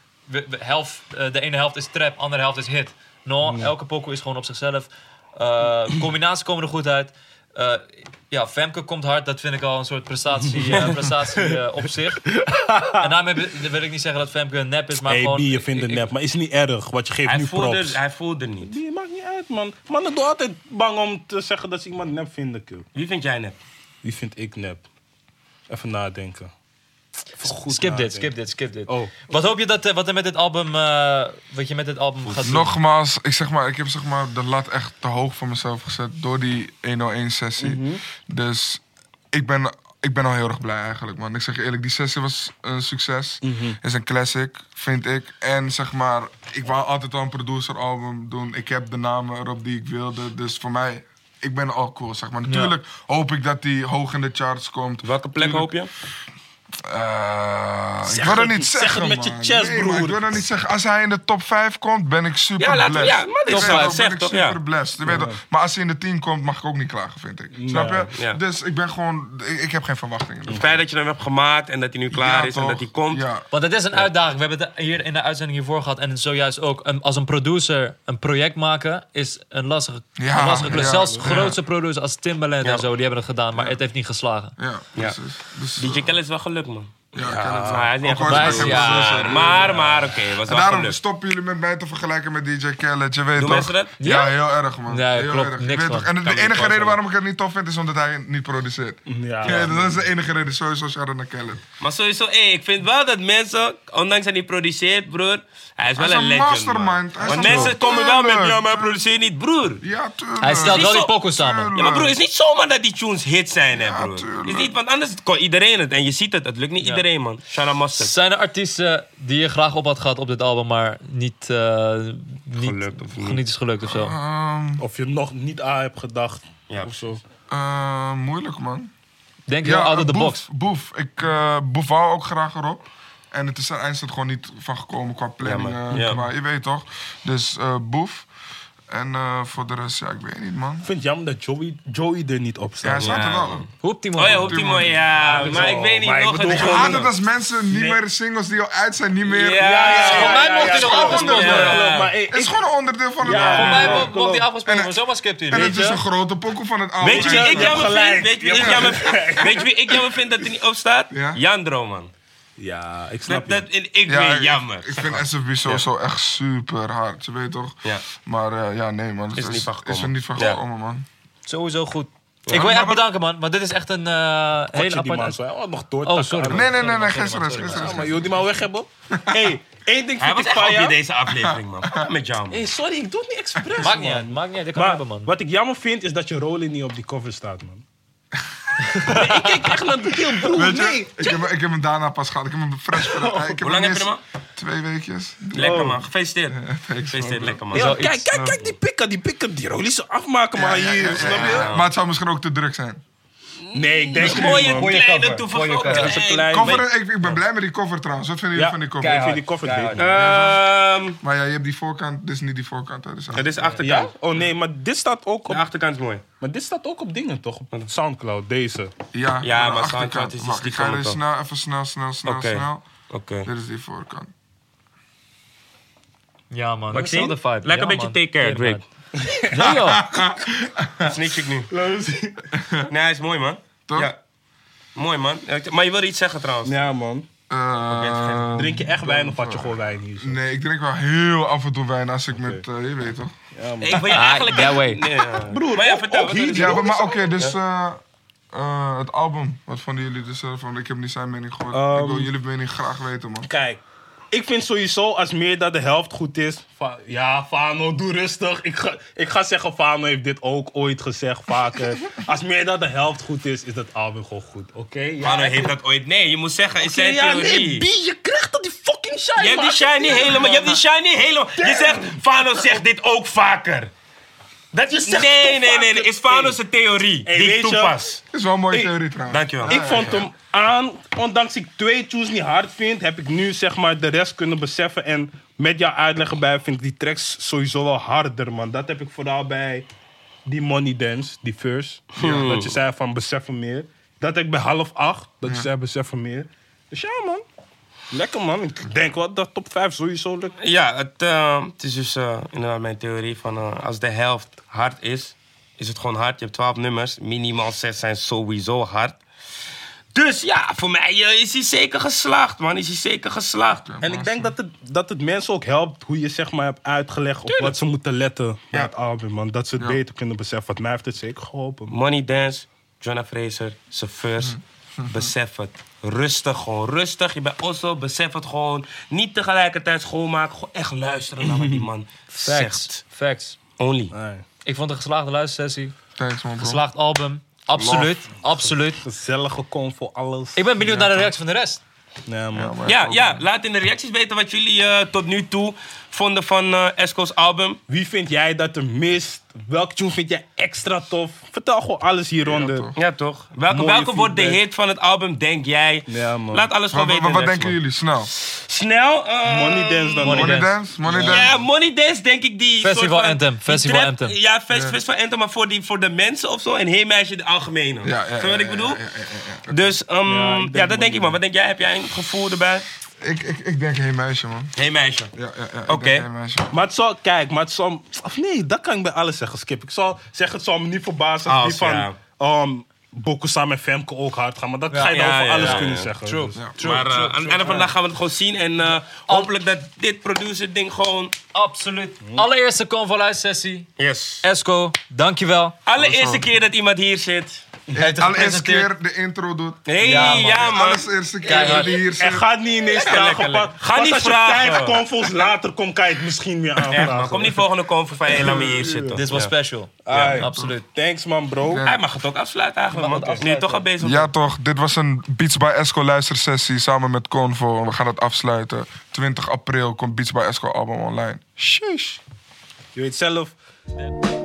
de ene helft is trap, de andere helft is hit. Elke pokoe is gewoon op zichzelf. Combinaties komen er goed uit. Ja, Femke komt hard. Dat vind ik al een soort prestatie op zich. En daarmee wil ik niet zeggen dat Femke een nep is, maar Hey, gewoon... je vindt het nep, maar is niet erg, want je geeft nu props. Hij voelde niet. Die maakt niet uit, man. Mannen doen altijd bang om te zeggen dat ze iemand nep vinden, kill. Wie vind jij nep? Wie vind ik nep? Even nadenken. Even goed Skip nadenken. dit. Oh. Wat hoop je wat er met dit album, wat je met dit album gaat doen? Nogmaals, ik heb zeg maar de lat echt te hoog voor mezelf gezet door die 101-sessie. Dus ik ben al heel erg blij eigenlijk, man. Ik zeg je eerlijk, die sessie was een succes. Is een classic, vind ik. En zeg maar, ik wou altijd al een produceralbum doen. Ik heb de namen erop die ik wilde. Dus voor mij, ik ben al cool, zeg maar. Natuurlijk hoop ik dat die hoog in de charts komt. Welke plek hoop je? Ik wil dat niet zeggen, zeg het met man. je chest, Nee, maar broer. ik wil dat niet zeggen. Als hij in de top 5 komt, ben ik super Ja, laten we- blessed. ja, maar dit is Ik wel weet het ook, ben zegt, ik toch? super Ja. blessed. Je weet toch? Maar als hij in de 10 komt, mag ik ook niet klagen, vind ik. Snap je? Ja. Dus ik ben gewoon... Ik heb geen verwachtingen. Het feit dat je hem hebt gemaakt en dat hij nu klaar Ja, is en toch? dat hij komt. Ja. Want het is een uitdaging. We hebben het hier in de uitzending hiervoor gehad. En zojuist ook, als een producer een project maken, is een lastige klus. ja, Zelfs ja. grootste producers als Timbaland en zo, die hebben het gedaan. Maar het heeft niet geslagen. Ja, precies. Dus, DJ Khaled is wel gelukt, man. ja, ik ken het wel. Maar hij is niet Ook echt al een is het Ja, geen producer. producer. Maar oké, was En wel daarom gelukt. stoppen jullie met mij te vergelijken met DJ Khaled, je weet Doen toch? mensen dat? Ja, heel erg, man. Ja, heel klopt, erg. Je niks weet van. toch? En de Kan me enige niet reden waarom ik het niet tof vind, is omdat hij niet produceert. Ja. Ja, dat is de enige reden. Sowieso shout-out naar Khaled. Maar sowieso, ik vind wel dat mensen, ondanks dat hij produceert, broer, hij is wel Hij is een een legend, mastermind. man. Hij is Want een mensen komen wel met, tuurlijk. ja, maar hij produceert niet, broer. Ja, tuurlijk. Hij stelt wel die zo- pokoes samen. Ja, maar broer, het is niet zomaar dat die tunes hits zijn, hè, Ja, broer. tuurlijk. Is niet, want anders kon iedereen het. En je ziet het lukt niet iedereen, man. Shout out Mustard. Zijn er artiesten die je graag op had gehad op dit album, maar niet Gelukt of niet? niet is gelukt of zo? Of je nog niet aan hebt gedacht. Ja. Of zo. Moeilijk, man. Denk je wel out of the box? Boef. Boef wou ook graag erop. En het is er eindelijk gewoon niet van gekomen qua planning. Ja, man. Qua, je weet toch. Dus Boef. En voor de rest, ja, ik weet niet, man. Ik vind het jammer dat Joey er niet op Ja, staat. hij staat er wel. Hoep die Oh ja, hoeft hij mooi, ja. Maar ik weet niet Maar ik nog bedoel het gewoon- Haat het als mensen niet meer singles die al uit zijn, niet meer... Voor mij mocht hij nog afgespeeld worden. Ja. Maar Het is gewoon een onderdeel van het Ja. Voor album. mij Ja, mocht hij klopt. afgespeeld worden, zomaar skipt hij. En Weet het is je? een grote pokoe van het album. Weet je wie ik jammer vind? gelijk. Weet je wie ik jammer vind dat hij niet op staat? Ja? Jandro, man. Ja, ik snap Ik ben jammer. Ik vind SFB sowieso echt super hard, je weet toch? Ja. Maar nee man, Is er niet van gekomen. Is er niet van gekomen man. Sowieso goed. Ik wil je echt bedanken, man. Want dit is echt een hele aparte... nog door. Oh, sorry. Nee, geen stress. Maar je wil die maar weg hebben? Hey, één ding Hij vind was ik echt van op je jou. deze aflevering, man. Met jou, man. Hey, sorry, ik doe het niet expres, Maakt niet man. uit, maakt niet uit. Ik kan Maar hebben, man. wat ik jammer vind, is dat je Rolling niet op die cover staat, man. Nee, ik kijk echt naar de kill, broer. Weet je, Nee. ik heb hem daarna pas gehad. Ik heb hem fresh gedaan. Hoe lang heb je hem al? 2 weekjes. Lekker, man. Gefeliciteerd. Gefeliciteerd, lekker, man. Ja, kijk die pikken. Die Rolling ze afmaken, man, hier. Snap je? Maar het zou misschien ook te druk zijn. Nee, ik denk Dat is mooie, man. kleine toevoeging. Dat is een klein... Cover, ik ben blij met die cover trouwens. Wat vinden jullie van die cover? Ik vind die cover beter. Maar ja, je hebt die voorkant, dit is niet die voorkant. Hè, dus Het is achterkant. Ja? Oh nee, maar dit staat ook op... De achterkant is mooi. Maar dit staat ook op dingen, toch? Op Soundcloud, deze. Ja, maar de Soundcloud achterkant. is Wacht, die ik ga er kant op. snel, even snel. Oké. Dit is die voorkant. Ja, man. Mag ik zien? Hetzelfde vibe. Lijkt een Ja, beetje man. Take Care, Drake. Nee, joh. Snitch ik nu. Nee, hij is mooi, man. Toch? Ja. Mooi, man. Maar je wilde iets zeggen, trouwens. Ja, man. Drink je echt wijn of had je gewoon wijn hier? Nee, ik drink wel heel af en toe wijn als ik met, je weet toch? Ja, man. Ik wil je eigenlijk... that way. Nee, Broer, maar ja, vertel. Wat is Ja, maar oké, dus het album. Wat vonden jullie dus ervan? Ik heb niet zijn mening gehoord. Ik wil jullie mening graag weten, man. Kijk, ik vind sowieso als meer dan de helft goed is... Ja, Fano, doe rustig. Ik ga zeggen, Fano heeft dit ook ooit gezegd, vaker. Als meer dan de helft goed is dat album gewoon goed, oké? Ja, Fano heeft dat ooit... Nee, je moet zeggen, is zijn ja, theorie. nee, B, je krijgt dat die fucking shine, Je hebt die shine niet helemaal. Je hebt die shine niet helemaal. Je zegt, Fano zegt dit ook vaker. Dat je zegt Nee. Is Fano zijn theorie die weet ik je- toepas. Is wel een mooie theorie trouwens. Dankjewel. Ik vond hem aan, ondanks ik 2 tunes niet hard vind, heb ik nu zeg maar de rest kunnen beseffen. En met jouw uitleg erbij vind ik die tracks sowieso wel harder, man. Dat heb ik vooral bij die Money Dance, die verse. Dat je zei van beseffen meer. Dat heb ik bij 7:30, dat je zei beseffen meer. Dus ja, man. Lekker, man. Ik denk wel dat top 5 sowieso lukt. Ja, het is dus inderdaad mijn theorie van als de helft hard is het gewoon hard. Je hebt 12 nummers, minimaal 6 zijn sowieso hard. Dus ja, voor mij is hij zeker geslaagd, man. Is hij zeker geslaagd. En ik denk dat het mensen ook helpt hoe je zeg maar hebt uitgelegd op wat ze moeten letten bij het album, man. Dat ze het beter kunnen beseffen. Wat mij heeft het zeker geholpen, man. Money Dance, Jonah Fraser, zijn first. Besef het. Rustig, gewoon rustig. Je bent Oslo, besef het gewoon. Niet tegelijkertijd schoonmaken. Gewoon echt luisteren naar wat die man zegt. Facts. Only. Ik vond het een geslaagde luistersessie. Thanks, man, bro. Geslaagd album. Absoluut. Gezellige kom voor alles. Ik ben benieuwd naar de reactie van de rest. Ja, man. Ja, laat in de reacties weten wat jullie tot nu toe vonden van Esco's album. Wie vind jij dat er mist? Welke tune vind jij extra tof? Vertel gewoon alles hieronder. Ja, toch? Welke wordt de hit van het album, denk jij? Ja, man. Laat alles gewoon weten. Wat denken jullie? Snel. Snel? Money Dance dan. Money Dance? Ja, Money Dance denk ik die... Festival soort van- Anthem, die Festival trap- Anthem. Ja, Festival Anthem, maar voor de mensen of zo. En Hey Meisje de algemene. Ja, Snap je wat ik bedoel? ja. Dus, dat denk ik, man. Wat denk jij? Heb jij een gevoel erbij? Ik denk Hey Meisje, man. Hey Meisje. Ja. Oké. Hey Meisje. Maar het zal, kijk, maar het zal... Of nee, dat kan ik bij alles zeggen, Skip. Ik zal zeggen, het zal me niet verbazen als die ja. van... Bokusam en Femke ook hard gaan. Maar dat ga je dan over alles kunnen zeggen. True. Dus. Maar aan het einde van de dag gaan we het gewoon zien. En hopelijk dat dit producer ding gewoon... Absoluut. Allereerste Convo luistersessie. Yes. Esco, dankjewel. Allereerste keer dat iemand hier zit. Allereerste keer de intro doet. Hey, Ja, man. ja, man. Allereerste keer dat hij hier En zit. ga niet ineens vragen. Ga Pas niet als je vragen. 5 convo's later komt, kan je het misschien weer Echt, aanvragen. man. Kom die volgende convo van je, laat me hier zitten. Dit was special. Ai, Absoluut. Thanks, man, bro. Hij mag het ook afsluiten eigenlijk, man. Nu je toch al bezig bent. Ja toch, dit was een Beats by Esco luistersessie samen met Convo. We gaan het afsluiten. 20 april komt Beats by Esco album online. Sheesh. Je weet zelf.